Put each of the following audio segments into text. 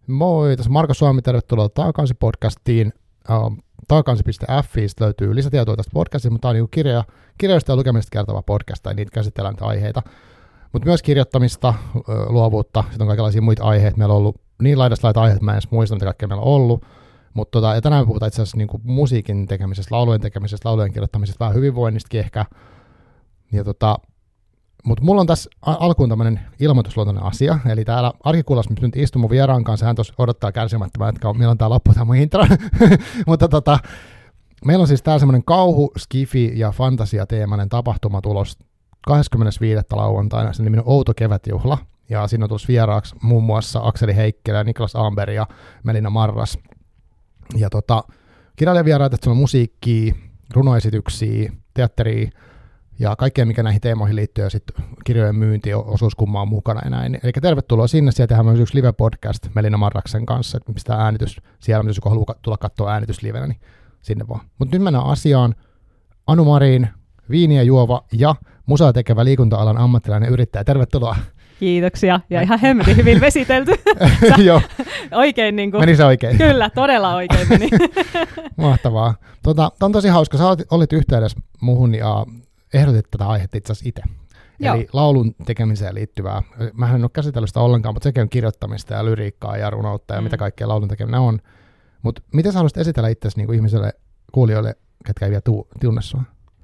Moi, tässä Marko Suomi, tervetuloa Taakansi-podcastiin. Taakansi.fiistä löytyy lisätietoa tästä podcastista, mutta tämä on niin kirjoista ja lukemista kertova podcast, tai niitä käsitellään niitä aiheita. Mutta myös kirjoittamista, luovuutta, sitten on kaikenlaisia muita aiheita. Meillä on ollut niin laidasta laita aiheita, mä en edes muista, mitä kaikkea meillä on ollut. Mutta ja tänään me puhutaan itse asiassa niin musiikin tekemisestä, laulujen kirjoittamisesta, vähän hyvinvoinnistakin ehkä. Ja mutta mulla on tässä alkuun tämmöinen ilmoitusluontoinen asia, eli täällä Arkikuulassa nyt istun mun vieraan kanssa, hän tuossa odottaa kärsimättömän, että milloin tää loppuu tämä mun intro. Mutta meillä on siis täällä semmoinen kauhu, skifi ja fantasia-teemainen tapahtuma tulos 25. lauantaina, sen niminen Outo kevätjuhla, ja siinä on tulossa vieraaksi muun muassa Akseli Heikkilä, Niklas Amberg ja Melina Marras. Ja kirjailijavieraita, että se on musiikkia, runoesityksiä, teatteria, ja kaikkea, mikä näihin teemoihin liittyy, ja sitten kirjojen myynti osuuskumma on mukana ja näin. Eli tervetuloa sinne, siellä tehdään myös yksi live-podcast Melina Marraksen kanssa, että pistää äänitys siellä, jos joku haluaa tulla katsoa äänityslivenä, niin sinne vaan. Mutta nyt mennään asiaan. Anu Marin, viiniä juova ja musaa tekevä liikunta-alan ammattilainen yrittäjä. Tervetuloa. Kiitoksia, ja ihan hemmetin hyvin vesitelty. Joo. Oikein niin kuin. Meni se oikein? Kyllä, todella oikein meni. Mahtavaa. Tämä on tosi hauska. Sä olit yhteydessä muuhun ja ehdotit tätä aihetta itse asiassa itse. Joo. Eli laulun tekemiseen liittyvää. Mähän en ole käsitellyt sitä ollenkaan, mutta sekin on kirjoittamista ja lyriikkaa ja runoutta ja mitä kaikkea laulun tekeminen on. Mutta miten sä haluaisit esitellä itsesi niin kuin ihmiselle, kuulijoille, ketkä ei vielä tunne sua?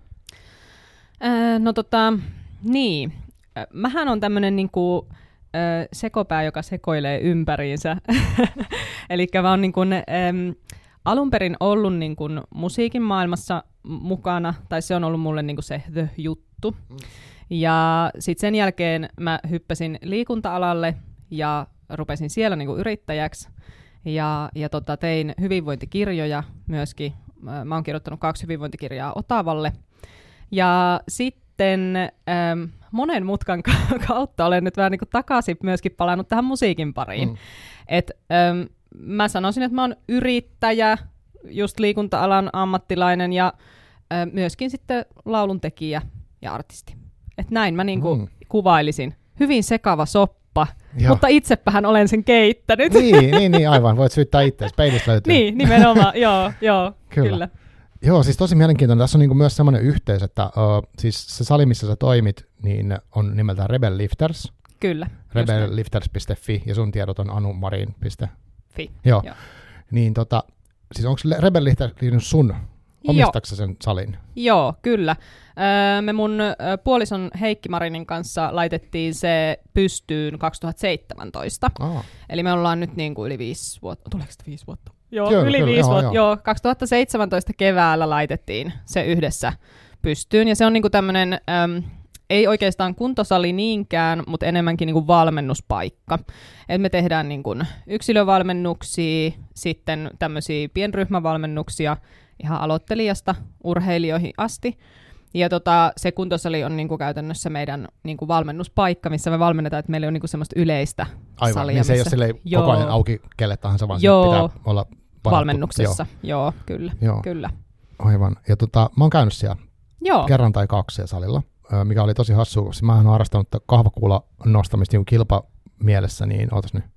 Niin. Mähän on tämmöinen niinku, sekopää, joka sekoilee ympäriinsä. Eli mä oon niin kuin, alun perin ollut niin kuin musiikin maailmassa mukana, tai se on ollut mulle niin kuin se the-juttu. Ja sitten sen jälkeen mä hyppäsin liikunta-alalle ja rupesin siellä niin kuin yrittäjäksi. Ja tein hyvinvointikirjoja myöskin. Mä oon kirjoittanut 2 hyvinvointikirjaa Otavalle. Ja sitten monen mutkan kautta olen nyt vähän niin kuin takaisin myöskin palannut tähän musiikin pariin. Mä sanoisin, että mä oon yrittäjä, just liikunta-alan ammattilainen ja myöskin sitten lauluntekijä ja artisti. Et näin mä niinku kuvailisin. Hyvin sekava soppa, mutta itsepähän olen sen keittänyt. Niin, aivan. Voit syyttää itseäsi. Peilistä löytyy. Niin, nimenomaan. joo, kyllä. Joo, siis tosi mielenkiintoinen. Tässä on niinku myös semmoinen yhteys, että siis se sali, missä sä toimit, niin on nimeltään Rebel Lifters. Kyllä. Rebellifters.fi ja sun tiedot on anumarin.fi. Joo. Niin siis onko Rebel Lifters sun? Omistatko sen salin? Joo, kyllä. Me mun puolison Heikki Marinin kanssa laitettiin se pystyyn 2017. Eli me ollaan nyt niin kuin yli 5 vuotta. Tuleeko sitä 5 vuotta? Joo, kyllä, yli 5 vuotta. Joo, 2017 keväällä laitettiin se yhdessä pystyyn. Ja se on niin kuin tämmöinen, ei oikeastaan kuntosali niinkään, mutta enemmänkin niin kuin valmennuspaikka. Et me tehdään niin kuin yksilövalmennuksia, sitten tämmöisiä pienryhmävalmennuksia, ihan aloittelijasta urheilijoihin asti. Ja se kuntosali on niinku käytännössä meidän niinku valmennuspaikka, missä me valmennetaan, että meillä on niinku semmoista yleistä aivan, salia. Niin se ei ole silleen koko ajan auki kelle tahansa, vaan pitää olla varattu. Valmennuksessa. Joo, kyllä. Aivan. Ja mä oon käynyt siellä kerran tai 2 siellä salilla, mikä oli tosi hassua. Mä oon harrastanut kahvakuulan nostamista niin kilpamielessä, niin ootas nyt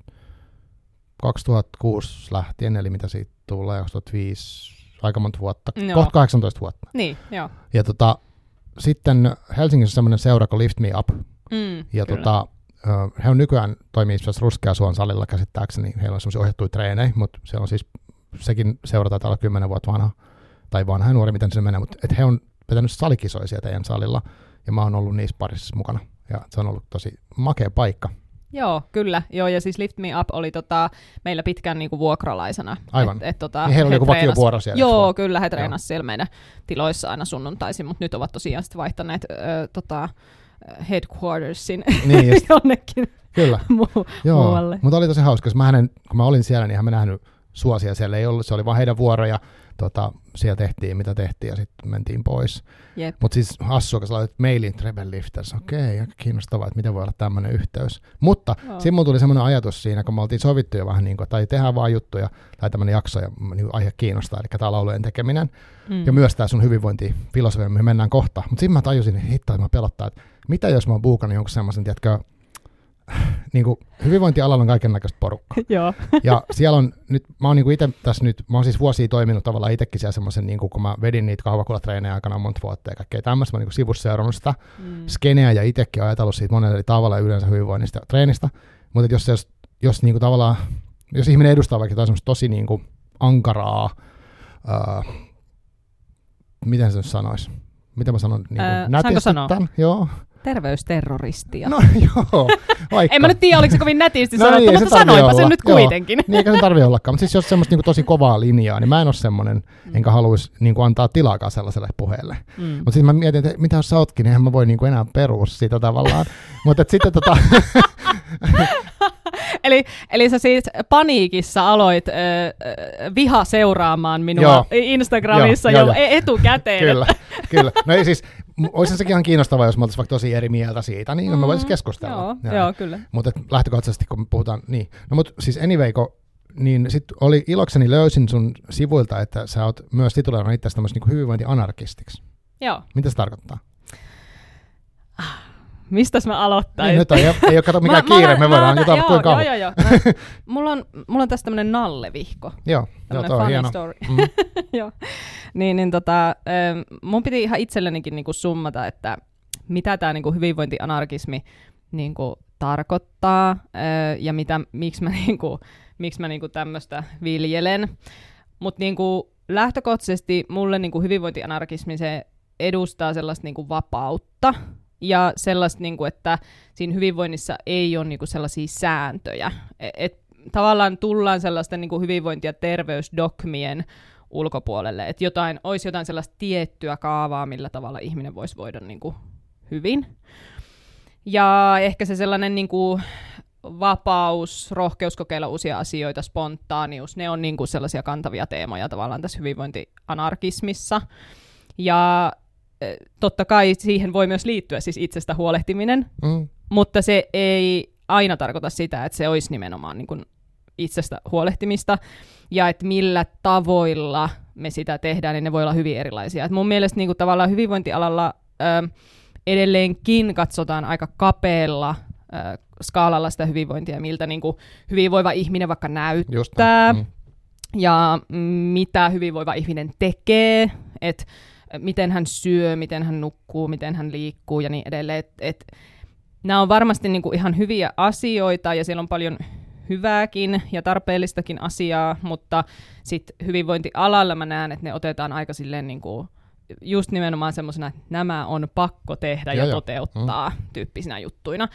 2006 lähtien, eli mitä siitä tulee, 2005, aika monta vuotta, kohta 18 vuotta. Niin, joo. Ja sitten Helsingissä on semmoinen seura kuin Lift Me Up, ja he on nykyään toimii Ruskeasuon salilla käsittääkseni, heillä on semmoisia ohjattuja treenejä, mutta siellä on siis, sekin seura taitaa olla 10 vuotta vanha, tai vanha ja nuori, miten se menee, mutta he on vetänyt salikisoja siellä teidän salilla, ja mä oon ollut niissä parissa mukana, ja se on ollut tosi makea paikka. Joo, kyllä. Joo, ja siis Lift Me Up oli meillä pitkään niinku vuokralaisena. Aivan. Niin heillä oli joku vakiovuoro siellä. Joo, kyllä, he treenasivat siellä meidän tiloissa aina sunnuntaisin, mutta nyt ovat tosiaan sitten vaihtaneet headquartersin jonnekin muualle. Mutta oli tosi hauska, koska kun mä olin siellä, niin mä nähnyt suosia siellä ei ollut, se oli vaan heidän vuoroja, siellä tehtiin mitä tehtiin ja sitten mentiin pois. Mutta siis hassua, kun sä laitat mailin Rebel Lifters, okei, aika kiinnostavaa, että miten voi olla tämmöinen yhteys. Mutta siinä mulla tuli semmoinen ajatus siinä, kun me oltiin sovittu jo vähän niin kuin, tai tehdään vaan juttuja, tai tämmöinen jakso ja niin aihe kiinnostaa, eli tämä laulujen tekeminen. Ja myös tämä sun hyvinvointifilosofia, mihin mennään kohta. Mutta siinä mä tajusin, että hitto, mä pelottaa, että mitä jos mä oon buukannut jonkun semmoisen, tiedätkö, niin kuin, hyvinvointialalla on kaikennäköistä porukkaa. Joo. Ja siellä on nyt, mä oon niin itse tässä nyt, mä oon siis vuosia toiminut tavallaan itsekin siellä semmoisen, niin kun mä vedin niitä kahvakuulatreenejä aikana monta vuotta ja kaikkea tämmöistä, mä niin sivussa seurannut sitä skeneä ja itsekin ajatellut siitä monella eri tavalla yleensä hyvinvoinnista ja treenistä, mutta jos niin kuin tavallaan, jos ihminen edustaa vaikka jotain semmoista tosi niin kuin ankaraa, miten se nyt sanoisi? Miten mä sanon? Niin saanko sanoa? Joo. Terveysterroristia. No joo, vaikka. En mä nyt tiedä, oliko se kovin nätisti sanottu, mutta sanoinpa sen nyt kuitenkin. Niin, eikä sen tarvitse ollakaan. Mutta siis jos semmoista niin tosi kovaa linjaa, niin mä en ole semmoinen, enkä haluaisi niin antaa tilaakaan sellaiselle puheelle. Mutta sitten mä mietin, että mitä jos sä ootkin, niin eihän mä voi niin enää perua sitä tavallaan. Mutta sitten Eli sä siis paniikissa aloit viha seuraamaan minua Instagramissa jo etukäteen. Kyllä. No ei siis, olisi sekin ihan kiinnostavaa, jos me oltaisiin vaikka tosi eri mieltä siitä, niin me voitaisiin keskustella. Joo, kyllä. Mutta lähtökohtaisesti, kun me puhutaan, niin. No mutta siis anyway, niin sitten oli ilokseni löysin sun sivuilta, että sä oot myös tituleerannut itseäsi tämmöistä niin hyvinvointianarkistiksi. Joo. Mitä se tarkoittaa? Mistäs mä aloittaisin? Nyt ei ole kato mikään kiire, me voidaan jotain kuin kauan. Joo. Mulla on tässä tämmönen nallevihko. Joo, toi on hieno. Story. Joo. Mun piti ihan itsellenikin niinku summata, että mitä tää niinku hyvinvointianarkismi niinku tarkoittaa ja miksi mä niinku tämmöstä viljelen. Mut niinku lähtökohtaisesti mulle niinku hyvinvointianarkismi se edustaa sellaista niinku vapautta. Ja sellaista, että siinä hyvinvoinnissa ei ole sellaisia sääntöjä. Et tavallaan tullaan sellaisten hyvinvointi- ja terveysdogmien ulkopuolelle. Että olisi jotain sellaista tiettyä kaavaa, millä tavalla ihminen voisi voida hyvin. Ja ehkä se sellainen vapaus, rohkeus kokeilla uusia asioita, spontaanius, ne on sellaisia kantavia teemoja tavallaan tässä hyvinvointianarkismissa. Ja totta kai siihen voi myös liittyä siis itsestä huolehtiminen, mutta se ei aina tarkoita sitä, että se olisi nimenomaan itsestä huolehtimista, ja että millä tavoilla me sitä tehdään, niin ne voi olla hyvin erilaisia. Et mun mielestä tavallaan hyvinvointialalla edelleenkin katsotaan aika kapealla skaalalla sitä hyvinvointia, miltä hyvinvoiva ihminen vaikka näyttää, ja mitä hyvinvoiva ihminen tekee, että miten hän syö, miten hän nukkuu, miten hän liikkuu ja niin edelleen. Nämä on varmasti ihan hyviä asioita ja siellä on paljon hyvääkin ja tarpeellistakin asiaa, mutta sitten hyvinvointialalla mä näen, että ne otetaan aika silleen just nimenomaan semmoisena, että nämä on pakko tehdä ja toteuttaa tyyppisinä juttuina.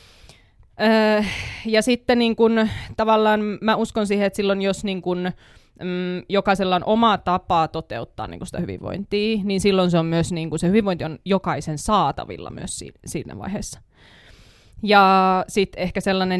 Ja sitten tavallaan mä uskon siihen, että silloin jos jokaisella on oma tapa toteuttaa sitä hyvinvointia, niin silloin se on myös se hyvinvointi on jokaisen saatavilla myös siinä vaiheessa. Ja sitten ehkä sellainen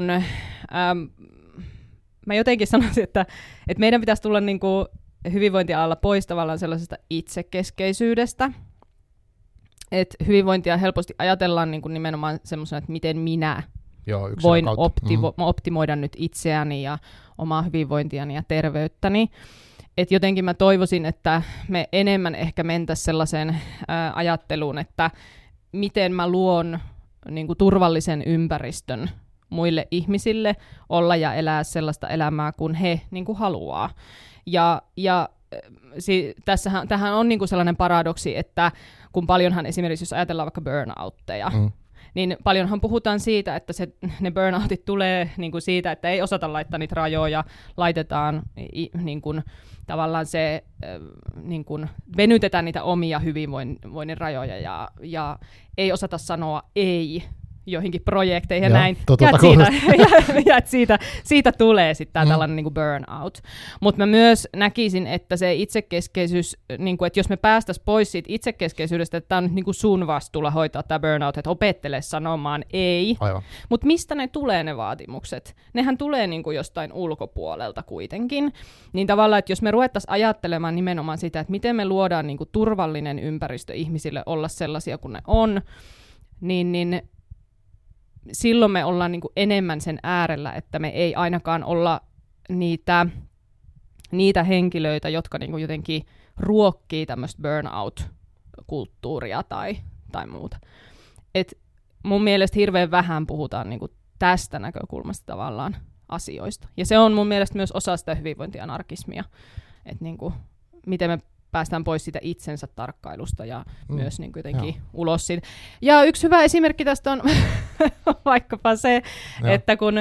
mä jotenkin sanoisin, että meidän pitäisi tulla hyvinvointialalla pois tavallaan sellaisesta itsekeskeisyydestä. Että hyvinvointia helposti ajatellaan nimenomaan semmoisena, että miten minä voin optimoida nyt itseäni ja omaa hyvinvointiani ja terveyttäni. Et jotenkin mä toivoisin, että me enemmän ehkä mentäisiin sellaiseen ajatteluun, että miten mä luon turvallisen ympäristön muille ihmisille olla ja elää sellaista elämää, kun he haluaa. Ja tämähän on sellainen paradoksi, että kun paljonhan esimerkiksi, jos ajatellaan vaikka burnoutteja, niin paljonhan puhutaan siitä, että ne burnoutit tulee siitä, että ei osata laittaa niitä rajoja, laitetaan tavallaan se, venytetään niitä omia hyvinvoinnin rajoja ja ei osata sanoa ei joihinkin projekteihin ja näin. Ja siitä tulee sitten tällainen burnout. Mutta mä myös näkisin, että se itsekeskeisyys, että jos me päästäisiin pois siitä itsekeskeisyydestä, että tämä on nyt sun vastuulla hoitaa tämä burnout, että opettele sanomaan ei. Mutta mistä ne tulee ne vaatimukset? Nehän tulee jostain ulkopuolelta kuitenkin. Niin tavallaan, että jos me ruvettaisiin ajattelemaan nimenomaan sitä, että miten me luodaan turvallinen ympäristö ihmisille olla sellaisia kuin ne on, niin silloin me ollaan enemmän sen äärellä, että me ei ainakaan olla niitä henkilöitä, jotka jotenkin ruokkii tämmöistä burnout-kulttuuria tai muuta. Et mun mielestä hirveän vähän puhutaan tästä näkökulmasta tavallaan asioista. Ja se on mun mielestä myös osa sitä hyvinvointianarkismia, että niin kuin, miten me päästään pois siitä itsensä tarkkailusta ja myös niin jotenkin ulos siitä. Ja yksi hyvä esimerkki tästä on vaikkapa se, että kun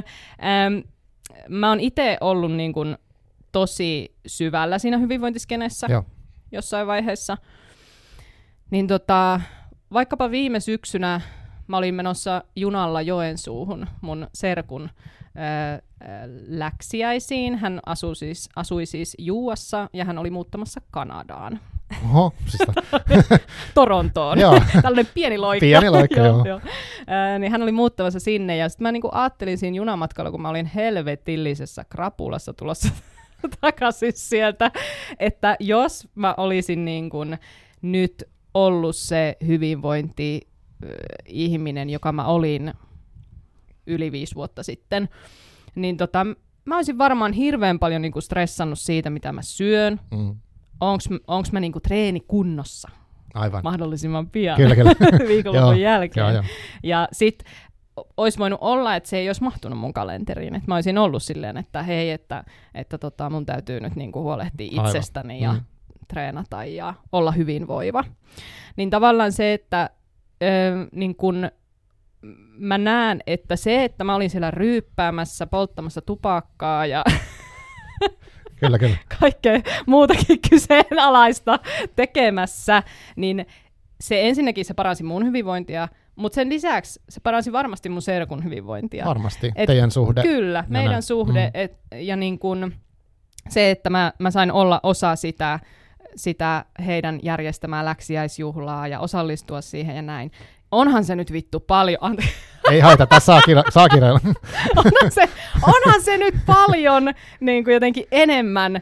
mä oon itse ollut niin kuin tosi syvällä siinä hyvinvointiskenessä jossain vaiheessa, niin vaikkapa viime syksynä mä olin menossa junalla Joensuuhun mun serkun läksiäisiin. Hän asui siis Juuassa ja hän oli muuttamassa Kanadaan. Oho, siis Torontoon. Tällainen pieni loikka. Pieni loikka, joo. Niin hän oli muuttamassa sinne ja sitten mä niinku ajattelin siinä junamatkalla, kun mä olin helvetillisessä krapulassa tulossa takaisin sieltä, että jos mä olisin niin kuin nyt ollut se hyvinvointi-ihminen, joka mä olin yli 5 vuotta sitten, niin mä olisin varmaan hirveän paljon niinku stressannut siitä, mitä mä syön. Onks mä niinku treenikunnossa? Aivan. Mahdollisimman pian. Kyllä. Viikonlopun jälkeen. Ja sit olisi voinut olla, että se ei olisi mahtunut mun kalenteriin. Että mä olisin ollut silleen, että hei, että mun täytyy nyt niinku huolehtia itsestäni ja treenata ja olla hyvinvoiva. Niin tavallaan se, että niin kun mä näen, että se, että mä olin siellä ryyppäämässä, polttamassa tupakkaa ja kyllä. kaikkea muutakin kyseenalaista tekemässä, niin se ensinnäkin se paransi mun hyvinvointia, mutta sen lisäksi se paransi varmasti mun serkun hyvinvointia. Varmasti, teidän suhde. Kyllä, meidän suhde. Ja niin kun se, että mä sain olla osa sitä heidän järjestämää läksiäisjuhlaa ja osallistua siihen ja näin. Onhan se nyt vittu paljon. Ei haita, tässä saa kireillä. onhan se nyt paljon niin kuin jotenkin enemmän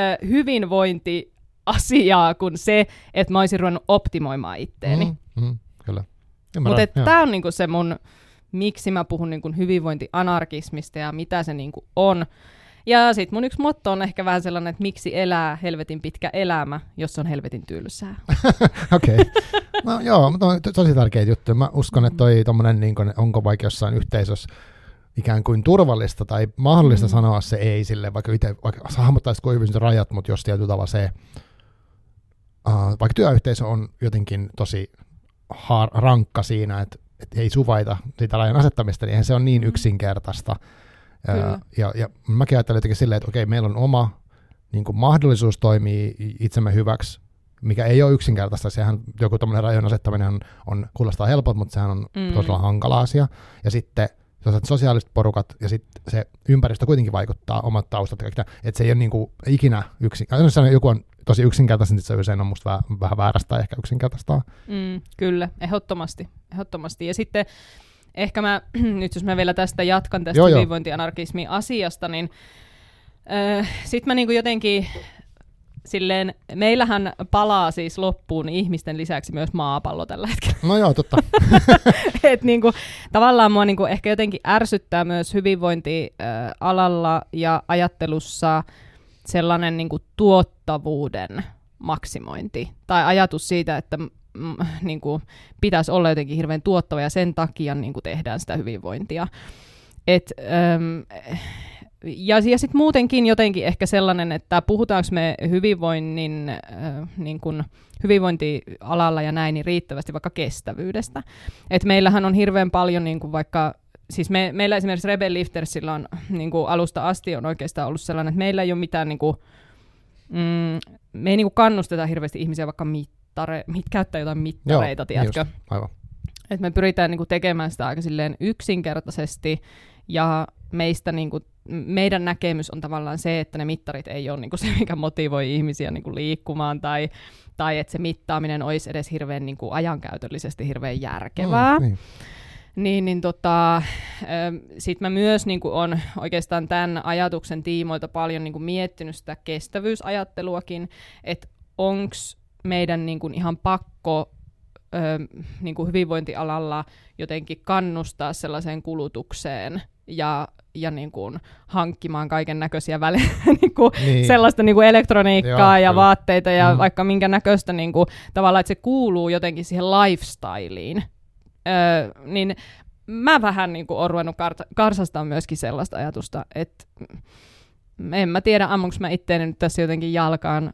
hyvinvointiasiaa kuin se, että mä olisin ruvennut optimoimaan itteeni. Kyllä. Mutta tämä on niin kuin se mun, miksi mä puhun niin kuin hyvinvointianarkismista ja mitä se niin kuin on. Ja sit mun yksi motto on ehkä vähän sellainen, että miksi elää helvetin pitkä elämä, jos on helvetin tylsää. Okei. No joo, mutta on tosi tärkeitä juttuja. Mä uskon, että tommonen, niin kun, onko vaikka jossain yhteisössä ikään kuin turvallista tai mahdollista sanoa se ei sille, vaikka itse hahmottaisi kuin hyvin rajat, mutta jos tietyllä tavalla se, vaikka työyhteisö on jotenkin tosi rankka siinä, että ei suvaita sitä rajan asettamista, niin eihän se on niin yksinkertaista. Ja mäkin ajattelen jotenkin silleen, että okei, meillä on oma niin kuin mahdollisuus toimia itsemme hyväksi, mikä ei ole yksinkertaista. Sehän joku tämmöinen rajojen asettaminen kuulostaa helpolta, mutta sehän on todella hankala asia. Ja sitten sosiaaliset porukat ja sitten se ympäristö kuitenkin vaikuttaa omat taustat. Että se ei ole niin kuin ikinä joku on tosi yksinkertaista, niin se usein on musta vähän väärästä ehkä yksinkertaistaa. Kyllä, ehdottomasti. Ja sitten ehkä nyt jos mä vielä tästä jatkan tästä hyvinvointianarkismin asiasta, niin sit mä niinku jotenkin silleen, meillähän palaa siis loppuun ihmisten lisäksi myös maapallo tällä hetkellä. No joo, totta. Et niinku, tavallaan mua niinku ehkä jotenkin ärsyttää myös hyvinvointialalla ja ajattelussa sellainen niinku tuottavuuden maksimointi. Tai ajatus siitä, että niinku, pitäisi olla jotenkin hirveän tuottava ja sen takia niinku, tehdään sitä hyvinvointia. Ja sitten muutenkin jotenkin ehkä sellainen, että puhutaanko me hyvinvointialalla ja näin niin riittävästi vaikka kestävyydestä. Et meillähän on hirveän paljon niinku vaikka, siis meillä esimerkiksi Rebel Liftersillä on niinku alusta asti on oikeastaan ollut sellainen, että meillä ei ole mitään, niinku, me ei niinku kannusteta hirveästi ihmisiä vaikka käyttää jotain mittareita, tiedätkö? Aivan. Et me pyritään niinku tekemään sitä aika silleen yksinkertaisesti ja meidän näkemys on tavallaan se, että ne mittarit ei ole niinku se, mikä motivoi ihmisiä niinku liikkumaan tai että se mittaaminen olisi edes hirveän niinku ajankäytöllisesti hirveän järkevää. Sitten mä myös niinku on oikeastaan tämän ajatuksen tiimoilta paljon niinku miettinyt sitä kestävyysajatteluakin, että onko meidän niinku ihan pakko niinku hyvinvointialalla jotenkin kannustaa sellaiseen kulutukseen ja niin kuin hankkimaan kaiken näköisiä sellaista niin kuin elektroniikkaa ja vaatteita ja vaikka minkä näköistä niin kuin, tavallaan, että se kuuluu jotenkin siihen lifestyleen. Niin mä vähän niin kuin olen ruvennut karsastaa myöskin sellaista ajatusta, että en mä tiedä, ammunko mä itteeni nyt tässä jotenkin jalkaan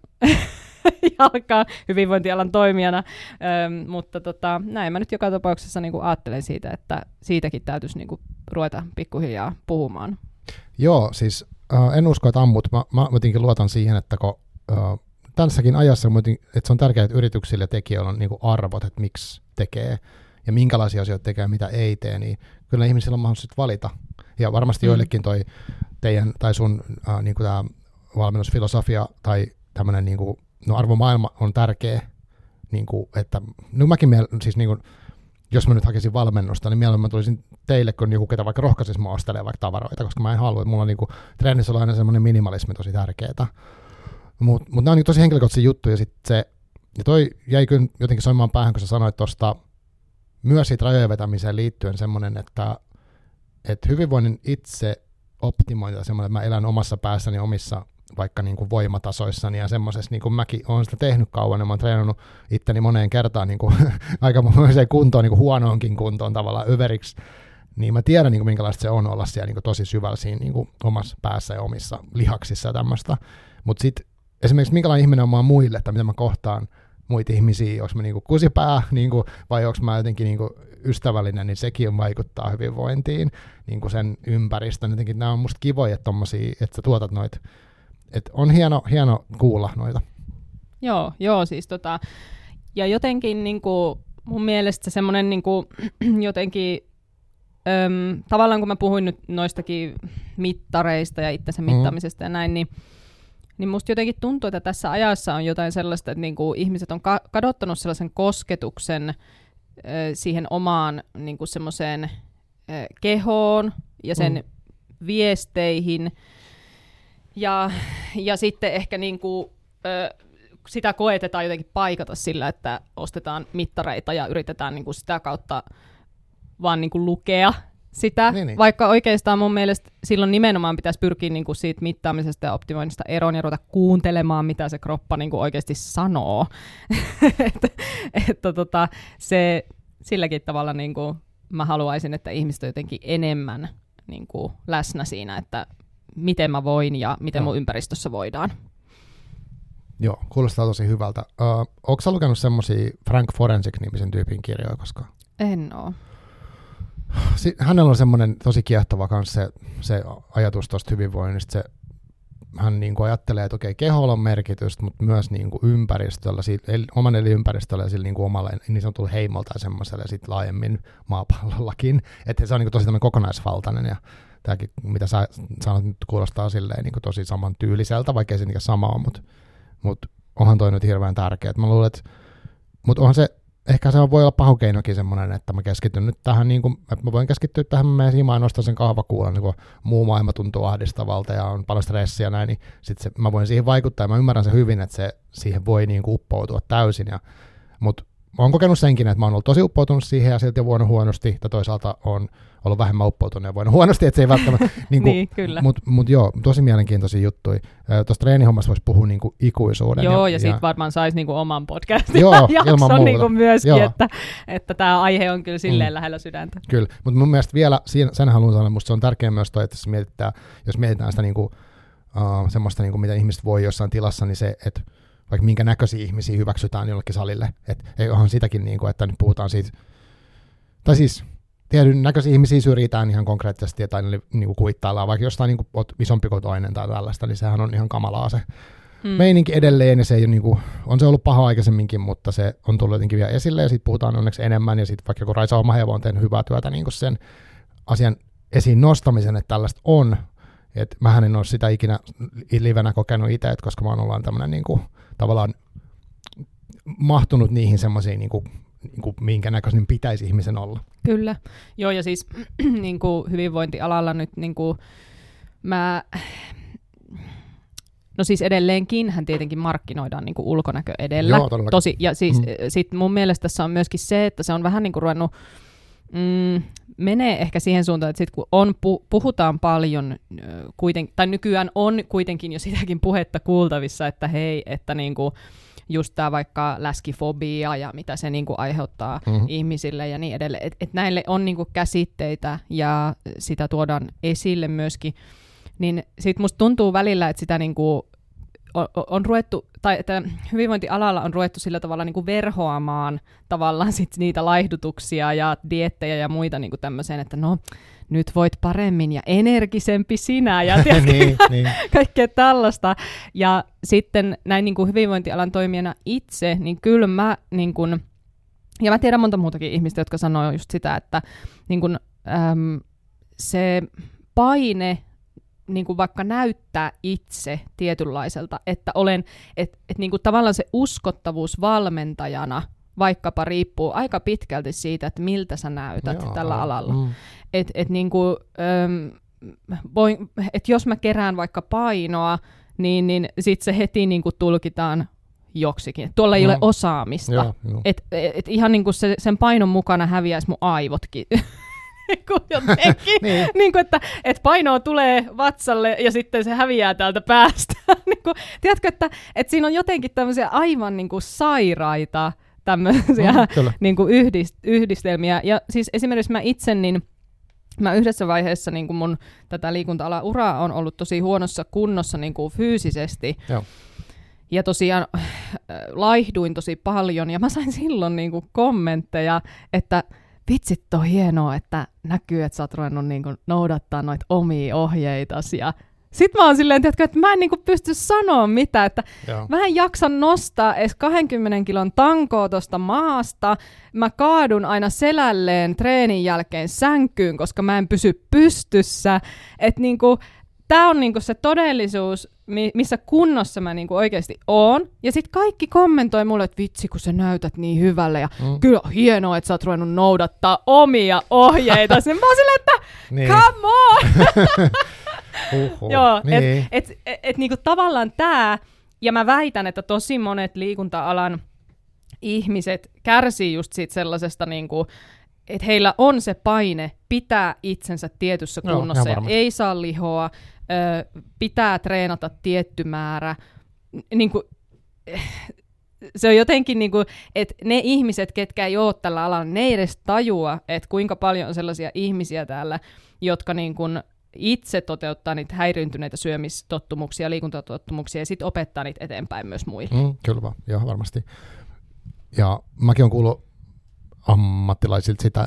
hyvinvointialan toimijana, mutta näin mä nyt joka tapauksessa niin kuin ajattelen siitä, että siitäkin täytyisi niin kuin ruveta pikkuhiljaa puhumaan. Joo, siis en usko, että ammut. Mä jotenkin luotan siihen, että kun tässäkin ajassa, että se on tärkeää, että yrityksille ja tekijöillä on niin kuin arvot, että miksi tekee ja minkälaisia asioita tekee ja mitä ei tee, niin kyllä ihmisillä on mahdollisuus valita. Ja varmasti joillekin toi teidän tai sun niin kuin tämä valmennusfilosofia tai tämmöinen niin kuin, arvomaailma on tärkeä, niin kuin, että mäkin siis niin kuin, jos mä nyt hakisin valmennusta, niin mieluummin mä tulisin teille, kun joku ketä vaikka rohkaisisi mua ostelemaan vaikka tavaroita, koska mä en halua, että mulla on niin kuin, treenissä on aina semmoinen minimalismi tosi tärkeää. Mutta nämä on niin tosi henkilökohtaisia juttuja, ja toi jäi kyllä jotenkin soimaan päähän, kun sä sanoit tuosta myös siitä rajojen vetämiseen liittyen semmoinen, että hyvinvoinnin itse optimointi, semmoinen, että mä elän omassa päässäni omissa vaikka niin kuin voimatasoissani ja semmoisessa, niin kuin mäkin olen sitä tehnyt kauan, ja mä oon treenannut itteni moneen kertaan niin kuin, aika moniseen kuntoon, niin kuin huonoonkin kuntoon tavallaan överiksi, niin mä tiedän, niin kuin, minkälaista se on olla siellä niin kuin, tosi syvällä siinä niin kuin, omassa päässä ja omissa lihaksissa ja tämmöistä. Mutta sitten esimerkiksi minkälainen ihminen on muille, että miten mä kohtaan muita ihmisiä, onko mä niin kuin kusipää niin kuin, vai onko mä jotenkin niin kuin, ystävällinen, niin sekin vaikuttaa hyvinvointiin, niin kuin sen ympäristön. Jotenkin nämä on musta kivoja, että sä tuotat noita. Et on hieno kuulla noita. Joo, siis ja jotenkin niinku, mun mielestä semmoinen niinku, jotenkin, tavallaan kun mä puhuin nyt noistakin mittareista ja itsensä mittaamisesta ja näin, niin musta jotenkin tuntuu, että tässä ajassa on jotain sellaista, että niinku, ihmiset on kadottanut sellaisen kosketuksen siihen omaan niinku, semmoiseen kehoon ja sen viesteihin. Ja sitten ehkä niinku, sitä koetetaan jotenkin paikata sillä, että ostetaan mittareita ja yritetään niinku sitä kautta vaan niinku lukea sitä, niin. Vaikka oikeastaan mun mielestä silloin nimenomaan pitäisi pyrkiä niinku siitä mittaamisesta ja optimoinnista eroon ja ruveta kuuntelemaan, mitä se kroppa niinku oikeasti sanoo. Se silläkin tavalla niinku, mä haluaisin, että ihmiset on jotenkin enemmän niinku läsnä siinä, että miten mä voin ja miten mun ympäristössä voidaan. Joo, kuulostaa tosi hyvältä. Ootko sä lukenut semmosia Frank Forensic-nimisen tyypin kirjoja koskaan? En oo. Hänellä on semmoinen tosi kiehtova kanssa se ajatus tuosta hyvinvoinnista. Hän niin kuin ajattelee, että okei, keholla on merkitystä, mutta myös niin kuin ympäristöllä, oman elinympäristöllä ja sillä niin kuin omalle niin sanotulla heimolta ja semmoiselle ja sitten laajemmin maapallollakin. Että se on niin kuin tosi tämmöinen kokonaisvaltainen ja tämäkin, mitä sä sanot, nyt kuulostaa silleen niin kuin tosi samantyyliseltä, vaikka ei se niinkään sama ole, mutta onhan toi nyt hirveän tärkeä. Mä luulen, mutta onhan se, ehkä se voi olla pahokeinokin semmoinen, että mä keskityn nyt tähän, niin kuin, että mä voin keskittyä tähän, mä menen himaan nostaa sen kahvakuulan, niin kun muu maailma tuntuu ahdistavalta ja on paljon stressiä ja näin, niin sit mä voin siihen vaikuttaa ja mä ymmärrän sen hyvin, että se siihen voi niin kuin uppoutua täysin. Mutta mä oon kokenut senkin, että mä oon ollut tosi uppoutunut siihen ja silti voinut huonosti, tai toisaalta on ollut vähemmän uppoutunut ja voinut huonosti, että se ei välttämättä... niin, kyllä. Mutta joo, tosi mielenkiintoisia juttuja. Tuosta treenihommasta voisi puhua niin kuin ikuisuuden. Joo, ja siitä varmaan saisi niin kuin oman podcastin jakson niin kuin myöskin, että tämä aihe on kyllä silleen lähellä sydäntä. Kyllä, mutta mun mielestä vielä, sen haluan sanoa, musta se on tärkeää myös toi, että jos mietitään sitä niin kuin, semmoista, niin kuin, mitä ihmiset voi jossain tilassa, niin se, että vaikka minkä näköisiä ihmisiä hyväksytään jollekin salille. Että onhan sitäkin, niin kuin, että nyt puhutaan siitä, tai siis tietyn näköisiä ihmisiä syrjitään ihan konkreettisesti, tai niin kuin kuittaillaan, vaikka jostain niin kuin, oot isompi kuin toinen tai tällaista, niin sehän on ihan kamalaa se meininki edelleen, ja se ei ole, niin kuin, on se ollut paha aikaisemminkin, mutta se on tullut jotenkin vielä esille, ja siitä puhutaan onneksi enemmän, ja sitten vaikka joku Raisa Omahevo on tehnyt hyvää työtä niin kuin sen asian esiin nostamisen, että tällaista on. Et mähän en ole sitä ikinä livenä kokenut itse, koska mä oon tämmöinen niin kuin, tavallaan mahtunut niihin semmoisiin, niin kuin, minkä näköisen pitäisi ihmisen olla. Kyllä. Joo, ja siis niin kuin hyvinvointialalla nyt niin kuin no siis edelleenkin hän tietenkin markkinoidaan niin kuin ulkonäkö edellä. Joo, tosi, ja siis sit mun mielestä tässä on myöskin se, että se on vähän niin kuin ruvennut menee ehkä siihen suuntaan, että sit kun puhutaan paljon tai nykyään on kuitenkin jo sitäkin puhetta kuultavissa, että hei, että niinku just tämä vaikka läskifobia ja mitä se niin kuin aiheuttaa ihmisille ja niin edelleen. Et näille on niin kuin käsitteitä ja sitä tuodaan esille myöskin. Niin sit musta tuntuu välillä, että sitä niin kuin on ruvettu, tai että hyvinvointialalla on ruvettu sillä tavalla niin kuin verhoamaan tavallaan sit niitä laihdutuksia ja dieettejä ja muita niin kuin tämmöiseen, että no nyt voit paremmin ja energisempi sinä ja niin. Kaikkea tällaista. Ja sitten näin niin kuin hyvinvointialan toimijana itse, niin kyllä mä niin kuin, ja mä tiedän monta muutakin ihmistä, jotka sanoo just sitä, että niin kuin, se paine niin kuin vaikka näyttää itse tietynlaiselta, että olen, niin kuin tavallaan se uskottavuus valmentajana vaikkapa riippuu aika pitkälti siitä, että miltä sä näytät tällä alalla. Niin kuin, jos mä kerään vaikka painoa, niin sit se heti niin kuin tulkitaan joksikin. Tuolla ei ole osaamista. Et ihan niin kuin sen painon mukana häviäisi mun aivotkin. Jotenkin, niin kuin, että painoa tulee vatsalle ja sitten se häviää täältä päästä. Niin kuin, tiedätkö, että siinä on jotenkin tämmöisiä aivan niin kuin sairaita tämmöisiä niin kuin yhdistelmiä. Ja siis esimerkiksi mä itse, niin mä yhdessä vaiheessa niin kuin mun tätä liikunta-alan uraa on ollut tosi huonossa kunnossa niin kuin fyysisesti. Joo. Ja tosiaan laihduin tosi paljon ja mä sain silloin niin kuin kommentteja, että vitsit on hienoa, että näkyy, että sä oot ruvennut niinku noudattaa noita omia ohjeitasi. Ja sit mä oon silleen, että mä en niinku pysty sanoa mitään, että mä en jaksa nostaa edes 20 kilon tankoa tosta maasta. Mä kaadun aina selälleen treenin jälkeen sänkyyn, koska mä en pysy pystyssä. Että niinku, tää on niinku se todellisuus, missä kunnossa mä niinku oikeasti oon. Ja sit kaikki kommentoi mulle, että vitsi kun sä näytät niin hyvälle ja kyllä on hienoa, että sä oot ruvennut noudattaa omia ohjeita. Mä oon silleen, että come on! Joo, niin. et niinku tavallaan tää, ja mä väitän, että tosi monet liikunta-alan ihmiset kärsii just siitä sellaisesta niinku, että heillä on se paine pitää itsensä tietyssä kunnossa ja ei saa lihoa, pitää treenata tietty määrä. Niin kuin, se on jotenkin, niin kuin, että ne ihmiset, ketkä ei ole tällä alalla, ne ei edes tajua, että kuinka paljon on sellaisia ihmisiä täällä, jotka niin kuin itse toteuttaa niitä häiriintyneitä syömistottumuksia, liikuntatottumuksia ja sitten opettaa niitä eteenpäin myös muille. Kyllä vaan, joo varmasti. Ja mäkin olen kuullut ammattilaisilta sitä,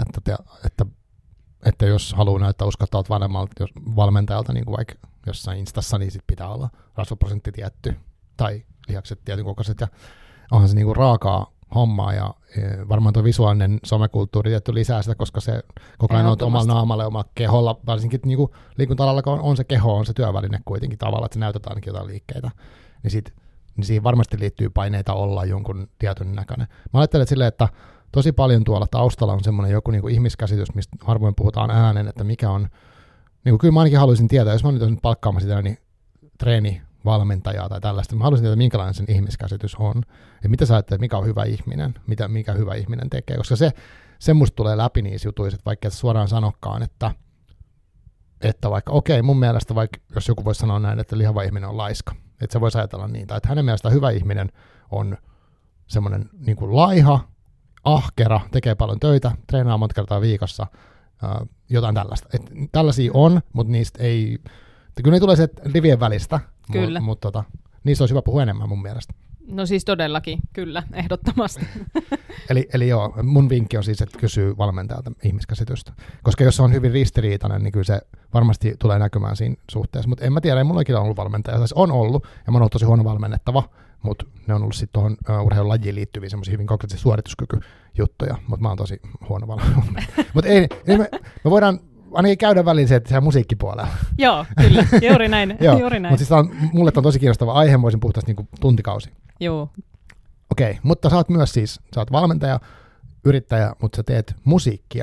että jos haluaa näyttää uskottavalta vanhemmalta valmentajalta, niin kuin vaikka jossain instassa, niin sit pitää olla rasvaprosentti tietty, tai lihakset tietyn kokoiset, ja onhan se niin kuin raakaa hommaa, ja varmaan tuo visuaalinen somekulttuuri tietty lisää sitä, koska se koko ajan on omalla naamalla ja omalla keholla, varsinkin niin kuin liikunta-alalla, kun on se keho, on se työväline kuitenkin tavalla, että se näytetään ainakin jotain liikkeitä, niin siihen varmasti liittyy paineita olla jonkun tietyn näköinen. Mä ajattelen silleen, että tosi paljon tuolla taustalla on semmoinen joku niin kuin ihmiskäsitys, mistä harvoin puhutaan äänen, että mikä on, niin kuin kyllä mä ainakin haluaisin tietää, jos mä nyt olisin palkkaamassa sitä niin treenivalmentajaa tai tällaista, mä haluaisin tietää, minkälainen sen ihmiskäsitys on, ja mitä sä ajattelet, mikä on hyvä ihminen, mikä hyvä ihminen tekee, koska se musta tulee läpi niissä jutuissa, että vaikka et suoraan sanokaan, että vaikka okei, mun mielestä vaikka, jos joku voisi sanoa näin, että lihava ihminen on laiska, että se voisi ajatella niin, tai että hänen mielestään hyvä ihminen on semmoinen niin kuin laiha, ahkera, tekee paljon töitä, treenaa monta kertaa viikossa, jotain tällaista. Tällaisia on, mutta niistä ei, kyllä ne tulee se rivien välistä, mutta niistä olisi hyvä puhua enemmän mun mielestä. No siis todellakin, kyllä, ehdottomasti. Eli joo, mun vinkki on siis, että kysyy valmentajalta ihmiskäsitystä. Koska jos se on hyvin ristiriitainen, niin kyllä se varmasti tulee näkymään siinä suhteessa. Mutta en mä tiedä, ei mulla ikinä ollut valmentaja. Se on ollut, ja mä oon ollut tosi huono valmennettava, mutta ne on ollut sitten tuohon urheilulajiin liittyviä semmoisia hyvin konkreettisia suorituskykyjuttuja, mutta mä oon tosi huono valmentaja. Mutta me voidaan ainakin käydä väliin se, että se musiikkipuolella. Joo, kyllä, juuri näin. Mutta siis mulle on tosi kiinnostava aihe, voisin puhua tästä niinku tuntikausi. Joo. Okei, mutta sä oot myös siis, sä oot valmentaja, yrittäjä, mutta sä teet musiikkia.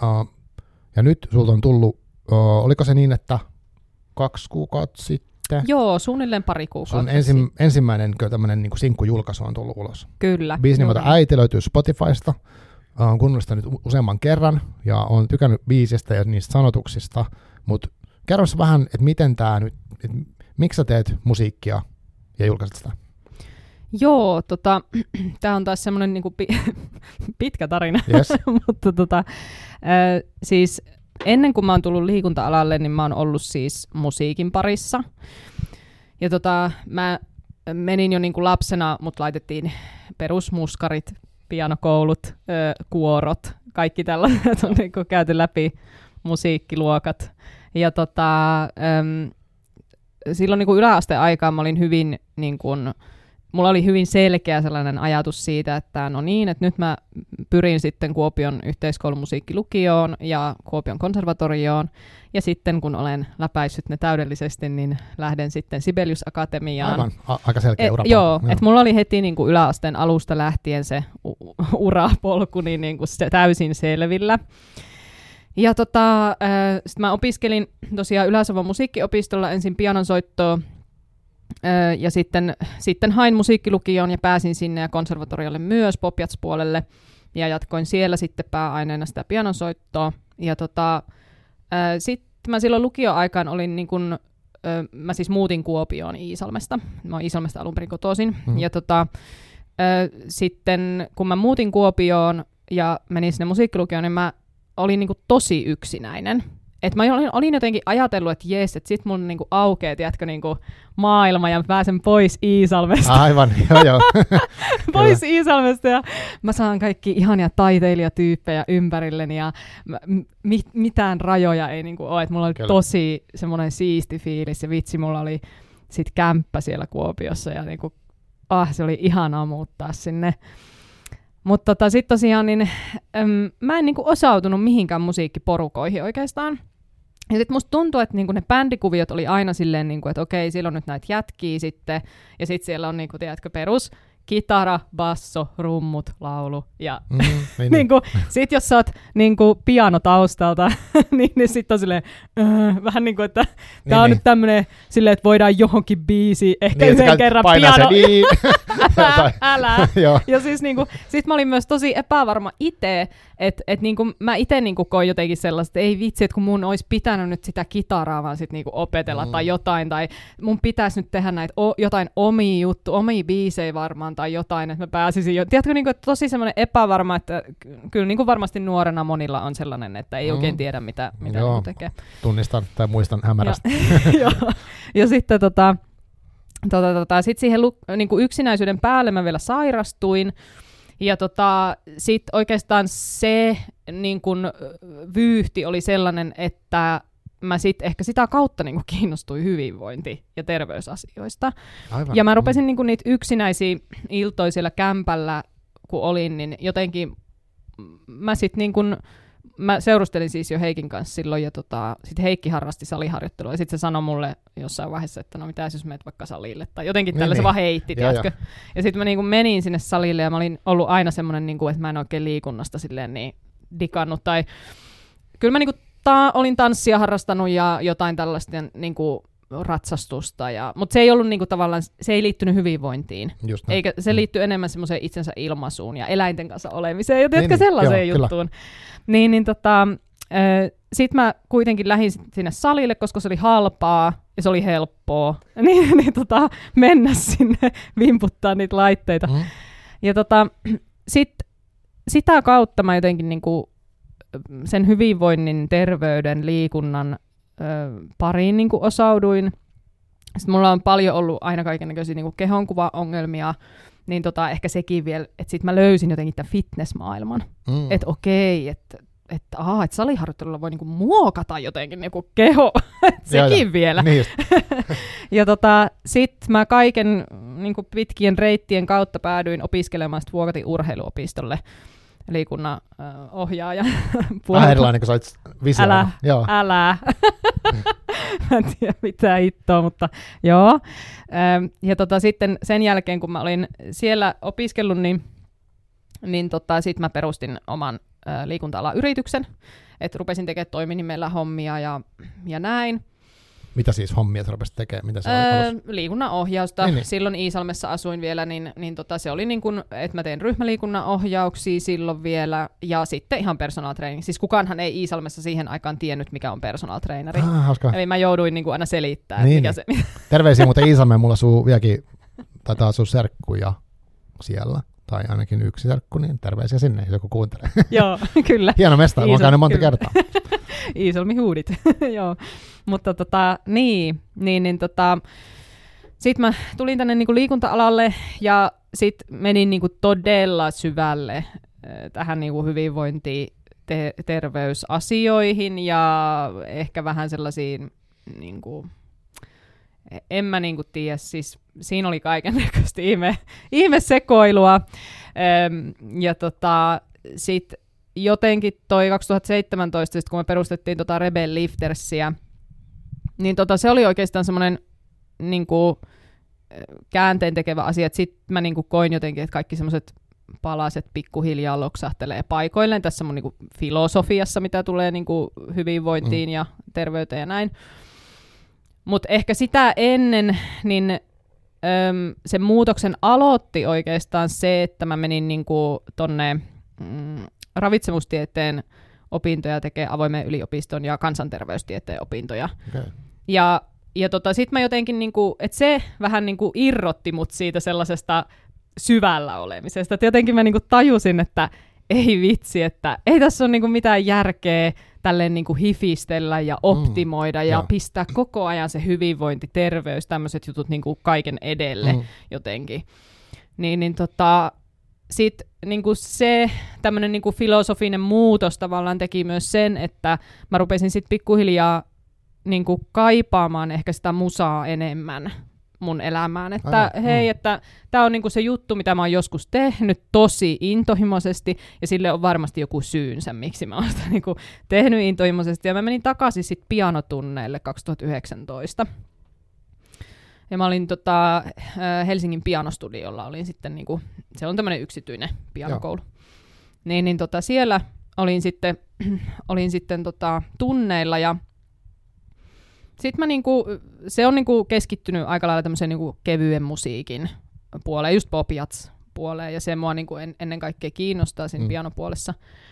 Ja nyt sulta on tullut, oliko se niin, että 2 kuukautta sitten? Joo, suunnilleen pari kuukautta. Sun ensimmäinen tämmöinen niin sinkkujulkaisu on tullut ulos. Kyllä. Biisin nimeltä Äiti löytyy Spotifysta. Olen kuunnellut sitä nyt useamman kerran ja olen tykännyt biisistä ja niistä sanotuksista, mutta kerro vähän, että miten tämä nyt, miksi sä teet musiikkia ja julkaiset sitä? Joo, tämä on taas semmoinen niinku pitkä tarina, Yes. mutta siis ennen kuin mä oon tullut liikunta-alalle, niin mä oon ollut siis musiikin parissa. Ja mä menin jo niinku lapsena, mut laitettiin perusmuskarit, pianokoulut, kuorot, kaikki tällaiset on niinku käyty läpi, musiikkiluokat. Ja silloin niinku yläasteaikaan mä olin hyvin niinku, mulla oli hyvin selkeä sellainen ajatus siitä, että no niin, että nyt mä pyrin sitten Kuopion yhteiskoulumusiikkilukioon ja Kuopion konservatorioon. Ja sitten kun olen läpäissyt ne täydellisesti, niin lähden sitten Sibelius Akatemiaan. Aivan, aika selkeä urapolku. Joo, että mulla oli heti niin kuin yläasteen alusta lähtien se urapolku niin kuin se täysin selvillä. Ja sitten mä opiskelin tosiaan Ylä-Savon musiikkiopistolla ensin pianonsoittoa, ja sitten hain musiikkilukioon ja pääsin sinne ja konservatoriolle myös Popjats-puolelle ja jatkoin siellä sitten pääaineena sitä pianonsoittoa. Ja sitten mä silloin lukioaikaan olin niin kun, mä siis muutin Kuopioon Iisalmesta. Mä oon Iisalmesta alun perin kotoisin. Ja sitten kun mä muutin Kuopioon ja menin sinne musiikkilukioon, niin mä olin niin kun tosi yksinäinen. Et mä olin jotenkin ajatellut, että jes, että sit mun niinku aukeaa, tiedätkö, niinku maailma ja pääsen pois Iisalmesta. Aivan, joo. Pois Iisalmesta ja mä saan kaikki ihania taiteilijatyyppejä ympärilleni ja mitään rajoja ei niinku ole. Et mulla oli tosi semmoinen siisti fiilis ja vitsi, mulla oli sit kämppä siellä Kuopiossa ja niinku, se oli ihanaa muuttaa sinne. Mutta sitten tosiaan niin, mä en niinku osautunut mihinkään musiikkiporukoihin oikeastaan. Ja sitten musta tuntuu, että niinku ne bändikuviot oli aina silleen, niinku, että okei, siellä on nyt näitä jätkiä sitten. Ja sitten siellä on, niinku, tiedätkö, perus kitara, basso, rummut, laulu. Ja niinku, sit jos sä oot niinku pianotaustalta, niin sit on silleen, vähän niin kuin, että tää on nyt tämmönen silleen, että voidaan johonkin biisiin ehkä niin, yhden kerran piano. Niin. Älä. Ja siis niinku, sit mä olin myös tosi epävarma itse, että niinku, mä itse niinku koin jotenkin sellaista, että ei vitsi, että kun mun olisi pitänyt nyt sitä kitaraa vaan sit niinku opetella tai jotain, tai mun pitäisi nyt tehdä näitä jotain omia biisejä varmaan tai jotain, että mä pääsisin jo. Tiedätkö, niinku, että tosi semmoinen epävarma, että kyllä niinku varmasti nuorena monilla on sellainen, että ei oikein tiedä, mitä niinku tekee. Tunnistan tai muistan hämärästi. Ja sitten sit siihen niinku yksinäisyyden päälle mä vielä sairastuin. Ja sit oikeastaan se niin kun, vyyhti oli sellainen, että mä sit ehkä sitä kautta niin kun kiinnostuin hyvinvointi- ja terveysasioista. Aivan. Ja mä rupesin niin kun niitä yksinäisiä iltoja siellä kämpällä, kun olin, niin jotenkin mä sit niin kun, mä seurustelin siis jo Heikin kanssa silloin, ja sit Heikki harrasti saliharjoittelua, ja sitten se sanoi mulle jossain vaiheessa, että no mitäs jos menet vaikka salille, tai jotenkin tällä se vaan heitti, tiedätkö. Ja sitten mä niinku menin sinne salille, ja mä olin ollut aina semmoinen, niinku, että mä en oikein liikunnasta silleen niin digannut, tai kyllä mä niinku olin tanssia harrastanut ja jotain tällaista niinku ratsastusta, mutta se ei ollut niinku tavallaan, se ei liittynyt hyvinvointiin, eikä se liittyi enemmän semmoiseen itsensä ilmaisuun ja eläinten kanssa olemiseen, ja tiedätkö sellaiseen juttuun. Sitten mä kuitenkin lähdin sinne salille, koska se oli halpaa ja se oli helppoa mennä sinne vimputtaa niitä laitteita. Ja sitä kautta mä jotenkin niinku sen hyvinvoinnin, terveyden, liikunnan pariin niinku osauduin. Sitten mulla on paljon ollut aina kaikennäköisiä niinku kehonkuvaongelmia, niin ehkä sekin vielä, että sitten mä löysin jotenkin tämän fitnessmaailman. Että okei, että saliharjoittelulla voi niinku muokata jotenkin niinku keho, sekin vielä. Niin ja sitten mä kaiken niinku pitkien reittien kautta päädyin opiskelemaan, sitten Vuokatin urheiluopistolle liikunnan ohjaaja. Vähän erilainen, kun sä olit visioina. Älä. Mä en tiedä mitään hittoa, mutta joo. Ja sitten sen jälkeen, kun mä olin siellä opiskellut, niin sitten mä perustin oman liikunta-alan yrityksen, että rupesin tekemään toiminimellä hommia ja näin. Mitä siis hommia sä rupesit tekemään? Mitä se oli? Liikunnan ohjausta. Niin. Silloin Iisalmessa asuin vielä, niin se oli niin kuin, että mä tein ryhmäliikunnan ohjauksia silloin vielä, ja sitten ihan personal training. Siis kukaanhan ei Iisalmessa siihen aikaan tiennyt, mikä on personal traineri. Eli mä jouduin niin kuin aina selittämään, mikä se... Terveisiä muuten Iisalmeen, mulla asuu vieläkin taitaa asua serkkuja siellä, tai ainakin yksi serkku, niin terveisiä sinne, jos joku kuuntelee. Joo, kyllä. Hieno mesta, olen käynyt monta kertaa. Iisalmi-huudit, joo. Mutta sitten mä tulin tänne niinku liikunta-alalle ja sitten menin niinku todella syvälle tähän niinku hyvinvointiin, terveysasioihin ja ehkä vähän sellaisiin, niinku, en mä niinku tiedä, siis siinä oli kaikennäköistä ihme sekoilua. Ja sitten jotenkin toi 2017, kun me perustettiin Rebel Liftersia, niin se oli oikeastaan semmoinen niinku käänteen tekevä asia, että sitten mä niinku koin jotenkin, että kaikki semmoiset palaset pikkuhiljaa loksahtelee paikoilleen tässä mun niinku filosofiassa, mitä tulee niinku hyvinvointiin ja terveyteen ja näin. Mutta ehkä sitä ennen, niin sen muutoksen aloitti oikeastaan se, että mä menin niinku tonne ravitsemustieteen opintoja tekee avoimen yliopiston ja kansanterveystieteen opintoja. Okay. Ja sit mä jotenkin, niinku, että se vähän niinku irrotti mut siitä sellaisesta syvällä olemisesta. Et jotenkin mä niinku tajusin, että ei vitsi, että ei tässä ole niinku mitään järkeä tälleen niinku hifistellä ja optimoida ja pistää koko ajan se hyvinvointi, terveys, tämmöiset jutut niinku kaiken edelle jotenkin. Sitten niinku se tämmöinen niinku filosofinen muutos tavallaan teki myös sen, että mä rupesin sitten pikkuhiljaa niinku kaipaamaan ehkä sitä musaa enemmän mun elämään. Että hei, että tää on niinku se juttu, mitä mä oon joskus tehnyt tosi intohimoisesti, ja sille on varmasti joku syynsä, miksi mä oon sitä niinku tehnyt intohimoisesti. Ja mä menin takaisin sit pianotunneille 2019. Ja mä olin Helsingin pianostudiolla, olin sitten niinku, se on tämmönen yksityinen pianokoulu. Siellä olin sitten tunneilla, ja sitten mä niinku, se on niinku keskittynyt aika lailla tämmöiseen niinku kevyen musiikin puoleen, just pop jazz puoleen, ja se mua niinku ennen kaikkea kiinnostaa siinä pianopuolessa.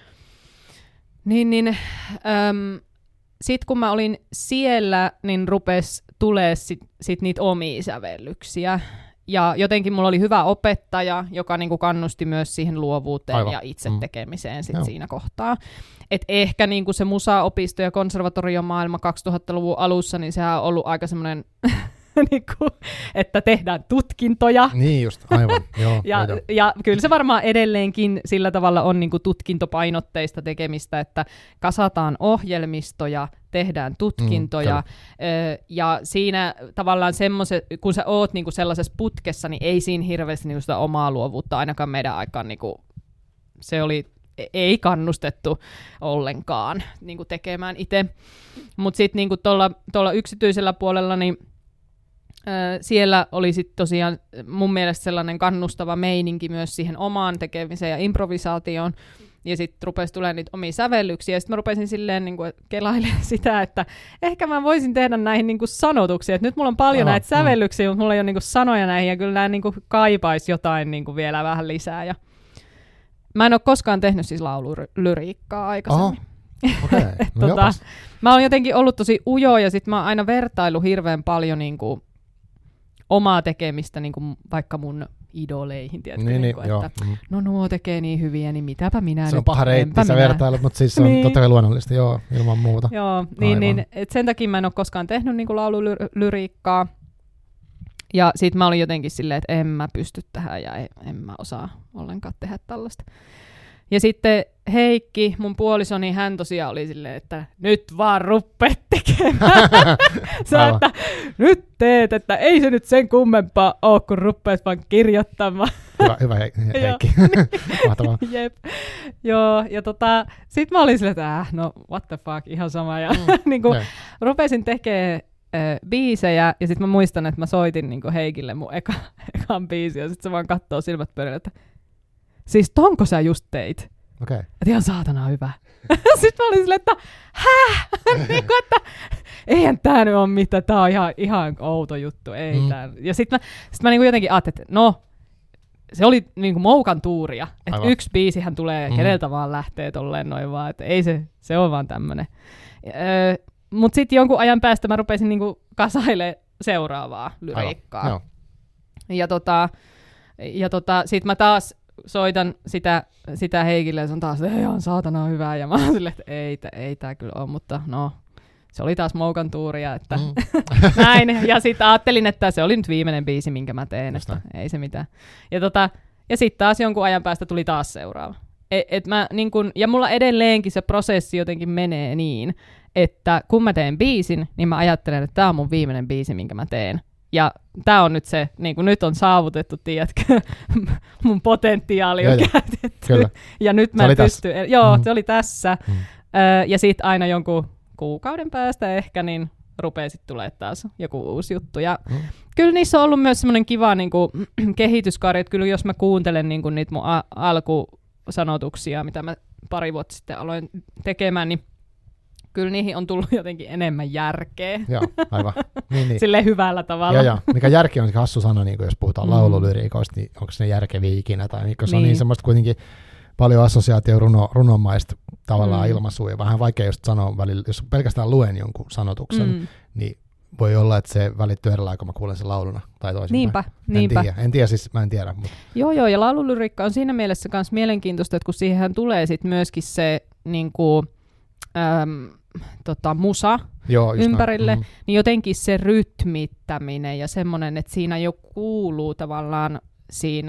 Sitten kun mä olin siellä, niin rupesi tulee sit niitä omia sävellyksiä. Ja jotenkin mulla oli hyvä opettaja, joka niinku kannusti myös siihen luovuuteen ja itse tekemiseen sit siinä kohtaa. Et ehkä niinku se musaopisto ja konservatoriomaailma 2000-luvun alussa, niin sehän on ollut aika semmoinen, niinku, että tehdään tutkintoja. Niin just, aivan. Joo, ja kyllä se varmaan edelleenkin sillä tavalla on niinku tutkintopainotteista tekemistä, että kasataan ohjelmistoja, tehdään tutkintoja, ja siinä tavallaan kun sä oot niinku sellaisessa putkessa, niin ei siinä hirveästi niinku sitä omaa luovuutta, ainakaan meidän aikaan niinku, se ei kannustettu ollenkaan niinku tekemään itse. Mutta sitten niinku tuolla yksityisellä puolella, niin siellä oli sitten tosiaan mun mielestä sellainen kannustava meininki myös siihen omaan tekemiseen ja improvisaatioon. Ja sitten rupesi tulemaan niitä omia sävellyksiä. Ja sitten mä rupesin silleen niinku kelailemaan sitä, että ehkä mä voisin tehdä näihin niinku sanotuksia. Et nyt mulla on paljon näitä sävellyksiä, mutta mulla ei ole niinku sanoja näihin. Ja kyllä nämä niinku kaipaisi jotain niinku vielä vähän lisää. Ja mä en ole koskaan tehnyt siis laululyriikkaa aikaisemmin. Okay. No mä oon jotenkin ollut tosi ujo, ja sit mä oon aina vertaillut hirveän paljon niinku omaa tekemistä niinku vaikka mun idoleihin, tiedätkö? No nuo tekee niin hyviä, niin mitäpä minä nyt. Se on paha reitti, sä vertailut, mutta siis se on totta kai luonnollista, joo, ilman muuta. Joo, niin et sen takia mä en ole koskaan tehnyt niinku laululyriikkaa. Ja sit mä olin jotenkin silleen, että en mä pysty tähän ja en mä osaa ollenkaan tehdä tällaista. Ja sitten Heikki, mun puolisoni, hän tosiaan oli silleen, että nyt vaan ruppeet tekemään. Että nyt teet, että ei se nyt sen kummempaa ole, kun ruppeet vaan kirjoittamaan. Hyvä Heikki. Mahtavaa. Jep. Joo, ja sit mä olin silleen, että no what the fuck, ihan sama. Ja rupesin tekemään biisejä, ja sit mä muistan, että mä soitin niinku Heikille mun ekan biisin, ja sit se vaan kattoo silmät pyörille, että siis tonko sä just teit? Okay. Että ihan saatana hyvä. Sitten mä olin silleen, että niinku, että eihän tää nyt ole mitään, tää on ihan outo juttu. Ei tää. Ja sit mä niinku jotenkin ajattelin, että no, se oli niinku moukan tuuria. Että yksi biisihän tulee, keneltä vaan lähtee tolleen noin vaan, että ei se on vaan tämmönen. Mut sit jonkun ajan päästä mä rupesin niinku kasailemaan seuraavaa lyriikkaa. Sit mä taas soitan sitä Heikille ja se on taas, että ihan saatana hyvää. Ja mä oon silleen, että ei tää kyllä ole, mutta no, se oli taas moukan tuuria, että näin. Ja sit ajattelin, että se oli nyt viimeinen biisi, minkä mä teen, että ei se mitään. Ja sit taas jonkun ajan päästä tuli taas seuraava. Ja mulla edelleenkin se prosessi jotenkin menee niin, että kun mä teen biisin, niin mä ajattelen, että tää on mun viimeinen biisi, minkä mä teen. Ja tää on nyt se, niin kuin nyt on saavutettu, tiedätkö, mun potentiaali on käytetty. Kyllä. Ja nyt mä pystyn, se oli tässä. Ja sit aina jonkun kuukauden päästä ehkä, niin rupeaa sitten tulemaan taas joku uusi juttu. Ja kyllä niissä on ollut myös semmoinen kiva niin kuin kehityskaari, että kyllä jos mä kuuntelen niin kuin niitä mun alkusanotuksia, mitä mä pari vuotta sitten aloin tekemään, niin kyllä niihin on tullut jotenkin enemmän järkeä. Joo, aivan. Niin. Silleen hyvällä tavalla. Joo. Mikä järki on hassu sana, niin jos puhutaan laululyriikoista, niin onko ne järkeviä ikinä? Tai niin, se on niin semmoista kuitenkin paljon assosiaatio runomaista tavallaan ilmaisua, ja vähän vaikea just sanoa välillä, jos pelkästään luen jonkun sanotuksen, niin voi olla, että se välittyy erillä, kun mä kuulen sen lauluna tai toisinpäin. Niinpä. Mä en tiedä. Mutta. Joo, ja laululyriikka on siinä mielessä myös mielenkiintoista, että kun siihen tulee sit myöskin se niinku, musa ympärille, niin jotenkin se rytmittäminen ja semmoinen, että siinä jo kuuluu tavallaan siinä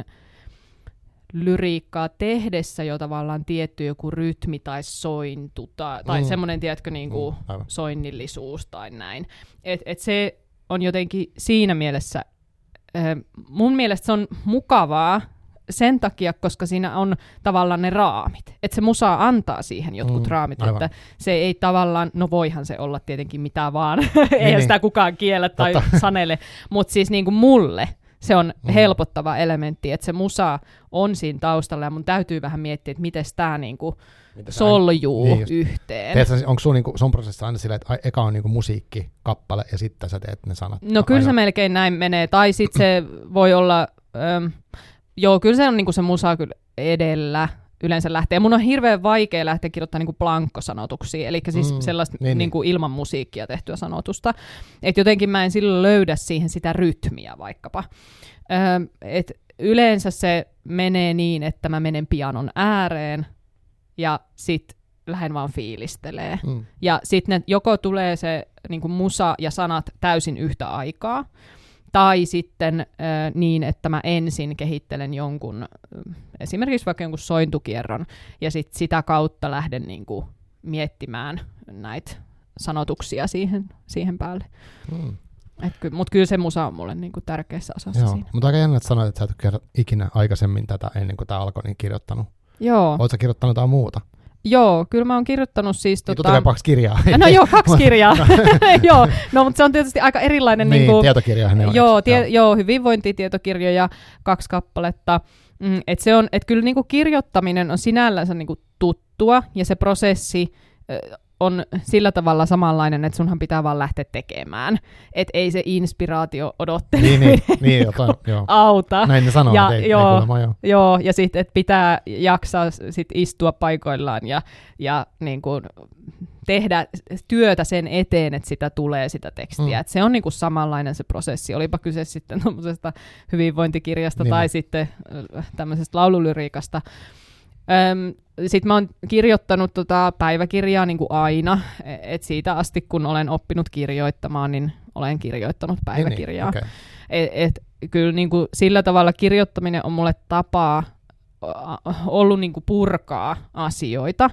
lyriikkaa tehdessä jo tavallaan tietty joku rytmi tai sointu tai semmoinen, tiedätkö, niinku soinnillisuus tai näin. Et se on jotenkin siinä mielessä, mun mielestä se on mukavaa sen takia, koska siinä on tavallaan ne raamit. Että se musa antaa siihen jotkut raamit, että se ei tavallaan, no voihan se olla tietenkin mitä vaan, ei sitä kukaan kiellä tai sanele, mutta siis niinku mulle se on helpottava elementti, että se musa on siinä taustalla ja mun täytyy vähän miettiä, että miten tämä niinku soljuu yhteen. Onko sun prosessissa aina silleen, että eka on niinku musiikkikappale ja sitten sä teet ne sanat? No kyllä se melkein näin menee, tai sitten se voi olla, kyllä se on niinku se musa kyllä edellä yleensä lähtee. Mun on hirveän vaikea lähteä kirjoittamaan niinku blankkosanotuksia, eli siis sellaista niinku ilman musiikkia tehtyä sanotusta. Et jotenkin mä en silloin löydä siihen sitä rytmiä vaikkapa. Et yleensä se menee niin, että mä menen pianon ääreen ja sit lähden vaan fiilistelee. Ja sitten joko tulee se niinku musa ja sanat täysin yhtä aikaa, tai sitten niin, että mä ensin kehittelen jonkun, esimerkiksi vaikka jonkun sointukierron, ja sitten sitä kautta lähden niinku miettimään näitä sanotuksia siihen päälle. Mutta kyllä se musa on mulle niinku tärkeässä osassa siinä. Mutta aika jännä, että sanoit, että sä et ole ikinä aikaisemmin tätä ennen kuin tämä alkoi niin kirjoittanut. Joo. Oletko sä kirjoittanut jotain muuta? Joo, kyllä mä oon kirjoittanut siis... Tulee 2 kirjaa. No joo, 2 kirjaa. Joo, no mutta se on tietysti aika erilainen... Niin, tietokirjahan ne on. Joo, hyvinvointitietokirjoja, 2 kappaletta. Et kyllä niinku kirjoittaminen on sinällänsä niinku tuttua, ja se prosessi on sillä tavalla samanlainen, että sunhan pitää vaan lähteä tekemään. Että ei se inspiraatio odotteleminen auta. Näin ne sanoo, että ei kuulemma, joo, ja sitten, että pitää jaksaa sit istua paikoillaan ja niin kuin tehdä työtä sen eteen, että sitä tulee sitä tekstiä. Et se on niin kuin samanlainen se prosessi, olipa kyse sitten tuommoisesta hyvinvointikirjasta tai sitten tämmöisestä laululyriikasta. Sitten mä oon kirjoittanut päiväkirjaa niin kuin aina, et siitä asti kun olen oppinut kirjoittamaan, niin olen kirjoittanut päiväkirjaa. Kyllä niin kuin sillä tavalla kirjoittaminen on mulle tapaa ollut niin kuin purkaa asioita,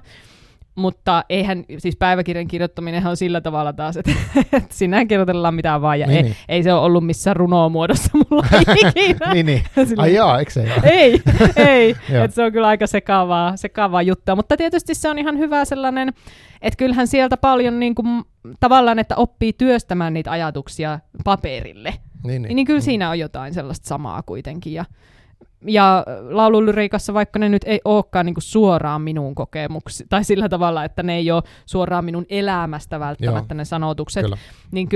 mutta eihän, siis päiväkirjan kirjoittaminen on sillä tavalla taas, että sinä kirjoitellaan mitään vaan, ja ei se ole ollut missään runomuodossa mulla ikinä. Ai jaa, eikö se ole? Ei. Että se on kyllä aika sekaavaa juttua, mutta tietysti se on ihan hyvä sellainen, että kyllähän sieltä paljon niin kuin, tavallaan, että oppii työstämään niitä ajatuksia paperille. Niin kyllä siinä on jotain sellaista samaa kuitenkin, ja laululyriikassa, vaikka ne nyt ei olekaan niinku suoraan minun kokemuksia, tai sillä tavalla, että ne ei ole suoraan minun elämästä välttämättä ne sanotukset, niin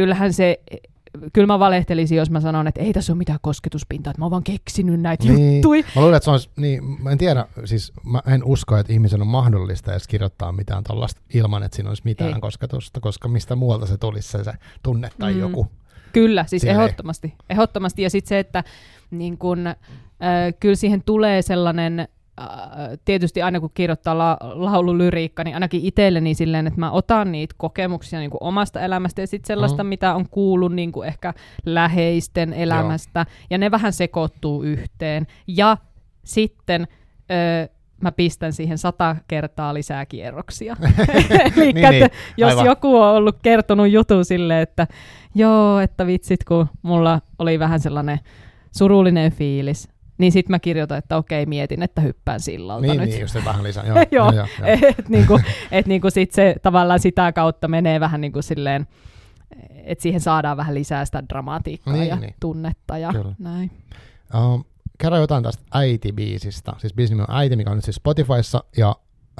kyllä mä valehtelisin, jos mä sanon, että ei tässä ole mitään kosketuspintaa, että mä oon vaan keksinyt näitä juttuja. Mä luulen, että se on, mä en tiedä, siis mä en usko, että ihmisen on mahdollista edes kirjoittaa mitään tollaista ilman, että siinä olisi mitään kosketusta, koska mistä muualta se tulisi se tunne tai joku. Kyllä, siis ehdottomasti. Ja sitten se, että niin kun, kyllä siihen tulee sellainen, tietysti aina kun kirjoittaa laululyriikka, niin ainakin itselleni silleen, että mä otan niitä kokemuksia niin kuin omasta elämästä ja sitten sellaista, mitä on kuullut niin kuin ehkä läheisten elämästä, ja ne vähän sekoittuu yhteen. Ja sitten mä pistän siihen 100 kertaa lisää kierroksia. Eli niin, jos aivan. Joku on ollut kertonut jutun silleen, että joo, että vitsit, kun mulla oli vähän sellainen surullinen fiilis, niin sitten mä kirjoitan, että okei, mietin, että hyppään sillalta nyt. Niin, just vähän lisää. Joo. Että niinku sit se tavallaan sitä kautta menee vähän niin kuin silleen, että siihen saadaan vähän lisää sitä dramatiikkaa ja tunnetta ja näin. Kerro jotain tästä Äiti-biisistä, siis biisin nimi on Äiti, mikä on nyt siis Spotifyssa, ja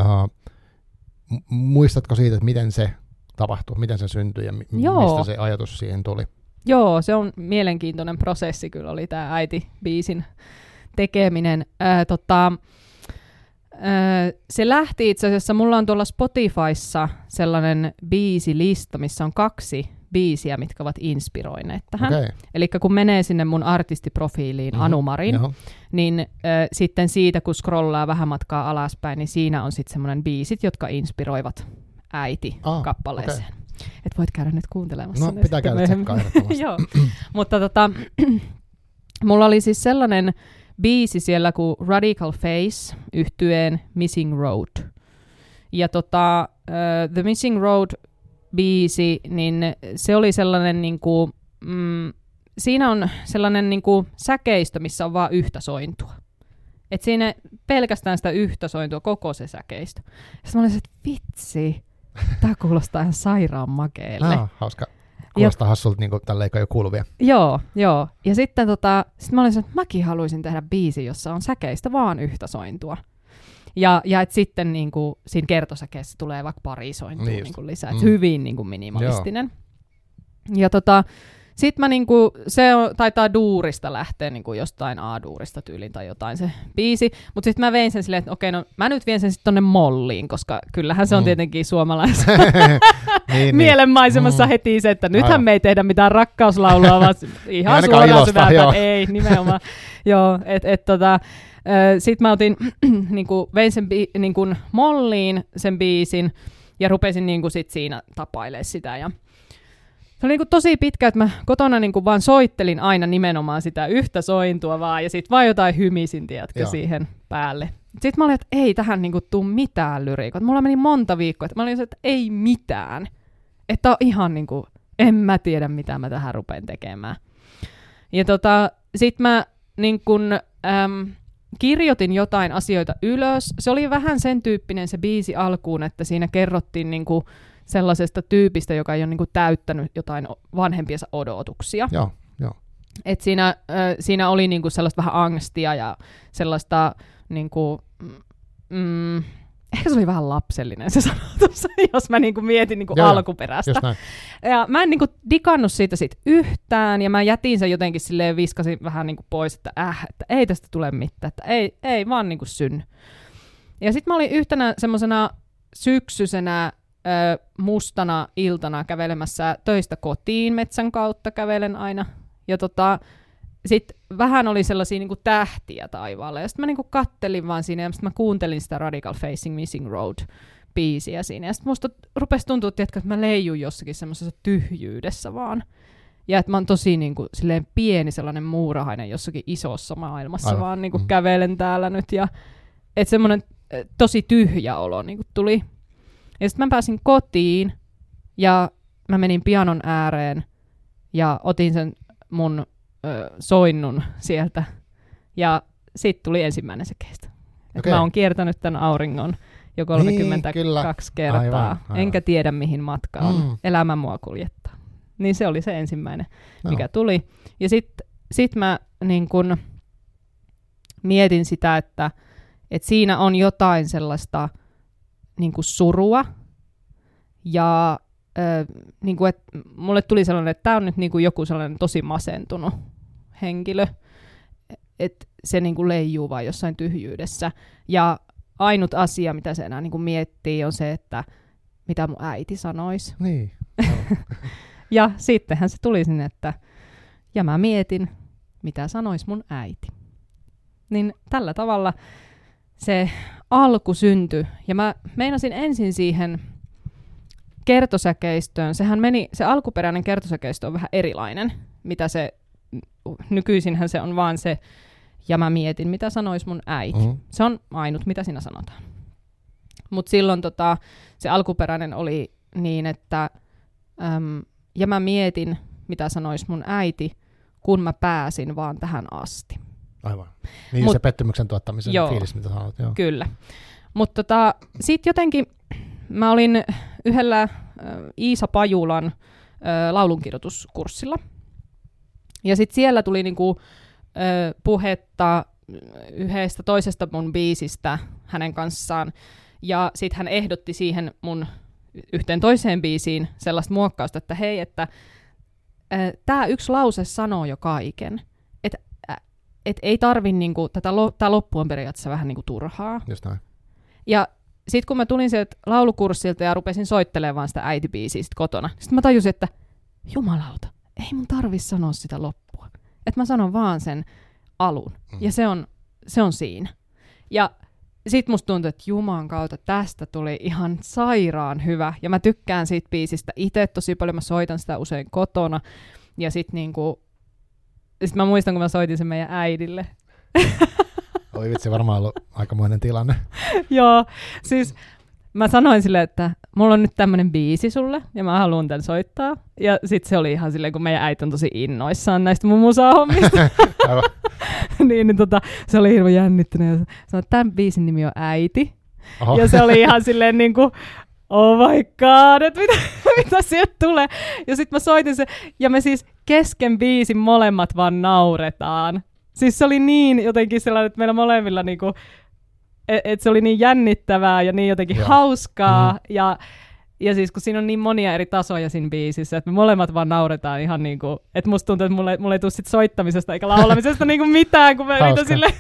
muistatko siitä, että miten se tapahtui, miten se syntyi ja mistä se ajatus siihen tuli? Joo, se on mielenkiintoinen prosessi, kyllä oli tämä Äiti-biisin tekeminen. Se lähti itse asiassa, mulla on tuolla Spotifyssa sellainen biisilista, missä on 2 biisiä, mitkä ovat inspiroineet tähän. Okay. Eli kun menee sinne mun artistiprofiiliin Anumarin, niin sitten siitä, kun scrollaa vähän matkaa alaspäin, niin siinä on sitten semmoinen biisit, jotka inspiroivat Äiti-kappaleeseen. Okay. Et voit käydä nyt kuuntelemassa. No, pitää käydä tsekkaa ehdottomasti. Joo, mutta mulla oli siis sellainen biisi siellä kuin Radical Face yhtyeen Missing Road. Ja The Missing Road biisi, niin se oli sellainen niinku, siinä on sellainen niinku säkeistö, missä on vaan yhtä sointua. Et siinä pelkästään sitä yhtä sointua, koko se säkeistö. Sitten mä olin, että vitsi, tää kuulostaa ihan sairaan makeelle. Hauska. Kuulostaa hassulta, niin kuin tällä ei ole kuuluvia. Joo. Ja sitten sit mä olin, että mäkin haluaisin tehdä biisi, jossa on säkeistä vaan yhtä sointua. Ja et sitten niin kuin, siinä kertosäkeessä tulee vaikka pari sointua niin kuin lisää. Hyvin niin kuin minimalistinen. Joo. Ja sitten mä niinku, taitaa duurista lähteä niinku jostain A-duurista tyyliin tai jotain se biisi, mutta sitten mä vein sen silleen, että okei, no mä nyt vien sen sitten tonne molliin, koska kyllähän se on tietenkin suomalaisessa mielenmaisemassa heti se, että nythän me ei tehdä mitään rakkauslaulua, vaan ihan suoraan syvältä. Ei, nimenomaan. Joo, sitten mä otin, niinku, vein sen niinku molliin sen biisin ja rupesin niinku sit siinä tapailemaan sitä ja se oli niinku tosi pitkä, että mä kotona niinku vaan soittelin aina nimenomaan sitä yhtä sointua vaan, ja sitten vaan jotain hymisin, tiedätkö, siihen päälle. Sitten mä olin, että ei tähän niinku tuu mitään lyriikkaa. Mulla meni monta viikkoa, että mä olin, että ei mitään. Että on ihan niinku, en mä tiedä, mitä mä tähän rupean tekemään. Ja sit mä niinku, kirjoitin jotain asioita ylös. Se oli vähän sen tyyppinen se biisi alkuun, että siinä kerrottiin niinku sellaisesta tyypistä, joka ei ole niinku täyttänyt jotain vanhempiensa odotuksia. Joo. Et siinä oli niinku sellaista vähän angstia ja sellaista, niinku, ehkä se oli vähän lapsellinen se sanotus, jos mä niinku mietin niinku alkuperäistä. Ja mä en niinku digannut siitä yhtään, ja mä jätin sen jotenkin silleen, viskasin vähän niinku pois, että ei tästä tule mitään, että ei vaan niinku synny. Ja sit mä olin yhtenä semmosena syksyisenä mustana iltana kävelemässä töistä kotiin metsän kautta, kävelen aina. Ja sitten vähän oli sellaisia niinku tähtiä taivaalla. Ja sitten mä niinku kattelin vaan siinä, ja sitten mä kuuntelin sitä Radical Facing Missing Road-biisiä siinä. Ja sitten musta rupesi tuntua, että mä leijun jossakin semmoisessa tyhjyydessä vaan. Ja että mä oon tosi niinku silleen pieni sellainen muurahainen jossakin isossa maailmassa, vaan niinku kävelen täällä nyt. Ja että semmoinen tosi tyhjä olo niinku tuli. Ja sitten mä pääsin kotiin ja mä menin pianon ääreen ja otin sen mun soinnun sieltä. Ja sitten tuli ensimmäinen sekeistä. Okay. Mä oon kiertänyt tämän auringon jo 32 kertaa. Aivan. Enkä tiedä mihin matkaan. Elämä mua kuljettaa. Niin se oli se ensimmäinen, mikä tuli. Ja sit mä niin kun mietin sitä, että siinä on jotain sellaista niin kuin surua, ja niin kuin, että mulle tuli sellainen, että tämä on nyt niin kuin joku sellainen tosi masentunut henkilö, että se niin kuin leijuu vaan jossain tyhjyydessä, ja ainut asia, mitä se enää niin kuin miettii, on se, että mitä mun äiti sanoisi. Niin. Ja sittenhän se tuli sinne, että ja mä mietin, mitä sanois mun äiti. Niin tällä tavalla se alku syntyi. Ja mä meinasin ensin siihen kertosäkeistöön. Se alkuperäinen kertosäkeistö on vähän erilainen, mitä se, nykyisinhän se on vaan se, ja mä mietin, mitä sanois mun äiti. Se on ainut, mitä siinä sanotaan. Mutta silloin se alkuperäinen oli niin, että ja mä mietin, mitä sanois mun äiti, kun mä pääsin vaan tähän asti. Aivan. Niin se pettymyksen tuottamisen fiilis, mitä sanot. Joo. Kyllä. Mutta sitten jotenkin mä olin yhdellä Iisa Pajulan laulunkirjoituskurssilla. Ja sitten siellä tuli niinku, puhetta yhdestä toisesta mun biisistä hänen kanssaan. Ja sitten hän ehdotti siihen mun yhteen toiseen biisiin sellaista muokkausta, että hei, että tämä yksi lause sanoo jo kaiken. Että ei tarvi niinku, tämä loppu on periaatteessa vähän niinku turhaa. Just näin. Ja sitten kun mä tulin sieltä laulukurssilta ja rupesin soittelemaan sitä äitibiisiä sit kotona, sitten mä tajusin, että jumalauta, ei mun tarvi sanoa sitä loppua. Että mä sanon vaan sen alun. Ja se on siinä. Ja sitten musta tuntui, että Jumalan kautta tästä tuli ihan sairaan hyvä. Ja mä tykkään siitä biisistä itse tosi paljon. Mä soitan sitä usein kotona. Ja sit mä muistan, kun mä soitin sen meidän äidille. Oi vitsi, varmaan ollut aikamoinen tilanne. Joo, siis mä sanoin silleen, että mulla on nyt tämmönen biisi sulle, ja mä haluan tän soittaa. Ja sit se oli ihan silleen, kun meidän äiti on tosi innoissaan näistä mun musahommista. niin, se oli hirveän jännittynyt. Ja sanoi, että tämän biisin nimi on Äiti. Oho. Ja se oli ihan silleen niinku, oh my god, että mitä sieltä tulee. Ja sit mä soitin se, ja me siis kesken biisin molemmat vaan nauretaan. Siis se oli niin jotenkin sellainen, että meillä molemmilla niinku, että se oli niin jännittävää ja niin jotenkin hauskaa. Ja siis kun siinä on niin monia eri tasoja siinä biisissä, että me molemmat vaan nauretaan ihan niinku, että musta tuntuu, että mulle ei tule sit soittamisesta eikä laulamisesta niinku mitään, kun mä yritän silleen,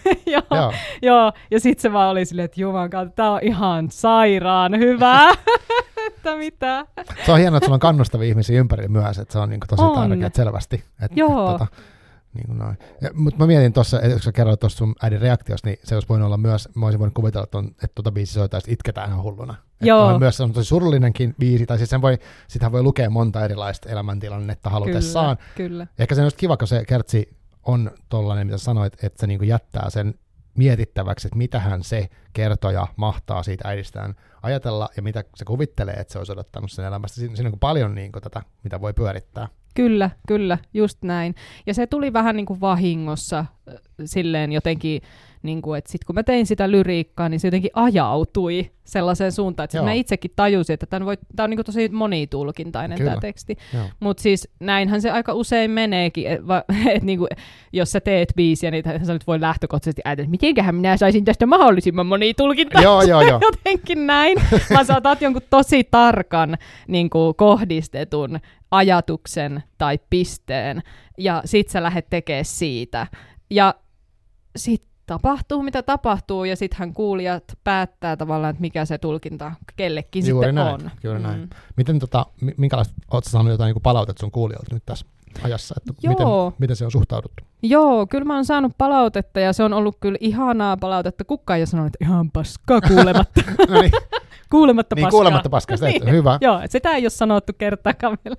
joo. Ja sit se vaan oli silleen, että juman kautta, tää on ihan sairaan hyvää. Että mitä. Se on hienoa, että sulla on kannustavia ihmisiä ympärillä myös, että se on niinku tosi tärkeää selvästi. Joo. Niin noin. Mutta mä mietin tuossa, että kun sä kerroit tuossa sun äidin reaktiosta, niin se olisi voinut olla myös, mä olisin voinut kuvitella, että tuota biisi soitaisi itketään ihan hulluna. Joo. Että on myös se on tosi surullinenkin biisi, tai siis sitähän voi lukea monta erilaista elämäntilannetta halutessaan. Kyllä. Ehkä se on just kiva, kun se kertsi on tollainen, mitä sanoit, että se niinku jättää sen mietittäväksi, että mitähän se kertoja mahtaa siitä äidistään ajatella, ja mitä se kuvittelee, että se olisi odottanut sen elämästä. Siinä on paljon niinku tätä, mitä voi pyörittää. Kyllä, just näin. Ja se tuli vähän niin kuin vahingossa silleen jotenkin, niin kuin, että sitten kun mä tein sitä lyriikkaa, niin se jotenkin ajautui sellaiseen suuntaan, että mä itsekin tajusin, että tämä on niin kuin tosi monitulkintainen tämä teksti. Mutta siis näinhän se aika usein meneekin, että niin kuin, jos sä teet biisiä, niin sä nyt voi lähtökohtaisesti ajatella, että mitenköhän minä saisin tästä mahdollisimman monitulkintaa. Joo. Jotenkin näin. Vaan sä otat jonkun tosi tarkan niin kuin kohdistetun ajatuksen tai pisteen, ja sit sä lähdet tekemään siitä. Ja sit tapahtuu, mitä tapahtuu, ja sittenhän kuulijat päättää tavallaan, että mikä se tulkinta kellekin juuri sitten näin, on. Juuri näin. Miten minkälaista, ootko saanut jotain niin palautetta sun kuulijoilta nyt tässä ajassa, että miten se on suhtauduttu? Joo, kyllä mä oon saanut palautetta, ja se on ollut kyllä ihanaa palautetta. Kukaan ei ole sanonut, että ihan paskaa kuulematta. No niin. Kuulematta paskaa. Kuulematta paskaa, niin. Hyvä. Joo, sitä ei ole sanottu kertaakaan vielä.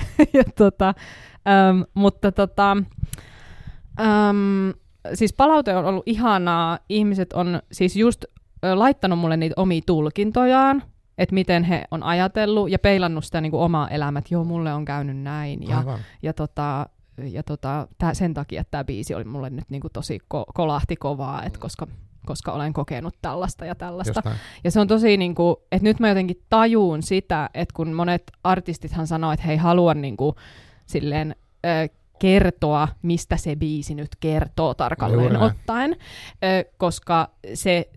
Siis palaute on ollut ihanaa. Ihmiset on siis just laittanut mulle niitä omia tulkintojaan, että miten he on ajatellut ja peilannut sitä niin kuin omaa elämää, että joo, mulle on käynyt näin. Sen takia tämä biisi oli mulle nyt niin kuin tosi kolahti kovaa, että koska olen kokenut tällaista ja tällaista. Ja se on tosi, niin kuin, että nyt mä jotenkin tajuun sitä, että kun monet artistithan sanoo, että he ei halua niin kuin, silleen, kertoa, mistä se biisi nyt kertoo tarkalleen ottaen, koska se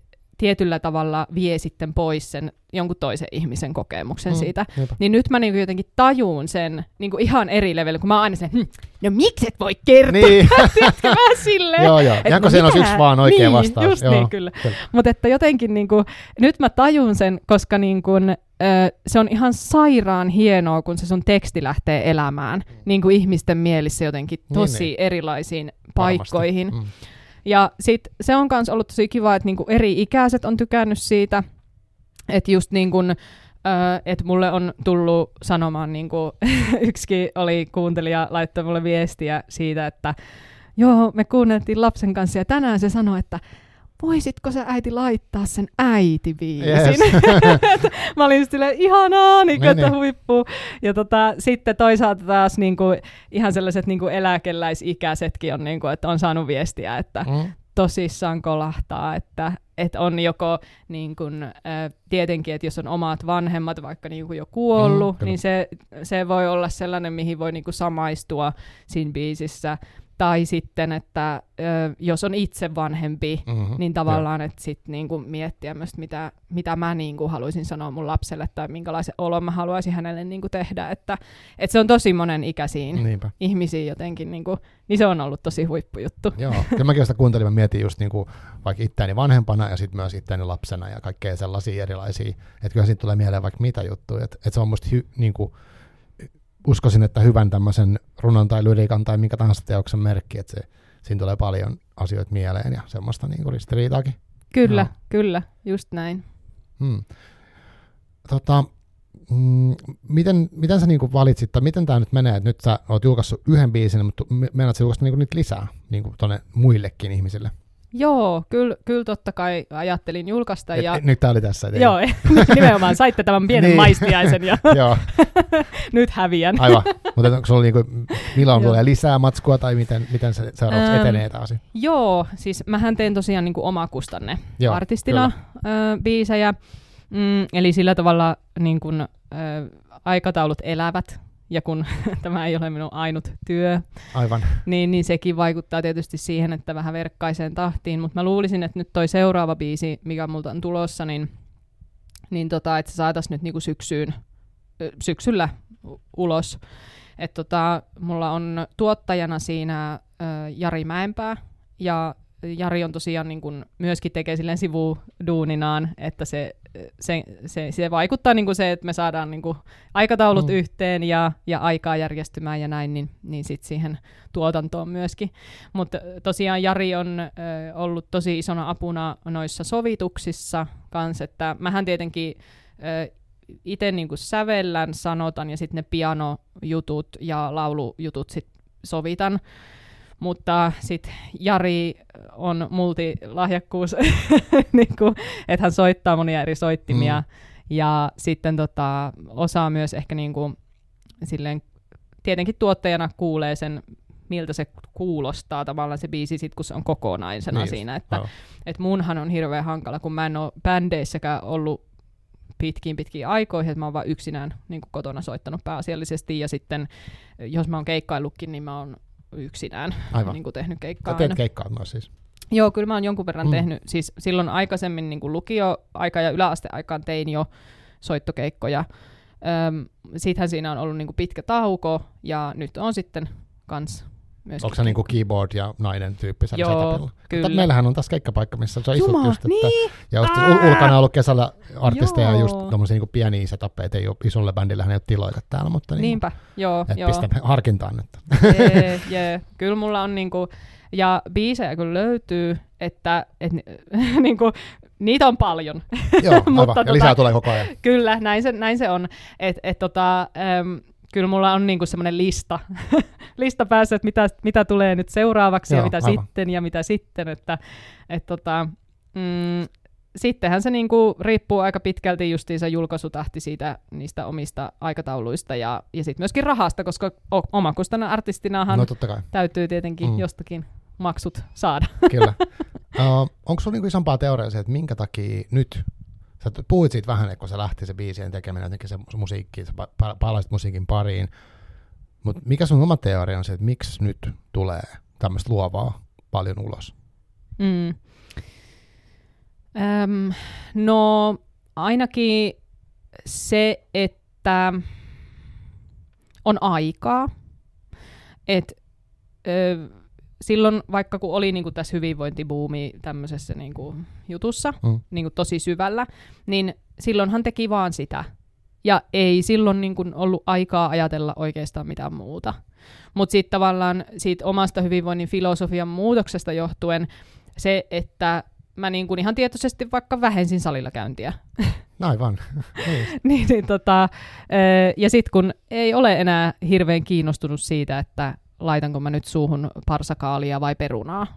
tietyllä tavalla vie sitten pois sen jonkun toisen ihmisen kokemuksen siitä. Niinpä. Niin nyt mä niinku jotenkin tajuun sen niinku ihan eri level, kun mä oon aina se, no miksi et voi kertoa? Niin. Tiedätkö mä silleen? Joo. Jäänkö siinä olisi yksi vaan oikea niin, vastaus? Just niin, kyllä. Mutta että jotenkin niinku, nyt mä tajun sen, koska niinku, se on ihan sairaan hienoa, kun se sun teksti lähtee elämään niinku ihmisten mielissä jotenkin tosi erilaisiin paikkoihin. Ja sit se on kans ollut tosi kiva, että niinku eri ikäiset on tykännyt siitä, että just niinku, että mulle on tullut sanomaan, niinku, yksikin oli kuuntelija, laittoi mulle viestiä siitä, että joo, me kuunneltiin lapsen kanssa ja tänään se sanoi, että voisitko sä äiti laittaa sen äitibiisin? Yes. Mä olin just silleen, ihanaa, niin että huippuu. Ja sitten toisaalta taas niinku, ihan sellaiset niinku eläkeläisikäisetkin on, niinku, että on saanut viestiä, että tosissaan kolahtaa, että on joko niin kun, tietenkin, että jos on omat vanhemmat vaikka niin kuin jo kuollut, niin se voi olla sellainen, mihin voi niin kuin samaistua siinä biisissä. Tai sitten, että jos on itse vanhempi, niin tavallaan, että sitten niinku miettiä myös, mitä mä niinku haluaisin sanoa mun lapselle tai minkälaisen olon mä haluaisin hänelle niinku tehdä. Että se on tosi monen ikäisiin ihmisiin jotenkin, niinku, niin se on ollut tosi huippujuttu. Joo, ja mäkin sitä kuuntelin, mä mietin just niinku, vaikka itseäni vanhempana ja sitten myös itseäni lapsena ja kaikkea sellaisia erilaisia, että kyllä siitä tulee mieleen vaikka mitä juttuja. Että se on musta niinku, uskoisin, että hyvän tämmöisen runon tai lyriikan tai minkä tahansa teoksen merkki, että siinä tulee paljon asioita mieleen ja semmoista niin kuin ristiriitaakin. Kyllä, just näin. Miten sä niin kuin valitsit, tai miten tämä nyt menee, että nyt sä oot julkaissut yhden biisin, mutta meinaat sä julkaista niin kuin niitä lisää niin kuin tuonne muillekin ihmisille? Joo, kyllä totta kai ajattelin julkaista. Nyt tää oli tässä. Joo, nimenomaan saitte tämän pienen maistiaisen ja nyt häviän. Aivan, mutta onko sulla niinku, milloin tulee lisää matskua tai miten se seuraavaksi etenee taas? Joo, siis mähän teen tosiaan niinku omakustanne artistina biisejä, eli sillä tavalla niin kun, aikataulut elävät. Ja kun tämä ei ole minun ainut työ, aivan. Niin sekin vaikuttaa tietysti siihen, että vähän verkkaiseen tahtiin. Mutta mä luulisin, että nyt toi seuraava biisi, mikä multa on tulossa, niin että se saataisiin nyt niinku syksyllä ulos. Mulla on tuottajana siinä Jari Mäenpää, ja Jari on tosiaan niin kun myöskin tekee silleen sivuduuninaan, että se vaikuttaa niin kuin se, että me saadaan niin kuin aikataulut yhteen ja aikaa järjestymään ja näin, niin sitten siihen tuotantoon myöskin. Mutta tosiaan Jari on ollut tosi isona apuna noissa sovituksissa kanssa, että mähän tietenkin itse niin kuin sävellän, sanotan ja sitten ne pianojutut ja laulujutut sitten sovitan. Mutta sitten Jari on multilahjakkuus, niinku, että hän soittaa monia eri soittimia ja sitten osaa myös ehkä niinku, silleen, tietenkin tuottajana kuulee sen, miltä se kuulostaa tavallaan se biisi sit, kun se on kokonaisena niin, siinä. Että munhan on hirveän hankala, kun mä en ole bändeissäkään ollut pitkiin aikoihin, että mä oon vaan yksinään niin kotona soittanut pääasiallisesti ja sitten jos mä oon keikkaillutkin, niin mä oon yksinään niin kuin tehnyt keikkaa. Sä teet keikkaa myös siis? Joo, kyllä mä oon jonkun verran tehnyt. Siis silloin aikaisemmin niin kuin lukioaika ja yläasteaikaan tein jo soittokeikkoja. Sittenhän siinä on ollut niin kuin pitkä tauko ja nyt on sitten kans myöskin. Onko se niin kuin keyboard ja nainen tyyppisellä setupilla? Kyllä. Meillähän on tässä keikkapaikka, missä se on isot just, niin? Ja ulkona on ollut kesällä artisteja just tommosia niin pieniä setuppeja, ei ole isolle bändillähän ei ole tiloita täällä, mutta niin. Niinpä, joo. Pistä harkintaan nyt. Kyllä mulla on niinku, ja biisejä kyllä löytyy, että niinku, niitä on paljon. Joo, mutta ja lisää tulee koko ajan. Kyllä, näin se on. Kyllä mulla on niinku semmoinen lista päässä, että mitä tulee nyt seuraavaksi ja mitä sitten, että sittenhän se niinku riippuu aika pitkälti justiinsa julkaisutahti niistä omista aikatauluista ja sitten myöskin rahasta, koska omakustannan artistinahan täytyy tietenkin jostakin maksut saada. Kyllä. Onko sulla niinku isompaa teoriaa se, että minkä takia nyt, sä puhuit siitä vähän, kun se lähti se biisien tekeminen, jotenkin se musiikki, sä palasit musiikin pariin, mutta mikä sun oma teoria on se, että miksi nyt tulee tämmöistä luovaa paljon ulos? No ainakin se, että on aikaa. Silloin vaikka kun oli niinku tässä hyvinvointibuumi tämmöisessä niinku jutussa niinku tosi syvällä, niin silloinhan teki vaan sitä. Ja ei silloin niinku ollut aikaa ajatella oikeastaan mitään muuta. Mutta sitten tavallaan siitä omasta hyvinvoinnin filosofian muutoksesta johtuen se, että mä niinku ihan tietoisesti vaikka vähensin salilla käyntiä. Aivan. Ja sitten kun ei ole enää hirveän kiinnostunut siitä, että laitanko mä nyt suuhun parsakaalia vai perunaa.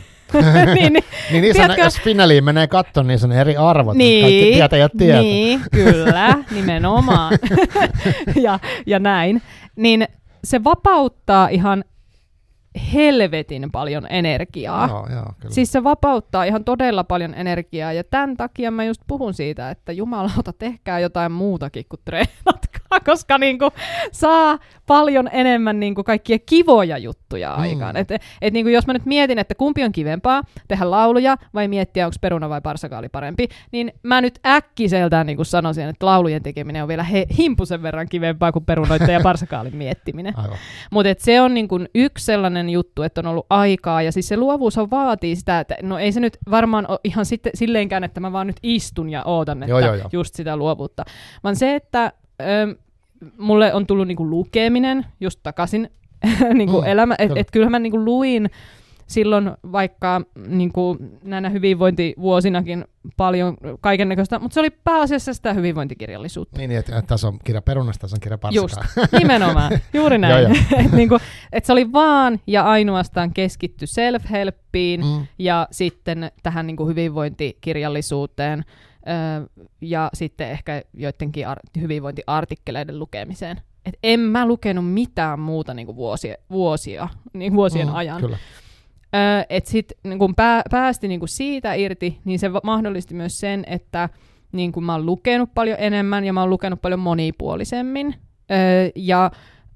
Jos Finaliin menee kattoon, niin se on eri arvot. Kaikki tietäjät tietää. Niin, kyllä, nimenomaan. ja näin. Niin se vapauttaa ihan helvetin paljon energiaa. Joo, siis se vapauttaa ihan todella paljon energiaa, ja tämän takia mä just puhun siitä, että jumalauta, tehkää jotain muutakin kuin treenatkaa, koska niinku saa paljon enemmän niinku kaikkia kivoja juttuja aikaan. Et niinku jos mä nyt mietin, että kumpi on kivempaa, tehdä lauluja vai miettiä, onko peruna vai parsakaali parempi, niin mä nyt äkkiseltään niinku sanoisin, että laulujen tekeminen on vielä himpusen verran kivempaa kuin perunoiden ja parsakaalin miettiminen. Mutta se on niinku yksi sellainen juttu, että on ollut aikaa, ja siis se luovuus vaatii sitä, että no ei se nyt varmaan ole ihan silleenkään, että mä vaan nyt istun ja ootan, että just sitä luovuutta, vaan se, että mulle on tullut niinku lukeminen just takaisin niinku elämä, että kyllähän mä niinku luin silloin vaikka niinku näinä hyvinvointivuosinakin paljon kaikennäköistä, mutta se oli pääasiassa sitä hyvinvointikirjallisuutta. Niin, että tässä on kirja perunasta, tässä on kirja parsakaalista. Just, nimenomaan, juuri näin. Että se oli vaan ja ainoastaan keskitty self-helppiin ja sitten tähän niinku hyvinvointikirjallisuuteen ja sitten ehkä joidenkin hyvinvointiartikkeleiden lukemiseen. Et en mä lukenut mitään muuta niinku vuosien ajan. Kyllä. Että sitten niin kun päästi niin kun siitä irti, niin se mahdollisti myös sen, että niin kun mä oon lukenut paljon enemmän ja mä oon lukenut paljon monipuolisemmin. Ja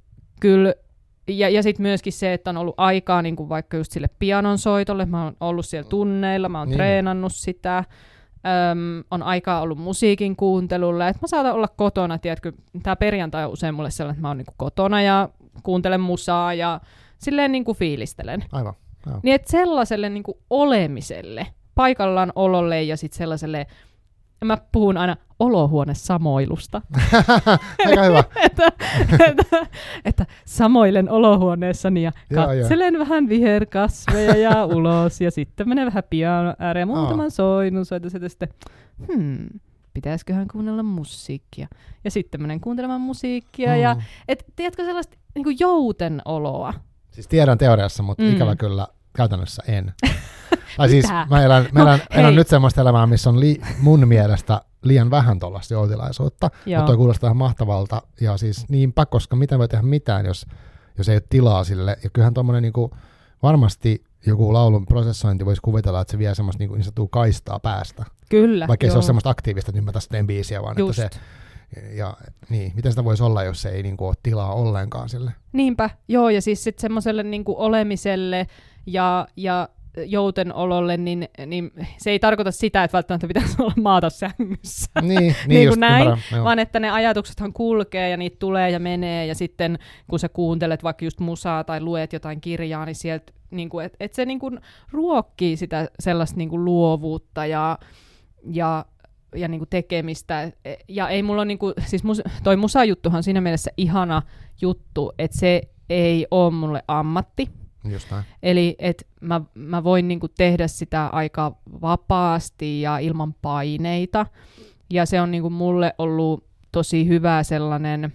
sitten myöskin se, että on ollut aikaa niin kun vaikka just sille pianonsoitolle, mä oon ollut siellä tunneilla, mä oon treenannut sitä. On aikaa ollut musiikin kuuntelulle, että mä saatan olla kotona, tiedätkö, tää perjantai on usein mulle sellainen, että mä oon niinku kotona ja kuuntelen musaa ja silleen niinku fiilistelen. Aivan. Niin että sellaiselle niinku olemiselle, paikallaan ololle ja sitten sellaiselle, mä puhun aina olohuonesamoilusta. Aika hyvä. että samoilen olohuoneessani ja katselen vähän viherkasveja ja ulos ja sitten menen vähän pianon ääreen muutaman soinun soita sitten, pitäisiköhän kuunnella musiikkia. Ja sitten menen kuuntelemaan musiikkia ja tiedätkö sellaista niin kuin jouten oloa. Siis tiedän teoriassa, mutta ikävä kyllä käytännössä en. Tai siis mä elän nyt semmoista elämää, missä on mun mielestä liian vähän tuollaista joutilaisuutta, mutta toi kuulostaa ihan mahtavalta. Ja siis niinpä, koska miten voi tehdä mitään, jos ei ole tilaa sille. Ja kyllähän tuommoinen niinku, varmasti joku laulun prosessointi voisi kuvitella, että se vie semmoista niin sanottua kaistaa päästä. Kyllä. Vaikka ei se ole semmoista aktiivista, että nyt mä tässä teen biisiä, vaan just. Että se... Ja niin, miten sitä voisi olla, jos ei niinku ole tilaa ollenkaan sille? Niinpä, joo, ja siis sitten semmoiselle niinku olemiselle ja joutenololle, niin se ei tarkoita sitä, että välttämättä pitäisi olla maata sängyssä. Niin just näin, ymmärrän, vaan että ne ajatuksethan kulkee ja niitä tulee ja menee, ja sitten kun sä kuuntelet vaikka just musaa tai luet jotain kirjaa, niin sieltä, niinku, että se niinku ruokkii sitä sellaista niinku luovuutta ja niinku tekemistä. Ja ei mulla niinku, siis toi musajuttuhan siinä mielessä ihana juttu, että se ei ole mulle ammatti. Just näin. Eli että mä voin niinku tehdä sitä aika vapaasti ja ilman paineita. Ja se on niinku mulle ollut tosi hyvä sellainen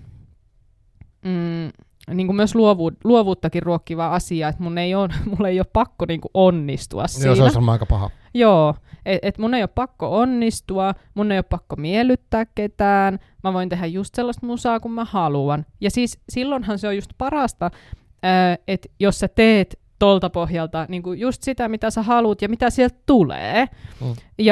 niinku myös luovuuttakin ruokkiva asia, että mulla ei ole pakko niinku onnistua siinä. Joo, se olisi aika paha. Joo, että mun ei ole pakko onnistua, mun ei ole pakko miellyttää ketään, mä voin tehdä just sellaista musaa, kun mä haluan. Ja siis silloinhan se on just parasta, että jos sä teet tolta pohjalta niin kuin just sitä, mitä sä haluat ja mitä sieltä tulee. Ja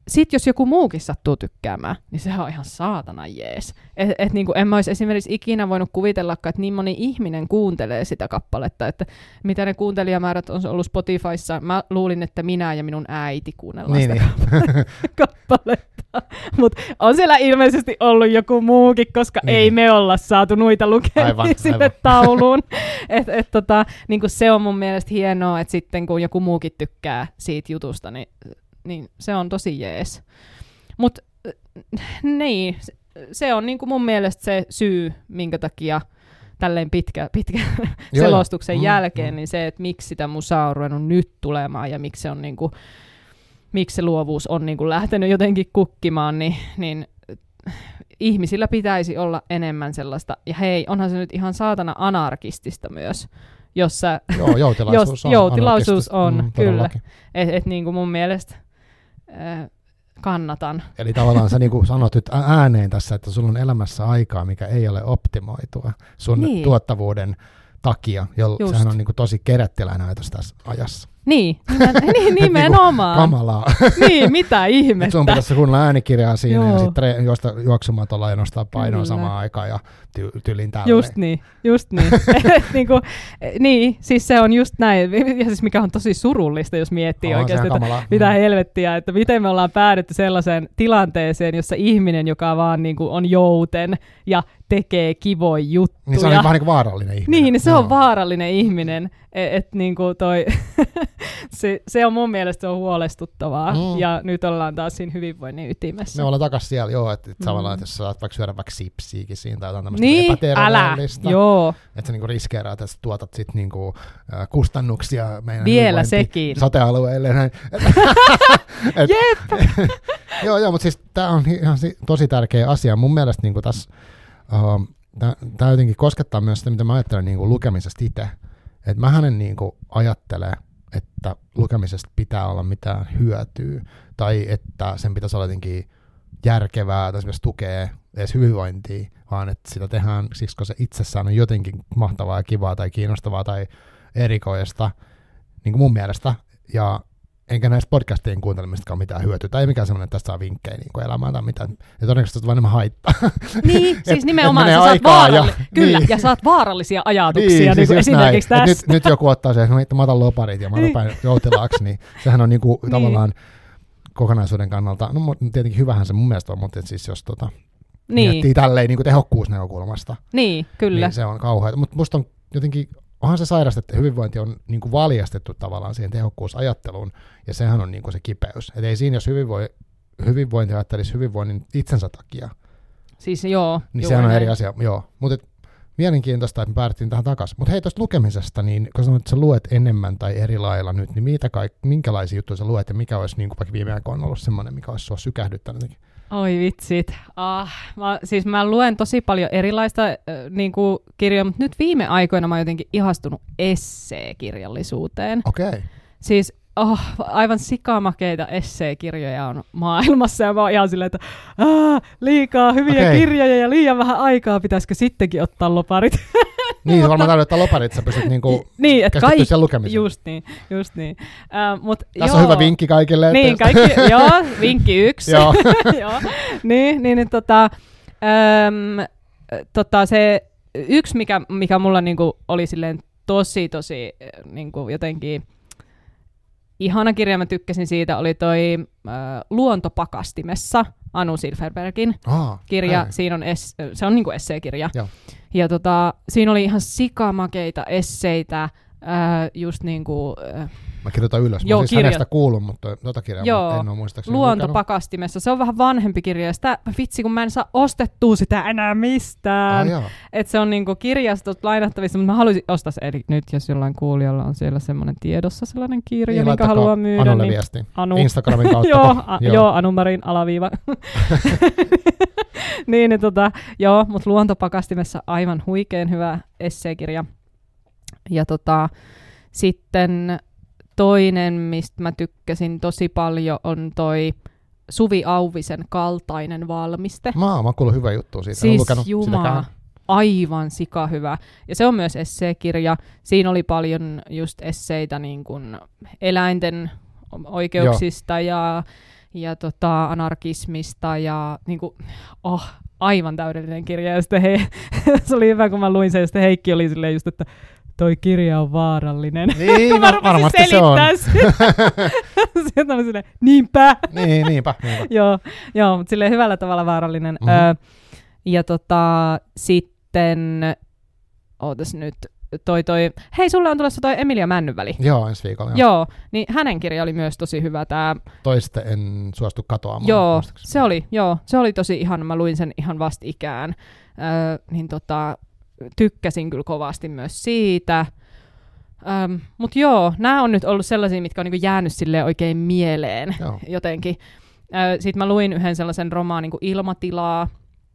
sit jos joku muukin sattuu tykkäämään, niin sehän on ihan saatana jees. Et niinku, en mä olisi esimerkiksi ikinä voinut kuvitellakaan, että niin moni ihminen kuuntelee sitä kappaletta, että mitä ne kuuntelijamäärät on ollut Spotifyssa. Mä luulin, että minä ja minun äiti kuunnellaan sitä kappaletta. Mutta on siellä ilmeisesti ollut joku muukin, koska ei me olla saatu noita lukemia sinne tauluun. Niinku se on mun mielestä hienoa, että sitten kun joku muukin tykkää siitä jutusta, niin se on tosi jees. Mutta niin, se on niinku mun mielestä se syy, minkä takia tälleen pitkä selostuksen jälkeen, niin se, että miksi sitä musaa on ruvennut nyt tulemaan ja miksi se luovuus on niinku lähtenyt jotenkin kukkimaan, niin ihmisillä pitäisi olla enemmän sellaista. Ja hei, onhan se nyt ihan saatana anarkistista myös. Jossa joutilaisuus on kyllä. Et niinku mun mielestä kannatan. Eli tavallaan sä niinku sanot nyt ääneen tässä, että sulla on elämässä aikaa, mikä ei ole optimoitua sun tuottavuuden takia, jolloin sehän on niinku tosi kerettiläinen ajatus tässä ajassa. Niin, nimenomaan. Kamalaa. Niin, mitä ihmettä. Sun pitäisi kuunnella äänikirjaa siinä ja sitten juoksemaan tuolla ja nostaa painoa samaan aikaan ja tyylin tälleen. Just niin. Niin, siis se on just näin. Ja siis mikä on tosi surullista, jos miettii oikeasti, että mitä helvettiä, että miten me ollaan päädytty sellaiseen tilanteeseen, jossa ihminen, joka vaan niin kuin on jouten ja tekee kivoja juttuja. Niin se on vähän niin kuin vaarallinen ihminen. Niin, se on vaarallinen ihminen. Että niin kuin toi se on mun mielestä se on huolestuttavaa, ja nyt ollaan taas siinä hyvinvoinnin ytimessä. Me ollaan takas siellä, että tavallaan, että jos saat vaikka syödä vaikka sipsiäkin siinä tai jotain tämmöistä epäterveellistä, että sä niinku riskeeraat, että tuotat sit niinku kustannuksia meidän vielä sekin sote-alueelle. Jep! Joo, mutta siis tää on ihan tosi tärkeä asia. Mun mielestä niinku tässä, tää jotenkin koskettaa myös sitä, mitä mä ajattelen niinku lukemisesta itse. Että mähän en niinku ajattele, että lukemisesta pitää olla mitään hyötyä, tai että sen pitäisi olla jotenkin järkevää, tai esimerkiksi tukee edes hyvinvointia, vaan että sitä tehdään siksi, kun se itsessään on jotenkin mahtavaa ja kivaa tai kiinnostavaa tai erikoista, niin kuin mun mielestä, ja enkä näistä podcastien kuuntelemistakaan mitään hyötyä, tai ei mikään semmoinen, että tästä saa vinkkejä niin kuin elämään tai mitään, ja todennäköisesti on vain enemmän haittaa. Niin, siis nimenomaan sä saat ja saat vaarallisia ajatuksia niin siis esimerkiksi tästä. Nyt joku ottaa se, että mä otan loparit ja mä rupean joutilaaksi, niin sehän on niinku tavallaan kokonaisuuden kannalta, no tietenkin hyvähän se mun mielestä on, mutta siis jos miettii tälleen niin kuin tehokkuusnäkökulmasta, niin, kyllä. Niin se on kauheaa. Mutta musta on jotenkin, onhan se sairasta, että hyvinvointi on niin kuin valjastettu tavallaan siihen tehokkuusajatteluun, ja sehän on niin kuin se kipeys. Et ei siinä, jos hyvinvointi ajattelisi hyvinvoinnin itsensä takia, siis joo, niin sehän on eri asia, joo. Mutta mielenkiintoista, että me päädyttiin tähän takaisin. Mutta hei, tuosta lukemisesta, niin kun sanoit, että sä luet enemmän tai eri lailla nyt, niin minkälaisia juttuja sä luet, ja mikä olisi niin kuin vaikka viime aikoina ollut semmoinen, mikä olisi sua sykähdyttänyt? Oi vitsit. Mä luen tosi paljon erilaista niinku kirjoja, mutta nyt viime aikoina mä oon jotenkin ihastunut esseekirjallisuuteen. Okei. Okay. Siis aivan sikamakeita esseekirjoja on maailmassa, ja mä oon ihan silleen, että liikaa hyviä kirjoja ja liian vähän aikaa, pitäisikö sittenkin ottaa loparit? Niin, se varmaan tarvittaa loparit, sä pystyt käskittyä sen lukemiseen. Just niin. Tässä on hyvä vinkki kaikille. Niin, vinkki 1. Joo. Se yksi, mikä mulla niinku oli silleen tosi niinku jotenkin ihana kirja, mä tykkäsin siitä, oli toi Luontopakastimessa, Anu Silverbergin kirja. Siinä on se on niinku esseekirja. Joo. Ja siinä oli ihan sikamakeita esseitä, just niinku mä kirjoitan ylös. Mä siis hänestä kuulun, mutta kirjaa en ole muistaakseni Luontopakastimessa. Se on vähän vanhempi kirja, ja sitä, vitsi, kun mä en saa ostettua sitä enää mistään. Että se on niinku kirjastot lainattavissa, mutta mä haluaisin ostaa se. Eli nyt, jos jollain kuulijalla on siellä semmoinen tiedossa sellainen kirja, niin minkä haluaa myydä. Anulle niin viesti. Instagramin kautta. Joo, Anu-Marin alaviiva. Mutta Luontopakastimessa aivan huikean hyvä esseekirja. Ja sitten toinen, mistä mä tykkäsin tosi paljon, on toi Suvi Auvisen Kaltainen valmiste. Mä oon kuullut hyvä juttu siitä. Siis aivan sika hyvä. Ja se on myös esseekirja. Siinä oli paljon just esseitä niin kuin eläinten oikeuksista ja anarkismista ja niinku, aivan täydellinen kirja. Ja sitten se oli hyvä, kun mä luin sen, ja sitten Heikki oli silleen just, että toi kirja on vaarallinen. Niin, no, varmasti se on. Sitten oli silleen, niinpä. Niinpä. Joo, mutta silleen hyvällä tavalla vaarallinen. Ja sitten, ootas nyt, hei, sulle on tulossa toi Emilia Männynväli. Joo, ensi viikolla. Joo, niin hänen kirja oli myös tosi hyvä. Toiste en suostu katoamaan. Joo, se oli tosi ihan, mä luin sen ihan vastikään. Tykkäsin kyllä kovasti myös siitä. Mutta joo, nämä on nyt ollut sellaisia, mitkä on niinku jäänyt silleen oikein mieleen jotenkin. Sitten mä luin yhden sellaisen romaanin kuin Ilmatilaa.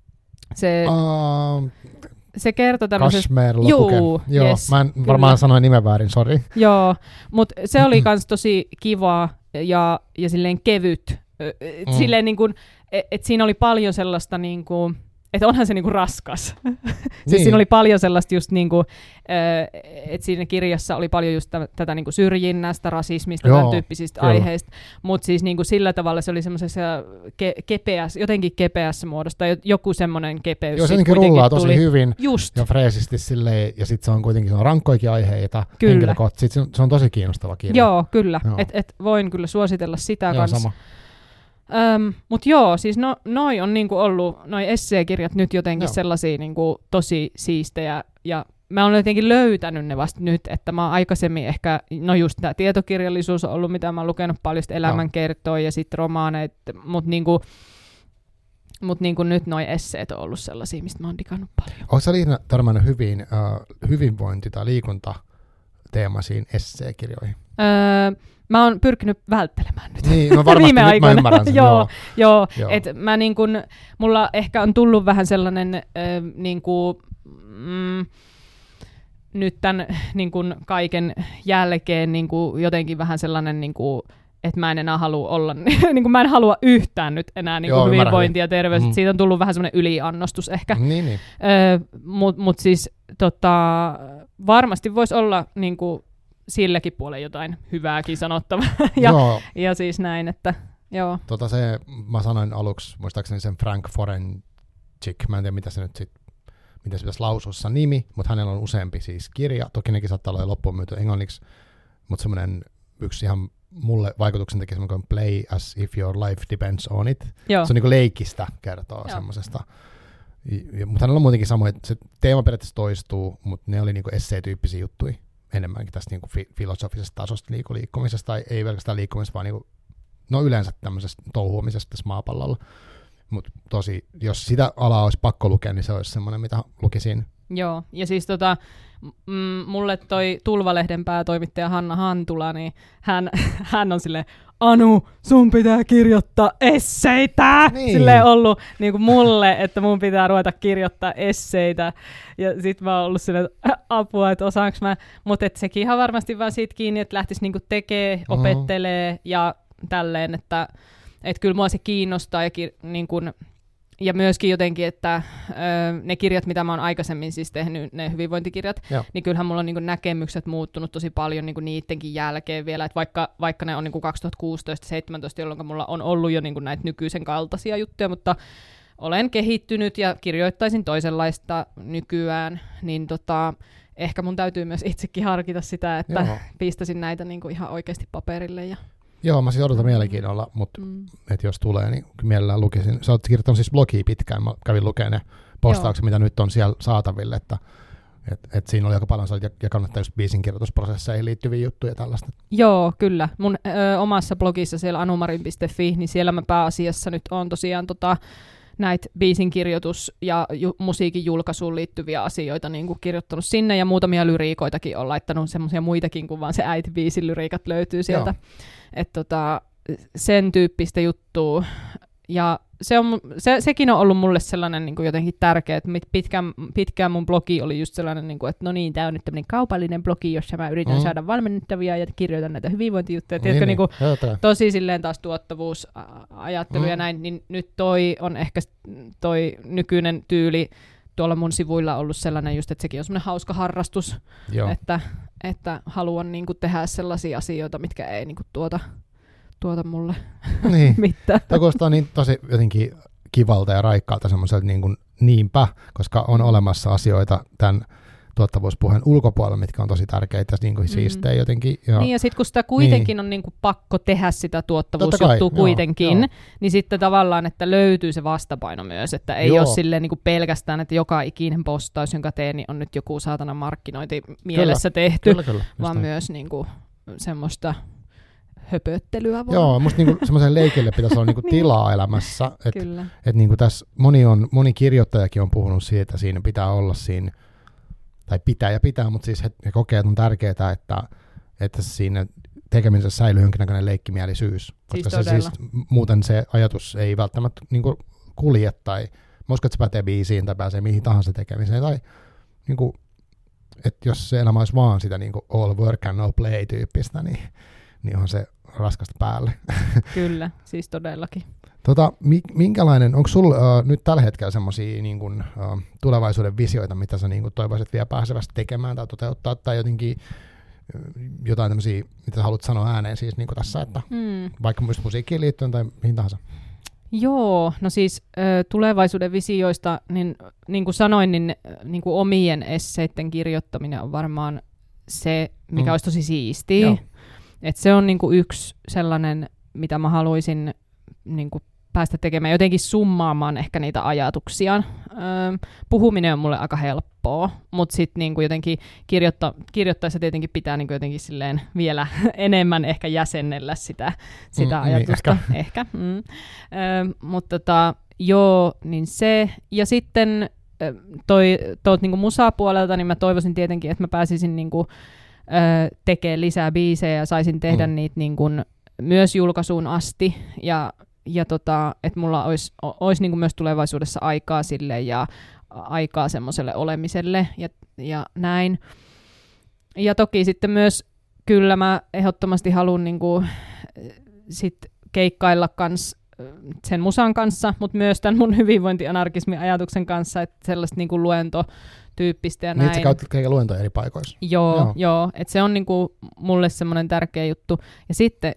Se kertoi tämmöisestä... Kashmir Lopuke. Joo, yes, mä en varmaan sanoin nimen väärin, sori. Joo, mutta se oli kans tosi kiva ja silleen kevyt. Silleen niin kuin, että siinä oli paljon sellaista niin kuin, että onhan se niinku raskas. Siis siinä oli paljon sellaista just niinku, että siinä kirjassa oli paljon just tätä niinku syrjinnästä, rasismista, tämän tyyppisistä aiheista, mutta siis niinku sillä tavalla se oli semmoisessa jotenkin kepeässä muodossa, tai joku semmoinen kepeys. Joo, se jotenkin rullaa tosi hyvin ja freesisti silleen, ja sitten se on kuitenkin rankkoikin aiheita, henkilökohtaisesti. Se on tosi kiinnostava kirja. Joo, kyllä. Et voin kyllä suositella sitä kanssa. Sama. Mutta joo, siis noi on niinku ollut, noi esseekirjat nyt jotenkin sellaisia niinku tosi siistejä, ja mä olen jotenkin löytänyt ne vasta nyt, että mä oon aikaisemmin ehkä, just tämä tietokirjallisuus on ollut, mitä mä oon lukenut paljon elämänkertoja ja sitten romaaneet, mutta niinku nyt noi esseet on ollut sellaisia, mistä mä oon digannut paljon. Oletko sä Liina törmännyt hyvinvointi- tai liikuntateemaisiin esseekirjoihin? Mä oon pyrkinyt välttelemään nyt. Niin, no varmasti viime nyt mä ymmärrän sen. Joo. Että mä niin kun, mulla ehkä on tullut vähän sellainen niin kun, nyt tämän niin kun kaiken jälkeen niin kun jotenkin vähän sellainen, niin kun, että mä en enää halua olla, niin kun mä en halua yhtään nyt enää niin kun hyvinvointia ja terveys. Siitä on tullut vähän sellainen yliannostus ehkä. Niin. Mut siis varmasti voisi olla niin kun, silläkin puolella jotain hyvääkin sanottavaa. ja siis näin, että joo. Mä sanoin aluksi, muistaakseni sen Frank Forencik, mä en tiedä mitä se pitäisi lausussa nimi, mutta hänellä on useampi siis kirja. Toki nekin saattaa olla jo loppuun myyty englanniksi, mutta semmoinen yksi ihan mulle vaikutuksen teki semmoinen Play as if your life depends on it. Joo. Se on niin kuin leikistä kertoo semmoisesta. Mutta hänellä on muutenkin samoin, että se teema periaatteessa toistuu, mutta ne oli niin kuin essee-tyyppisiä juttuja. Enemmänkin tästä niinku filosofisesta tasosta liikkumisesta, tai ei pelkästään liikkumisesta, vaan niinku, yleensä tämmöisestä touhuamisesta tässä maapallolla. Mutta tosi, jos sitä alaa olisi pakko lukea, niin se olisi semmoinen, mitä lukisin. Joo, ja siis mulle toi Tulvalehden päätoimittaja Hanna Hantula, niin hän on silleen, Anu, sun pitää kirjoittaa esseitä! Niin. Silleen ollut niin kuin mulle, että mun pitää ruveta kirjoittaa esseitä. Ja sit mä oon ollut silleen, apua, että osaanko mä. Mutta sekin ihan varmasti vaan siitä kiinni, että lähtisi niinku tekee, opettelee ja tälleen, että kyllä mua se kiinnostaa ja myöskin jotenkin, että ne kirjat, mitä mä oon aikaisemmin siis tehnyt, ne hyvinvointikirjat, niin kyllähän mulla on niin näkemykset muuttunut tosi paljon niin niidenkin jälkeen vielä, että vaikka ne on niin 2016-2017, jolloin mulla on ollut jo niin näitä nykyisen kaltaisia juttuja, mutta olen kehittynyt ja kirjoittaisin toisenlaista nykyään, niin ehkä mun täytyy myös itsekin harkita sitä, että pistäisin näitä niin ihan oikeasti paperille. Joo, mä siis odotan mielenkiinnolla, mutta että jos tulee, niin mielellään lukisin. Sä oot kirjoittanut siis blogia pitkään, mä kävin lukemaan ne postaukset, mitä nyt on siellä saataville, että siinä oli aika paljon jakanut just biisinkirjoitusprosesseihin liittyviä juttuja ja tällaista. Joo, kyllä. Mun omassa blogissa siellä anumarin.fi, niin siellä mä pääasiassa nyt on tosiaan näitä biisinkirjoitus- ja musiikin julkaisuun liittyviä asioita niin kuin kirjoittanut sinne, ja muutamia lyriikoitakin on laittanut, semmoisia muitakin kuin vaan se äiti-biisin lyriikat löytyy sieltä. Että sen tyyppistä juttua. Ja sekin on ollut mulle sellainen niin kuin jotenkin tärkeä, että pitkään mun blogi oli just sellainen, niin kuin, että no niin, tämä on nyt tämmöinen kaupallinen blogi, jossa mä yritän saada valmennettavia ja kirjoitan näitä hyvinvointijuttuja. Niin, tosi silleen taas tuottavuusajattelu ja näin, niin nyt toi on ehkä toi nykyinen tyyli tuolla mun sivuilla ollut sellainen just, että sekin on semmoinen hauska harrastus, että haluan niin kuin tehdä sellaisia asioita, mitkä ei niin kuin tuota mulle niin. mitään. Tämä kuulostaa niin tosi jotenkin kivalta ja raikkaalta semmoiselta niinpä, koska on olemassa asioita tämän tuottavuuspuheen ulkopuolella, mitkä on tosi tärkeitä ja siistejä jotenkin. Niin ja sitten kun sitä kuitenkin on pakko tehdä sitä tuottavuusjuttua kuitenkin, niin sitten tavallaan, että löytyy se vastapaino myös, että ei ole silleen pelkästään, että joka ikinen postaus, jonka teen, niin on nyt joku saatana markkinointi mielessä tehty, vaan myös semmoista höpöttelyä vaan. Joo, musta semmoisen leikille pitäisi olla tilaa elämässä. Että tässä moni kirjoittajakin on puhunut siitä, että siinä pitää olla siinä, tai pitää, mutta siis he kokee, että on tärkeää, että siinä tekemisessä säilyy jonkinnäköinen leikkimielisyys. Koska muuten se ajatus ei välttämättä kulje, tai mä uskon, että se pätee biisiin, tai pääsee mihin tahansa tekemiseen, tai että jos se elämä olisi vaan sitä all work and no play -tyyppistä, niin on se raskasta päälle. Kyllä, siis todellakin. Minkälainen, onko sulla nyt tällä hetkellä semmoisia tulevaisuuden visioita, mitä sä toivoisit vielä pääsevästi tekemään tai toteuttaa, tai jotenkin jotain tämmöisiä, mitä sä haluat sanoa ääneen siis tässä, että vaikka myös musiikkiin liittyen tai mihin tahansa? Joo, no siis tulevaisuuden visioista, niin kuin sanoin, niin kuin omien esseiden kirjoittaminen on varmaan se, mikä olisi tosi siistiä. Et se on yksi sellainen, mitä mä haluaisin päästä tekemään, jotenkin summaamaan ehkä niitä ajatuksia. Puhuminen on mulle aika helppoa, mutta sitten jotenkin kirjoittaessa tietenkin pitää jotenkin silleen vielä enemmän ehkä jäsennellä sitä ajatusta. Niin, ehkä. Mutta joo, niin se. Ja sitten tuolta musapuolelta, niin mä toivoisin tietenkin, että mä pääsisin tekemään lisää biisejä ja saisin tehdä niitä myös julkaisuun asti ja että mulla olisi myös tulevaisuudessa aikaa sille ja aikaa semmoiselle olemiselle ja näin. Ja toki sitten myös kyllä mä ehdottomasti haluan sit keikkailla kans sen musan kanssa, mutta myös tämän mun hyvinvointianarkismi-ajatuksen kanssa, että sellaista luentotyyppistä ja näin. Niin, että sä käytät luentoja eri paikoissa. Joo, että se on mulle semmoinen tärkeä juttu. Ja sitten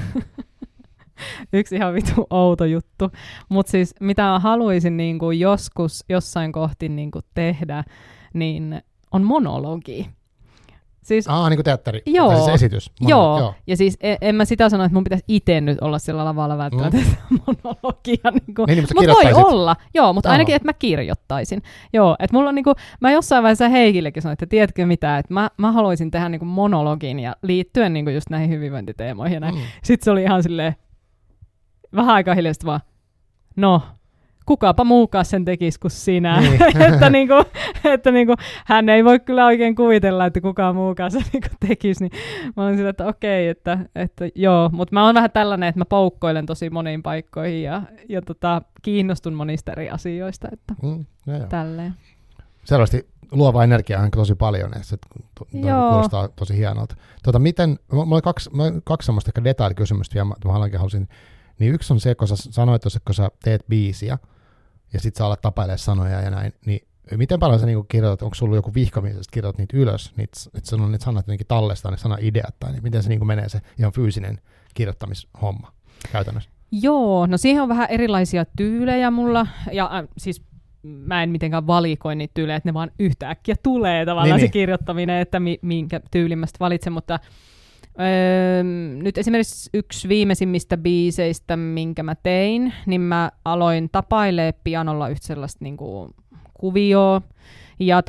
yksi ihan vitu outo juttu, mutta siis mitä mä haluaisin joskus jossain kohti tehdä, niin on monologi. Siis, niin kuin teatteri, joo, siis esitys. Joo, ja siis en mä sitä sano, että mun pitäisi itse nyt olla sillä lavalla välttämättä monologia. Mutta voi olla, joo, mutta ainakin, että mä kirjoittaisin. Joo, että mulla on mä jossain vaiheessa Heikillekin sanoin, että tiedätkö mitä, että mä haluaisin tehdä monologin ja liittyen just näihin hyvinvointiteemoihin ja näin. Sitten se oli ihan silleen, vähän aika hiljaisesti vaan, no, kukapa muukaan sen tekisi kuin sinä. Niin. että hän ei voi kyllä oikein kuvitella, että kukaan muukaan sen tekisi. Niin mä olin sillä, että okei, että joo. Mutta mä oon vähän tällainen, että mä poukkoilen tosi moniin paikkoihin ja kiinnostun monista eri asioista. Että tälleen. Selvästi luova energia on tosi paljon, että se kuulostaa tosi hienolta. Mulla oli kaksi semmoista ehkä detail-kysymystä vielä, mä halusin. Niin yksi on se, kun sä sanoit, että kun sä teet biisiä, ja sit sä alat tapailemaan sanoja ja näin, niin miten paljon sä kirjoitat, onko sulla joku vihkaminen, että kirjoitat niitä ylös, että sun on niitä sanat jotenkin tallestaa, ne sanaideat, tai niin miten se menee se ihan fyysinen kirjoittamishomma käytännössä? Joo, no siihen on vähän erilaisia tyylejä mulla, ja siis mä en mitenkään valikoi niitä tyylejä, että ne vaan yhtäkkiä tulee tavallaan se kirjoittaminen, että minkä tyylimmästä valitsen, mutta nyt esimerkiksi yksi viimeisimmistä biiseistä, minkä mä tein, niin mä aloin tapailee pianolla yhtä sellaista kuvioa. Ja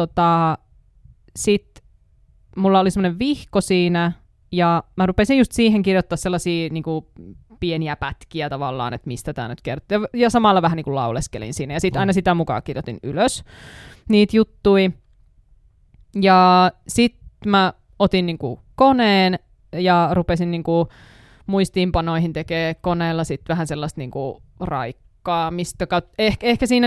sit mulla oli semmoinen vihko siinä, ja mä rupesin just siihen kirjoittaa sellaisia pieniä pätkiä tavallaan, että mistä tää nyt kertoo. Ja samalla vähän lauleskelin siinä. Ja sit aina sitä mukaan kirjoitin ylös niitä juttui. Ja sit mä otin koneen, ja rupesin muistiinpanoihin tekee koneella sit vähän sellaista raikkaamista. Ehkä siinä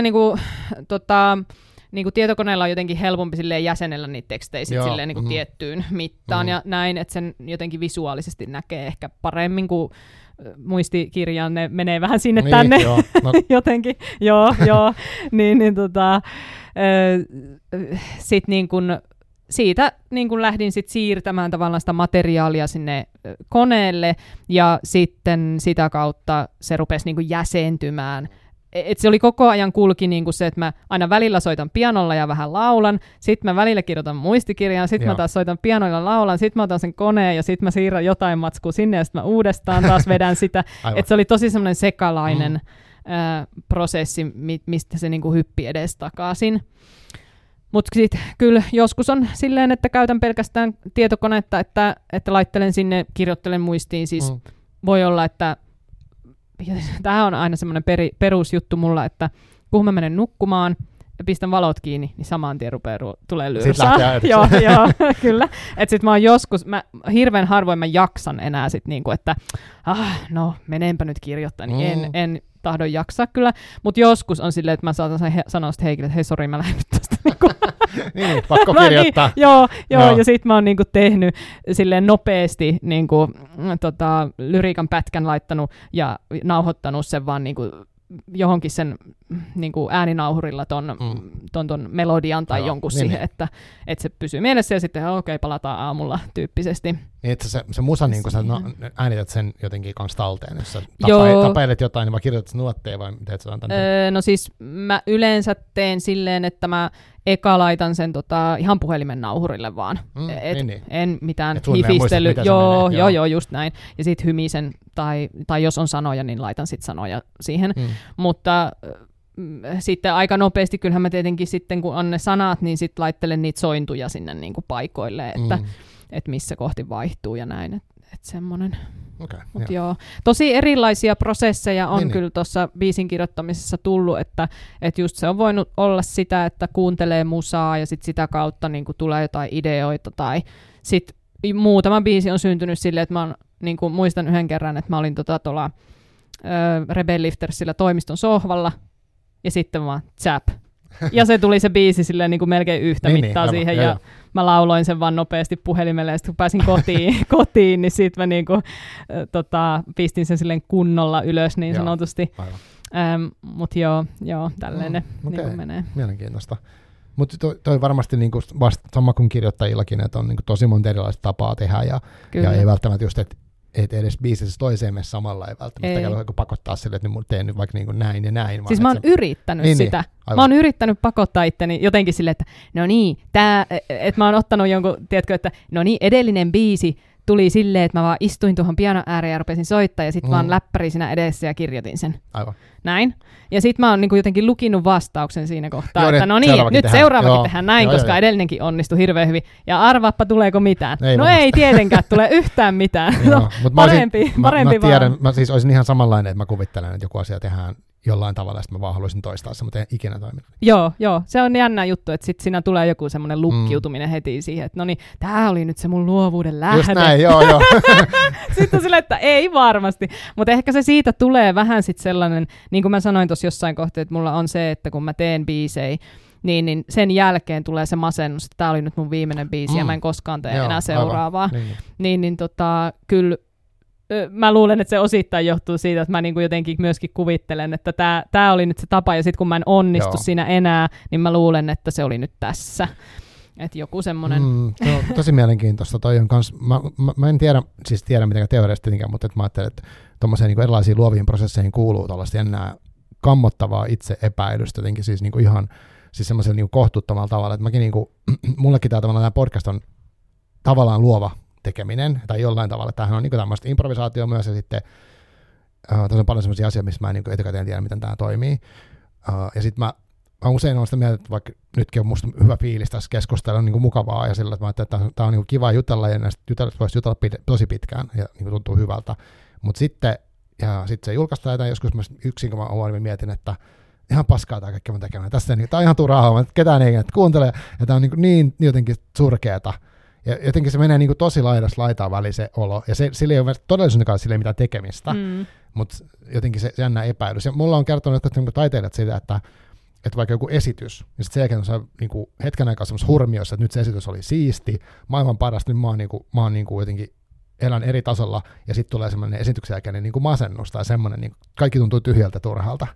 tietokoneella on jotenkin helpompi jäsenellä niitä tekstejä tiettyyn mittaan ja näin, että sen jotenkin visuaalisesti näkee ehkä paremmin kuin muistikirjaan, ne menee vähän sinne tänne jotenkin. Joo. Sit siitä niin kun lähdin sit siirtämään tavallaan sitä materiaalia sinne koneelle, ja sitten sitä kautta se rupesi niin kun jäsentymään. Et se oli koko ajan kulki niin kuin se, että mä aina välillä soitan pianolla ja vähän laulan, sitten mä välillä kirjoitan muistikirjaan, sitten mä taas soitan pianoilla laulan, sitten mä otan sen koneen ja sitten mä siirrän jotain matskua sinne ja sitten mä uudestaan taas vedän sitä. Että se oli tosi semmoinen sekalainen prosessi, mistä se niin kuin hyppi edestakaisin. Mutta sitten kyllä joskus on silleen, että käytän pelkästään tietokonetta, että laittelen sinne, kirjoittelen muistiin. Siis voi olla, että tämä on aina semmoinen perusjuttu mulla, että kun mä menen nukkumaan ja pistän valot kiinni, niin saman tien tulee lyrsää. Joo, kyllä. Että sit mä oon joskus, hirveän harvoin mä jaksan enää sit niinku, että no menenpä nyt kirjoittaa, niin en tahdon jaksaa kyllä. Mutta joskus on silleen, että mä saatan sanoa sitten Heikille, että hei sori, mä lähden nyt tästä. niin, pakko kirjoittaa. Joo, ja sit mä oon niinku tehnyt silleen nopeasti niinku, lyriikan pätkän laittanut ja nauhoittanut sen vaan niinku johonkin sen niinku ääninauhurilla ton melodian tai jonkun siihen, että se pysyy mielessä ja sitten okei, palataan aamulla tyyppisesti. Niin, että se musa, niin kun sä äänität sen jotenkin kanssa talteen, jos sä tapailet jotain, niin vai kirjoitat nuotteja vai teet sä tämän? No siis mä yleensä teen silleen, että mä eka laitan sen ihan puhelimen nauhurille vaan. En mitään hifistely. Joo, just näin. Ja sit hymisen, tai jos on sanoja, niin laitan sit sanoja siihen. Mutta sitten aika nopeasti, kyllähän mä tietenkin sitten, kun on ne sanat, niin sit laittelen niitä sointuja sinne niinku paikoille, että missä kohti vaihtuu ja näin. Että semmoinen. Okay, joo. Tosi erilaisia prosesseja on kyllä tuossa biisin kirjoittamisessa tullut, että just se on voinut olla sitä, että kuuntelee musaa ja sit sitä kautta niin kuin tulee jotain ideoita tai sit muutama biisi on syntynyt silleen, että mä niin kuin muistan yhden kerran, että mä olin tuolla Rebel Liftersillä toimiston sohvalla ja sitten vaan zap. Ja se tuli se biisi silleen niin kuin melkein yhtä mittaa siihen ja mä lauloin sen vaan nopeasti puhelimelle ja sitten kun pääsin kotiin niin sitten mä niin kuin, pistin sen silleen kunnolla ylös niin sanotusti. Mutta joo, tälleen ne niin kuin menee. Mielenkiintoista. Mutta toi varmasti niinku sama kuin kirjoittajillakin, että on niinku tosi monta erilaista tapaa tehdä ja ei välttämättä just, että edes biisissä toiseen mene samalla, ei välttämättä pakottaa sille, että teen nyt vaikka niin kuin näin ja näin. Siis mä oon yrittänyt sitä. Mä oon yrittänyt pakottaa itteni jotenkin silleen, että no niin, että mä oon ottanut jonkun, tiedätkö, että no niin, edellinen biisi tuli silleen, että mä vaan istuin tuohon pianon ääreen ja rupesin soittaa ja sit vaan läppäri siinä edessä ja kirjoitin sen. Aivan. Näin. Ja sit mä oon niinku jotenkin lukinut vastauksen siinä kohtaa, että no niin, nyt seuraavakin tehdään näin, koska edellinenkin onnistui hirveän hyvin. Ja arvaappa, tuleeko mitään? Ei tietenkään tule yhtään mitään. No, parempi vaan. Mä siis olisin ihan samanlainen, että mä kuvittelen, että joku asia tehdään jollain tavalla, että mä vaan haluaisin toistaa se, mutta en ikinä toiminut. Joo, se on jännä juttu, että sit siinä tulee joku semmoinen lukkiutuminen heti siihen, että no niin, tää oli nyt se mun luovuuden lähde. Just näin, joo. Sitten on silleen, että ei varmasti, mutta ehkä se siitä tulee vähän sit sellainen, niin kuin mä sanoin tuossa jossain kohtaa, että mulla on se, että kun mä teen biisejä, niin sen jälkeen tulee se masennus, että tää oli nyt mun viimeinen biisi ja mä en koskaan tee enää seuraavaa. Niin kyllä mä luulen, että se osittain johtuu siitä, että mä niinku jotenkin myöskin kuvittelen, että tää oli nyt se tapa, ja sitten kun mä en onnistu siinä enää, niin mä luulen, että se oli nyt tässä. Että joku semmoinen. Se on tosi mielenkiintoista. Toi on kans, mä en tiedä mitenkään teoriasta tietenkään, mutta mä ajattelen, että tuommoiseen niinku erilaisiin luoviin prosesseihin kuuluu tällaista jännää kammottavaa itse-epäilystä jotenkin siis niinku ihan siis semmoisella niinku kohtuuttomalla tavalla, että mäkin niinku, mullekin tämä podcast on tavallaan luova tekeminen, tai jollain tavalla. Tämähän on niin tämmöistä improvisaatio myös, ja sitten tässä on paljon semmoisia asioita, missä mä en niin etukäteen tiedä, miten tämä toimii. Ja sitten mä usein olen sitä mieltä, että vaikka nytkin on musta hyvä fiilis tässä keskustella, on niin mukavaa, ja sillä, että mä ajattelin, että tämä on niin kiva jutella, ja näistä voisi jutella tosi pitkään, ja niin tuntuu hyvältä. Mutta sitten se julkaistaan jotain, joskus mä yksin, kun mä mietin, että ihan paskaa tämä kaikki mun tekemään. Tämä on ihan turhaa, että ketään ei kuuntele, ja tämä on niin jotenkin surkeata. Ja jotenkin se menee niin tosi laidasta laitaan väliin se olo, ja sillä ei ole todellisuudenkaan sille mitään tekemistä, mutta jotenkin se jännä epäilys. Ja mulla on kertonut jotkut taiteilijat siitä, että vaikka joku esitys, niin sitten sen jälkeen on niin kuin hetken aikaa semmoisessa hurmiossa, että nyt se esitys oli siisti, maailman paras, nyt mä oon niin kuin jotenkin elän eri tasolla, ja sitten tulee semmoinen esityksen jälkeinen niin kuin masennus tai semmoinen, niin kaikki tuntuu tyhjältä turhalta.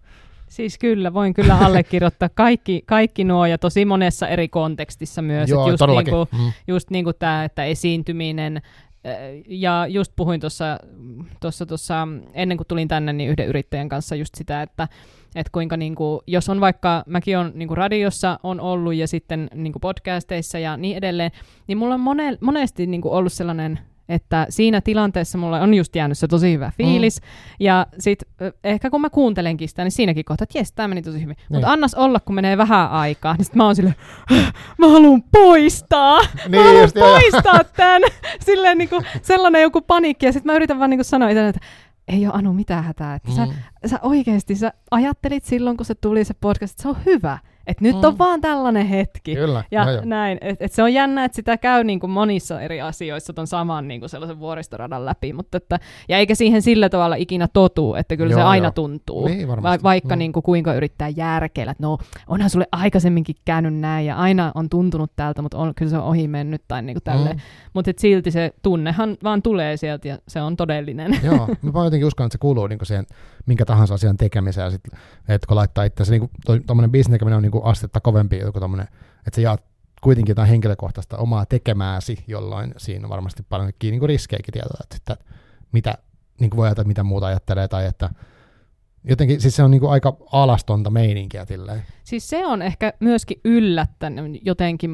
Siis kyllä, voin kyllä allekirjoittaa kaikki nuo ja tosi monessa eri kontekstissa myös. Joo, todellakin. Just niin kuin tämä, että esiintyminen, ja just puhuin tuossa ennen kuin tulin tänne, niin yhden yrittäjän kanssa just sitä, että kuinka niinku, jos on vaikka, mäkin on niinku radiossa on ollut ja sitten niinku podcasteissa ja niin edelleen, niin mulla on monesti niinku ollut sellainen, että siinä tilanteessa mulla on just jäänyt se tosi hyvä fiilis, ja sit ehkä kun mä kuuntelenkin sitä, niin siinäkin kohtaa, että jes, tää meni tosi hyvin. Mutta annas olla, kun menee vähän aikaa, niin sit mä oon silleen, mä haluun poistaa! Mä haluun poistaa tän! Silleen niinku sellainen joku paniikki, ja sit mä yritän vaan niinku sanoa itselleen, että ei ole Anu mitään hätää, että sä oikeesti sä ajattelit silloin, kun se tuli se podcast, että se on hyvä. Että nyt on vaan tällainen hetki. Kyllä, ja näin. Et se on jännä, että sitä käy niinku monissa eri asioissa ton saman niinku sellaisen vuoristoradan läpi. Ja eikä siihen sillä tavalla ikinä totu, että kyllä se aina tuntuu. Niin, vaikka niinku kuinka yrittää järkeillä, että no onhan sulle aikaisemminkin käynyt näin ja aina on tuntunut tältä, mutta kyllä se on ohi mennyt tai niinku tälleen. Mutta silti se tunnehan vaan tulee sieltä ja se on todellinen. Joo, mä jotenkin uskon, että se kuuluu niinku siihen minkä tahansa asian tekemiseen. Ja sit, että kun laittaa itse niinku, tuommoinen bisnekeminen on niinku astetta kovempi, joku tommonen, että sä jaat kuitenkin jotain henkilökohtaista omaa tekemääsi, jolloin siinä on varmasti paljon niinku riskejäkin tietoa, että mitä niinku voi ajatella, mitä muuta ajattelee, tai että jotenkin, siis se on niinku aika alastonta meininkiä tilleen. Siis se on ehkä myöskin yllättänyt jotenkin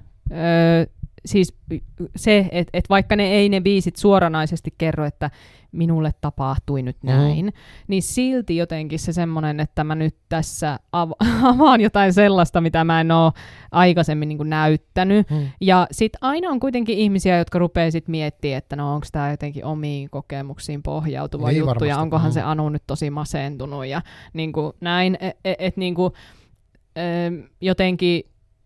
siis se, että vaikka ne biisit suoranaisesti kerro, että minulle tapahtui nyt näin, niin silti jotenkin se semmoinen, että mä nyt tässä avaan jotain sellaista, mitä mä en ole aikaisemmin niin kuin näyttänyt. Ja sitten aina on kuitenkin ihmisiä, jotka rupeaa sitten miettimään, että no onko tämä jotenkin omiin kokemuksiin pohjautuva juttu, varmasti. Ja onkohan se Anu nyt tosi masentunut ja niin kuin näin, että niin kuin, jotenkin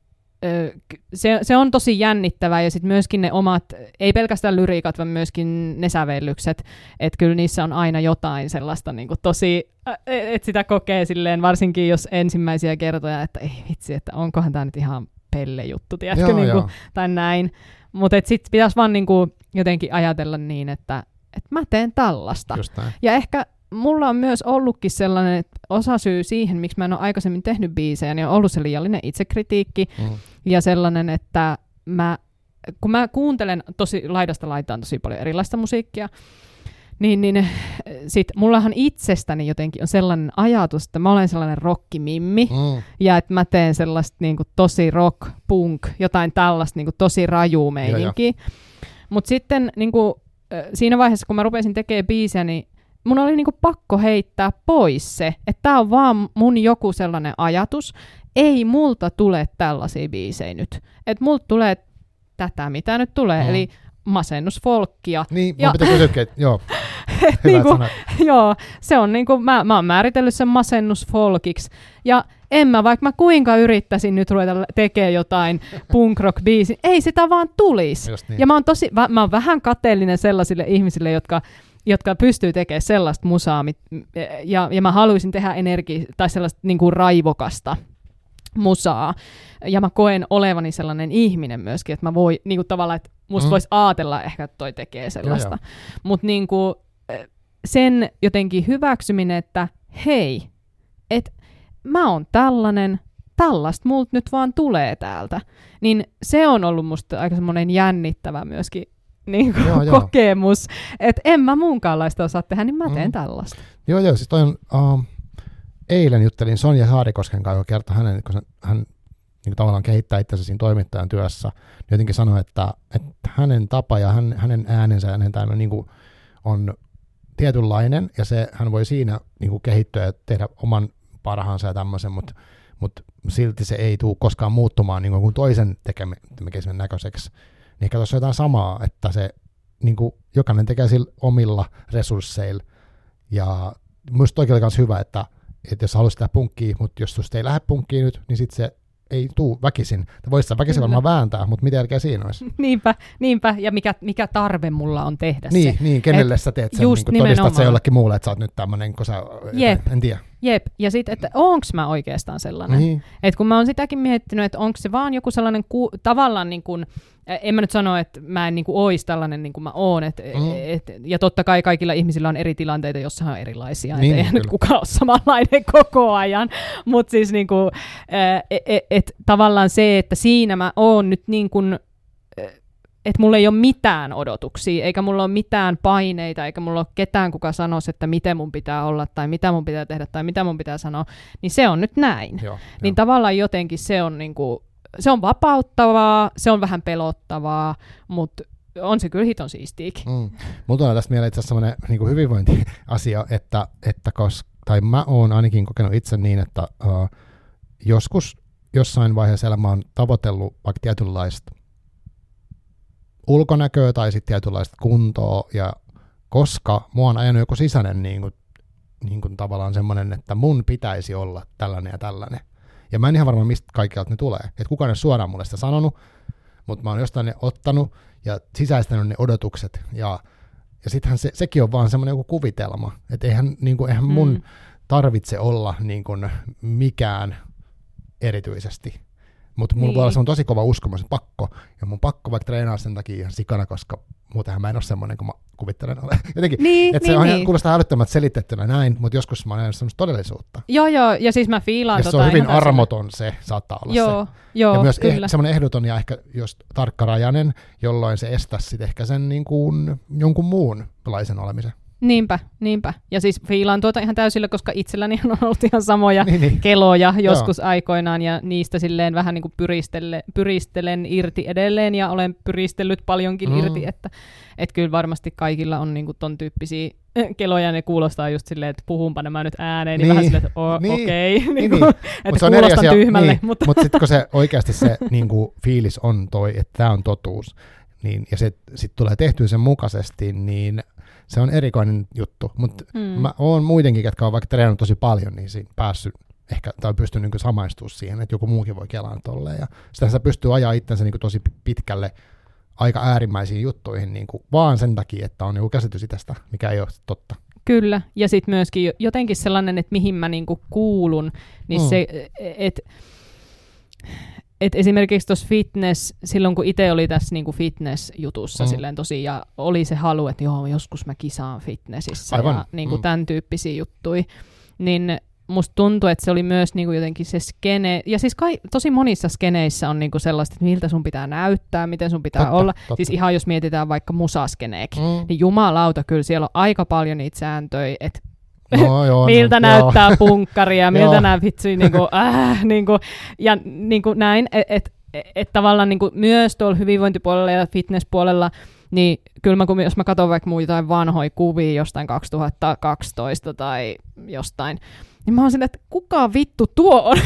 se on tosi jännittävää, ja sitten myöskin ne omat, ei pelkästään lyriikat, vaan myöskin ne sävellykset, että kyllä niissä on aina jotain sellaista niin kuin tosi, että sitä kokee silleen, varsinkin jos ensimmäisiä kertoja, että ei vitsi, että onkohan tämä nyt ihan pelle juttu, tiedätkö, niin kuin, tai näin. Mutta sitten pitäisi vaan niin kuin jotenkin ajatella niin, että mä teen tällaista. Ja ehkä mulla on myös ollutkin sellainen osasyy siihen, miksi mä en ole aikaisemmin tehnyt biisejä, niin on ollut se liiallinen itsekritiikki ja sellainen, että kun mä kuuntelen tosi laidasta laitaan tosi paljon erilaista musiikkia, niin sit mullahan itsestäni jotenkin on sellainen ajatus, että mä olen sellainen rockimimmi ja että mä teen sellaista niinku tosi rock, punk, jotain tällaista niinku tosi rajuu meininkiä. Mutta sitten niinku, siinä vaiheessa, kun mä rupesin tekemään biisejä, niin mun oli niinku pakko heittää pois se, että tää on vaan mun joku sellainen ajatus. Ei multa tule tällaisia biisejä nyt. Että multa tulee tätä, mitä nyt tulee, eli masennusfolkkia. Niin, mun pitää kysyä, joo. Niinku, joo, se on niinku, mä oon määritellyt sen masennusfolkiksi. Ja vaikka mä kuinka yrittäisin nyt ruveta tekemään jotain punk rock biisin, ei sitä vaan tulisi. Niin. Ja mä oon vähän kateellinen sellaisille ihmisille, jotka pystyy tekemään sellaista musaa, ja mä haluaisin tehdä tai sellaista niin kuin raivokasta musaa. Ja mä koen olevani sellainen ihminen myöskin, että mä voi, niin kuin tavallaan, että musta voisi ajatella ehkä, että toi tekee sellaista. Mutta niin kuin sen jotenkin hyväksyminen, että hei, että mä oon tällaista multa nyt vaan tulee täältä. Niin se on ollut musta aika semmoinen jännittävä myöskin niin kokemus, että en mä munkaanlaista osaa tehdä, niin mä teen tällaista. Joo, siis toi on, eilen juttelin Sonja Saarikosken kanssa, joka kertoi kun hän niin tavallaan kehittää itsensä siinä toimittajan työssä, niin jotenkin sanoi, että hänen tapa ja hänen äänensä ja hänen tämä niin on tietynlainen, ja hän voi siinä niin kuin kehittyä ja tehdä oman parhaansa ja tämmöisen, mutta silti se ei tule koskaan muuttumaan niin kuin toisen tekemisen näköiseksi. Niin ehkä tuossa on jotain samaa, että se niin kuin jokainen tekee sillä omilla resursseilla. Ja minusta toikin oli myös hyvä, että jos haluaisit tehdä punkkia, mutta jos susta ei lähde punkkiin nyt, niin sitten se ei tule väkisin. Voisi sitä väkisin varmaan vääntää, mutta mitä järkeä siinä olisi? Niinpä. Ja mikä tarve mulla on tehdä se. Niin, kenelle sä teet sen, niin todistat se jollekin muulle, että sä oot nyt tämmöinen, kun sä, en tiedä. Jep, ja sitten, että onko mä oikeastaan sellainen. Niin. Että kun mä oon sitäkin miettinyt, että onko se vaan joku sellainen tavallaan niin kuin, en mä nyt sano, että mä en niin kuin ois tällainen niin kuin mä oon, ja totta kai kaikilla ihmisillä on eri tilanteita, jossa on erilaisia, niin, eihän nyt kukaan ole samanlainen koko ajan, mutta siis niin kuin, tavallaan se, että siinä mä oon nyt niin kuin, että mulla ei ole mitään odotuksia, eikä mulla ole mitään paineita, eikä mulla ole ketään, kuka sanoisi, että miten mun pitää olla, tai mitä mun pitää tehdä, tai mitä mun pitää sanoa, niin se on nyt näin. Niin tavallaan jotenkin se on, niinku, se on vapauttavaa, se on vähän pelottavaa, mutta on se kyllä hiton siistiikin. Mulla tulee tästä mieleen itse asiassa sellainen niinku hyvinvointiasia, tai mä oon ainakin kokenut itse niin, että joskus jossain vaiheessa elämä on tavoitellut vaikka tietynlaista ulkonäköä tai sitten tietynlaista kuntoa, ja koska mua on ajanut joku sisäinen niin kuin tavallaan semmoinen, että mun pitäisi olla tällainen ja tällainen. Ja mä en ihan varma, mistä kaikkialta ne tulee. Että kukaan ei ole suoraan mulle sitä sanonut, mutta mä oon jostain ne ottanut ja sisäistänyt ne odotukset. Ja sittenhän sekin on vaan semmoinen joku kuvitelma. Että eihän mun tarvitse olla niin kuin mikään erityisesti. Mutta mulla voi olla tosi kova uskomus, että pakko. Ja mun pakko vaikka treenaa sen takia ihan sikana, koska muutenhan mä en ole semmoinen, kun mä kuvittelen ole. Jotenkin, että se on kuulostaa älyttömältä selitettynä näin, mutta joskus mä oon nähnyt semmoista todellisuutta. Joo, ja siis mä fiilaan ja se on hyvin armoton se, saattaa olla se. Joo, ja myös kyllä. Semmoinen ehdoton ja ehkä jos tarkkarajainen, jolloin se estäisi sitten ehkä sen niin kuin jonkun muunlaisen olemisen. Niinpä. Ja siis fiilaan tuota ihan täysillä, koska itselläni on ollut ihan samoja keloja joskus aikoinaan, ja niistä silleen vähän niin kuin pyristelen irti edelleen, ja olen pyristellyt paljonkin irti, että kyllä varmasti kaikilla on niin kuin ton tyyppisiä keloja, ja ne kuulostaa just silleen, että puhunpa nämä nyt ääneen, niin vähän silleen, että okei, että kuulostan tyhmälle. Mutta sitten kun se oikeasti se niin kuin fiilis on että tämä on totuus, niin, ja se sitten tulee tehtyä sen mukaisesti, niin se on erikoinen juttu, mutta mä oon muidenkin, jotka on vaikka treenannut tosi paljon, niin siinä päässyt ehkä, tai pystynyt niin samaistumaan siihen, että joku muukin voi kelaa tolleen, ja sitä se pystyy ajaa itsensä niin tosi pitkälle aika äärimmäisiin juttuihin, niin vaan sen takia, että on joku käsitys itsestä, mikä ei ole totta. Kyllä, ja sitten myöskin jotenkin sellainen, että mihin mä niinku kuulun, niin se, et esimerkiksi tuossa silloin kun itse oli tässä niinku fitness-jutussa silleen tosi, ja oli se halu, että joo, joskus mä kisaan fitnessissä ja niinku tämän tyyppisiä juttuja, niin musta tuntuu, että se oli myös niinku jotenkin se skene, ja siis tosi monissa skeneissä on niinku sellaista, että miltä sun pitää näyttää, miten sun pitää olla. Siis ihan jos mietitään vaikka musaskeneekin, niin jumalauta, kyllä siellä on aika paljon niitä sääntöjä, että miltä näyttää punkkaria, miltä nämä vitsi, ja näin, että tavallaan myös tuolla hyvinvointipuolella ja fitnesspuolella, niin kyllä jos mä katson vaikka jotain vanhoja kuvia jostain 2012 tai jostain, niin mä oon silleen, että kuka vittu tuo on?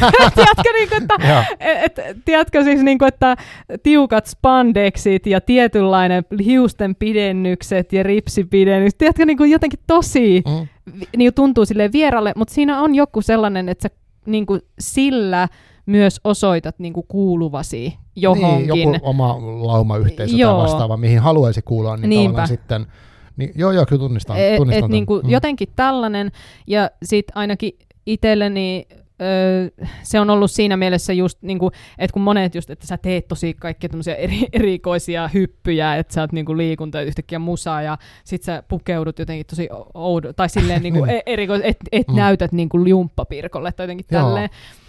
Tiedätkö siis, että tiukat spandexit ja tietynlainen hiusten pidennykset ja ripsipidennykset, tiedätkö, jotenkin tosi niin tuntuu silleen vieralle, mutta siinä on joku sellainen, että sä sillä myös osoitat kuuluvasi johonkin. Niin, joku oma laumayhteisö tai vastaava, mihin haluaisi kuulua, niin tavallaan sitten, niin joo, kyllä tunnistan. Jotenkin tällainen, ja sitten ainakin itselleni se on ollut siinä mielessä just, että kun monet just, että sä teet tosi kaikkia tämmöisiä erikoisia hyppyjä, että sä oot liikunta yhtäkkiä musaa, ja sit sä pukeudut jotenkin tosi tai silleen että näytät jumppapirkolle tai jotenkin tälleen.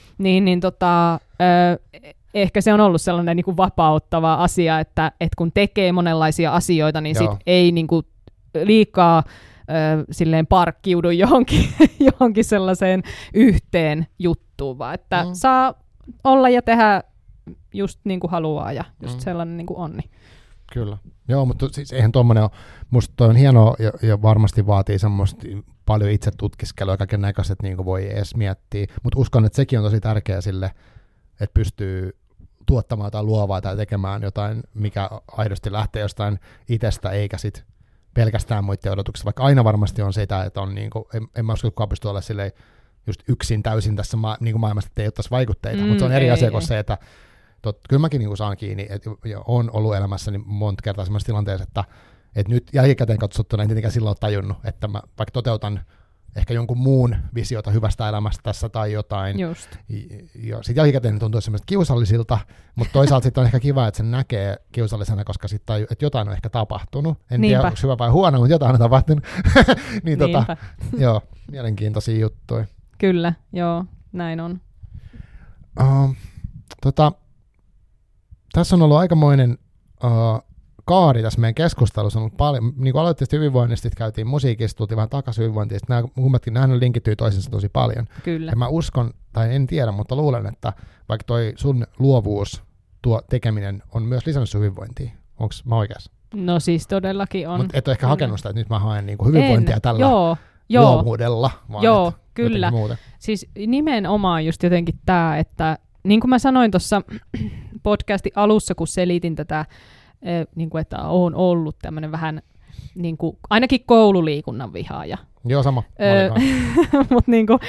Ehkä se on ollut sellainen vapauttava asia, että kun tekee monenlaisia asioita, niin sit ei liikaa silleen parkkiudu johonkin sellaiseen yhteen juttuun, vaan että saa olla ja tehdä just niin kuin haluaa ja just sellainen niin kuin on. Niin. Kyllä. Joo, mutta siis eihän tuommoinen ole, musta toi on hienoa ja varmasti vaatii semmoista paljon itse tutkiskelua ja kaiken näköiset niin kuin voi edes miettiä, mutta uskon, että sekin on tosi tärkeää sille, että pystyy tuottamaan tai luovaa tai tekemään jotain, mikä aidosti lähtee jostain itsestä eikä sit pelkästään muiden odotuksista, vaikka aina varmasti on sitä, että on niinku, en mä usko, että kukaan pystyy olla silleen just yksin täysin tässä niinku maailmassa, että ei ottaisi vaikutteita, mutta se on eri asia kuin se, että kyllä mäkin niinku saan kiinni, että on ollut elämässäni monta kertaa sellaisessa tilanteessa, että nyt jälkikäteen katsottuna en tietenkään silloin ole tajunnut, että mä vaikka toteutan ehkä jonkun muun visiota hyvästä elämästä tässä tai jotain. Just. Ja sitten jälkikäteen ne tuntuu semmoiset kiusallisilta, mutta toisaalta sitten on ehkä kiva, että sen näkee kiusallisena, koska sitten että jotain on ehkä tapahtunut. En tiedä, onko hyvä vai huono, mutta jotain on tapahtunut. Niin joo, mielenkiintoisia juttuja. Kyllä, joo, näin on. Tässä on ollut aikamoinen kaari tässä meidän keskustelussa. On ollut paljon, niin kuin aloitettiin hyvinvoinnista, käytiin musiikista, tultiin vähän takaisin hyvinvointiin, nämä linkittyy toisensa tosi paljon. Kyllä. Ja mä uskon, tai en tiedä, mutta luulen, että vaikka toi sun luovuus, tuo tekeminen on myös lisännyt sun hyvinvointia. Onko mä oikeassa? No siis todellakin on. Mutta et ole ehkä hakenut sitä, että nyt mä haen niin kuin hyvinvointia tällä luovuudella. Vaan joo, kyllä. Siis nimenomaan just jotenkin tämä, että niin kuin mä sanoin tuossa podcastin alussa, kun selitin tätä, niin kuin, että olen ollut tämmöinen vähän niin kuin, ainakin koululiikunnan vihaaja. Joo, sama. Mutta niin kuin,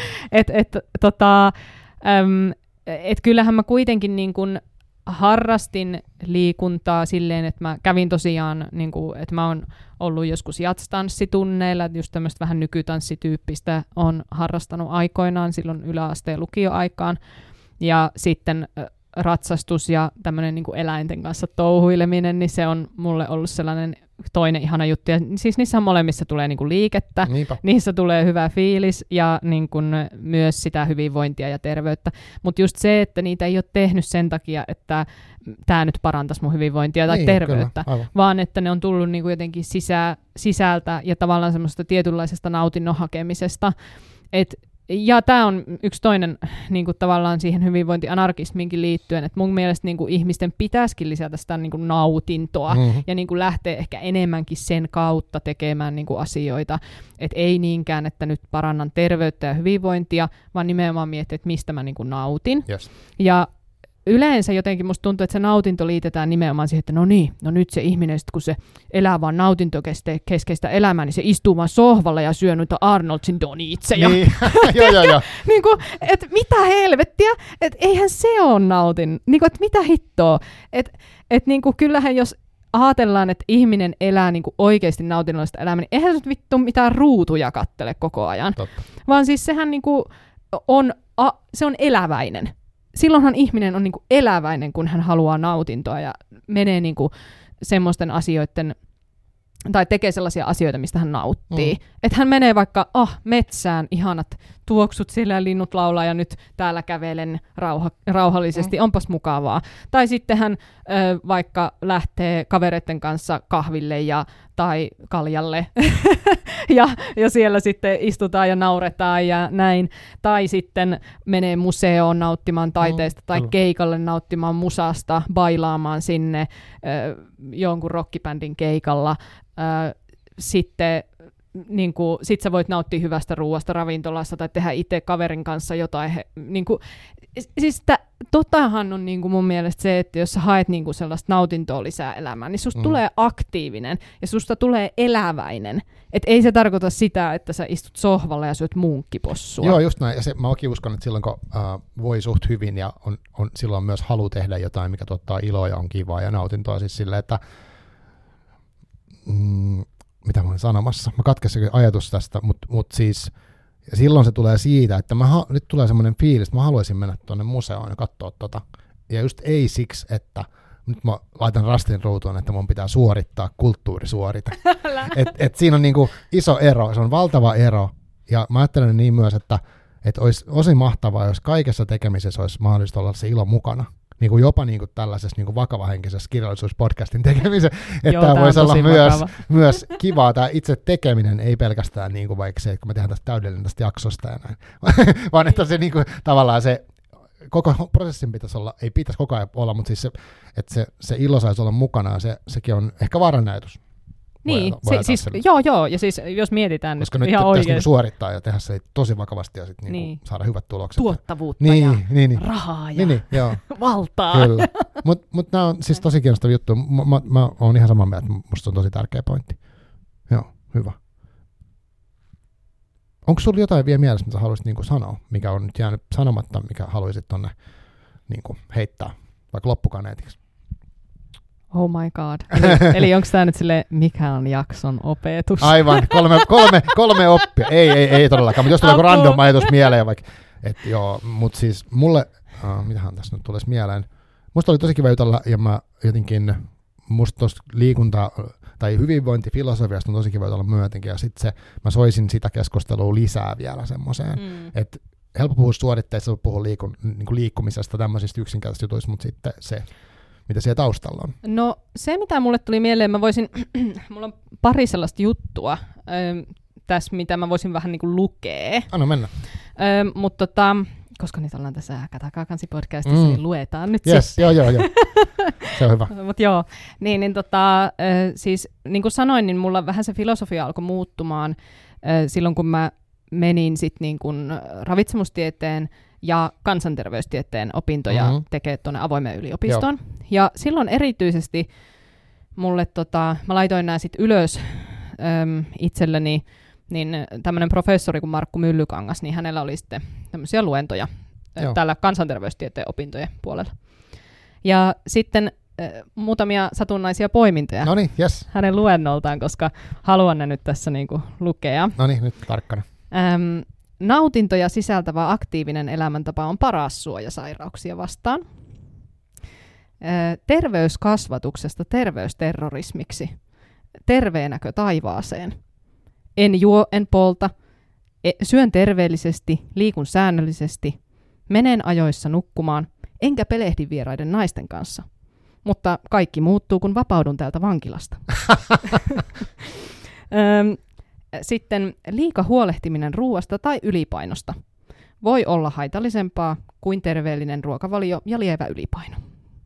kyllähän mä kuitenkin niin kuin harrastin liikuntaa silleen, että mä kävin tosiaan, niin kuin, että mä oon ollut joskus jatstanssitunneilla, just tämmöistä vähän nykytanssityyppistä on harrastanut aikoinaan silloin yläasteen lukioaikaan. Ja sitten ratsastus ja tämmöinen niin kuin eläinten kanssa touhuileminen, niin se on mulle ollut sellainen toinen ihana juttu. Ja siis niissä molemmissa tulee niin kuin liikettä, Niinpä. Niissä tulee hyvä fiilis ja niin kuin myös sitä hyvinvointia ja terveyttä. Mutta just se, että niitä ei ole tehnyt sen takia, että tämä nyt parantaisi mun hyvinvointia tai terveyttä, kyllä, vaan että ne on tullut niin kuin jotenkin sisältä ja tavallaan semmoista tietynlaisesta nautinnon hakemisesta. Ja tämä on yksi toinen niin kuin tavallaan siihen hyvinvointianarkismiinkin liittyen, että mun mielestä niin kuin ihmisten pitäisikin lisätä sitä niin kuin nautintoa ja niin kuin lähteä ehkä enemmänkin sen kautta tekemään niin kuin asioita. Että ei niinkään, että nyt parannan terveyttä ja hyvinvointia, vaan nimenomaan miettiä, että mistä mä niin kuin nautin. Yes. Ja yleensä jotenkin musta tuntuu, että se nautinto liitetään nimenomaan siihen, että no nyt se ihminen, kun se elää vaan nautintokeskeistä elämää, niin se istuu vaan sohvalla ja syö noita Arnoldsin donitseja. Niin. joo. Niin kuin, että mitä helvettiä, että eihän se ole nautin. Niin kuin, että mitä hittoa. Että niin kuin, kyllähän jos ajatellaan, että ihminen elää niin kuin oikeasti nautinnollista elämää, niin eihän se nyt vittu mitään ruutuja kattele koko ajan. Totta. Vaan siis sehän niin kuin se on eläväinen. Silloinhan ihminen on niinku eläväinen, kun hän haluaa nautintoa ja menee niinku semmoisten asioiden, tai tekee sellaisia asioita, mistä hän nauttii. Että hän menee vaikka metsään, ihanat tuoksut sillä ja linnut laulaa ja nyt täällä kävelen rauhallisesti, onpas mukavaa. Tai sitten hän vaikka lähtee kavereiden kanssa kahville tai kaljalle ja siellä sitten istutaan ja nauretaan ja näin. Tai sitten menee museoon nauttimaan taiteesta tai keikalle nauttimaan musasta, bailaamaan sinne jonkun rockibändin keikalla. Sitten sit sä voit nauttia hyvästä ruuasta ravintolassa tai tehdä itse kaverin kanssa jotain. Siis totahan on mun mielestä se, että jos sä haet sellaista nautintoa lisää elämään, niin susta tulee aktiivinen ja susta tulee eläväinen. Et ei se tarkoita sitä, että sä istut sohvalla ja syöt munkkipossua. Joo, just näin. Ja mä oikein uskon, että silloin kun voi suht hyvin ja on silloin myös halu tehdä jotain, mikä tuottaa iloa ja on kivaa ja nautintoa. Siis silleen, että mitä mä olin sanomassa? Mä katkesin ajatus tästä, mutta siis silloin se tulee siitä, että nyt tulee semmoinen fiilis, että mä haluaisin mennä tuonne museoon ja katsoa tota. Ja just ei siksi, että nyt mä laitan rastin ruutuun, että mun pitää suorittaa kulttuurisuorite. Et siinä on niinku iso ero, se on valtava ero. Ja mä ajattelen niin myös, että olisi osi mahtavaa, jos kaikessa tekemisessä olisi mahdollista olla se ilo mukana. Niin kuin jopa niin kuin tällaisessa niin kuin vakavahenkisessä kirjallisuuspodcastin tekemiseen, että tämä voisi olla myös kivaa. Tämä itse tekeminen ei pelkästään niin kuin vaikka se, että me tehdään tästä täydellinen tästä jaksosta ja näin, vaan että se niin kuin, tavallaan se koko prosessin pitäisi olla, ei pitäisi koko ajan olla, mutta siis se, että se ilo saisi olla mukana ja sekin on ehkä vaarannäytys. Niin, joo, ja siis jos mietitään koska nyt ihan ihan oikein. Koska nyt suorittaa ja tehdä se tosi vakavasti ja sitten niin. saada hyvät tulokset. Tuottavuutta ja rahaa ja valtaa. Kyllä, mutta nämä on siis tosi kiinnostava juttu. Mä oon ihan samaa mieltä, että musta se on tosi tärkeä pointti. Joo, hyvä. Onko sulla jotain vielä mielessä, mitä haluaisit niinku sanoa, mikä on nyt jäänyt sanomatta, mikä haluaisit tonne niinku heittää, vaikka loppukaneetiksi? Oh my god. Eli onko tämä nyt silleen, mikä on jakson opetus? Aivan, kolme oppia. Ei todellakaan, mutta jos tulee joku random ajatus mieleen vaikka, että joo, mutta siis mulle, mitähän tässä nyt tulisi mieleen, musta oli tosi kiva jutella, ja mä jotenkin, musta tuosta liikunta- tai hyvinvointifilosofiasta on tosi kiva jutella myötenkin, ja sitten mä soisin sitä keskustelua lisää vielä semmoiseen, että helppo puhua suoritteista, puhua liikkumisesta, tämmöisistä yksinkertaisista jutuista, mutta sitten se, mitä siellä taustalla on. No se, mitä mulle tuli mieleen, mulla on pari sellaista juttua tässä, mitä mä voisin vähän niin kuin lukea. Anna mennä. Mutta koska nyt ollaan tässä Katakaa-kansi-podcastissa, niin luetaan nyt yes, joo. Se on hyvä. Mut joo, siis niin kuin sanoin, niin mulla vähän se filosofia alkoi muuttumaan silloin, kun mä menin sit niin kuin ravitsemustieteen ja kansanterveystieteen opintoja tekee tuonne avoimeen yliopistoon. Joo. Ja silloin erityisesti mulle, mä laitoin nämä sitten ylös itselleni, niin tämmöinen professori kuin Markku Myllykangas, niin hänellä oli sitten tämmöisiä luentoja täällä kansanterveystieteen opintojen puolella. Ja sitten muutamia satunnaisia poimintoja hänen luennoltaan, koska haluan ne nyt tässä niinku lukea. No niin, nyt tarkkana. Nautintoja sisältävä aktiivinen elämäntapa on paras suoja sairauksia vastaan. Terveyskasvatuksesta terveysterrorismiksi. Terveenäkö taivaaseen? En juo, en polta. Syön terveellisesti, liikun säännöllisesti. Menen ajoissa nukkumaan, enkä pelehdi vieraiden naisten kanssa. Mutta kaikki muuttuu, kun vapaudun täältä vankilasta. Sitten liika huolehtiminen ruoasta tai ylipainosta voi olla haitallisempaa kuin terveellinen ruokavalio ja lievä ylipaino.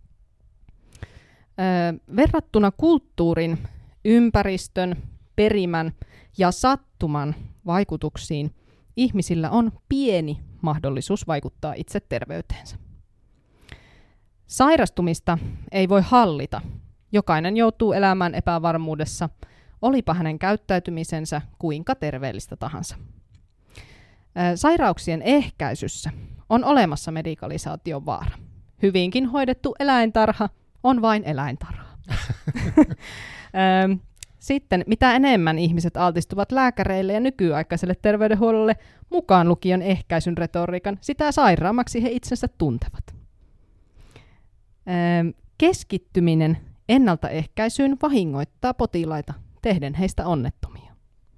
Verrattuna kulttuurin, ympäristön, perimän ja sattuman vaikutuksiin ihmisillä on pieni mahdollisuus vaikuttaa itse terveyteensä. Sairastumista ei voi hallita. Jokainen joutuu elämään epävarmuudessa, olipa hänen käyttäytymisensä kuinka terveellistä tahansa. Sairauksien ehkäisyssä on olemassa medikalisaation vaara. Hyvinkin hoidettu eläintarha on vain eläintarha. Sitten mitä enemmän ihmiset altistuvat lääkäreille ja nykyaikaiselle terveydenhuollolle, mukaan lukion ehkäisyn retoriikan, sitä sairaammaksi he itsensä tuntevat. Keskittyminen ennaltaehkäisyyn vahingoittaa potilaita, tehden heistä onnettomia.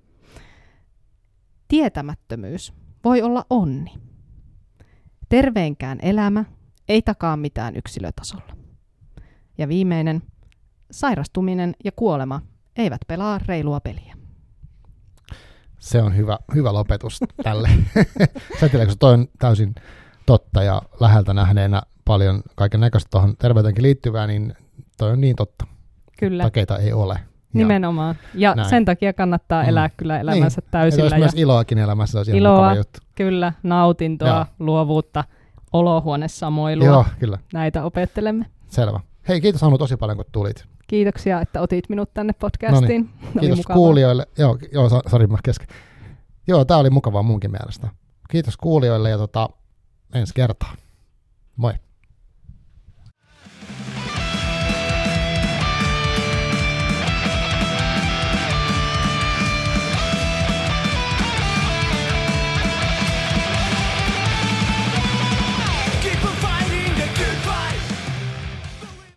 Tietämättömyys voi olla onni. Terveenkään elämä ei takaa mitään yksilötasolla. Ja viimeinen, sairastuminen ja kuolema eivät pelaa reilua peliä. Se on hyvä lopetus tälle. Sätiläkö toi on täysin totta ja läheltä nähneenä paljon kaiken näköistä tuohon terveyteenkin liittyvää, niin toi on niin totta. Kyllä. Takeita ei ole. Nimenomaan. Ja näin. Sen takia kannattaa elää kyllä elämänsä niin. täysillä. Ja myös iloakin elämässä, olisi ihan mukava juttu. Kyllä, nautintoa, luovuutta, olohuonesamoilua. Joo, kyllä. Näitä opettelemme. Selvä. Hei, kiitos Hannu tosi paljon, kun tulit. Kiitoksia, että otit minut tänne podcastiin. Kiitos kuulijoille. Sori, mä kesken. Joo, tää oli mukavaa munkin mielestä. Kiitos kuulijoille ja ensi kertaa. Moi.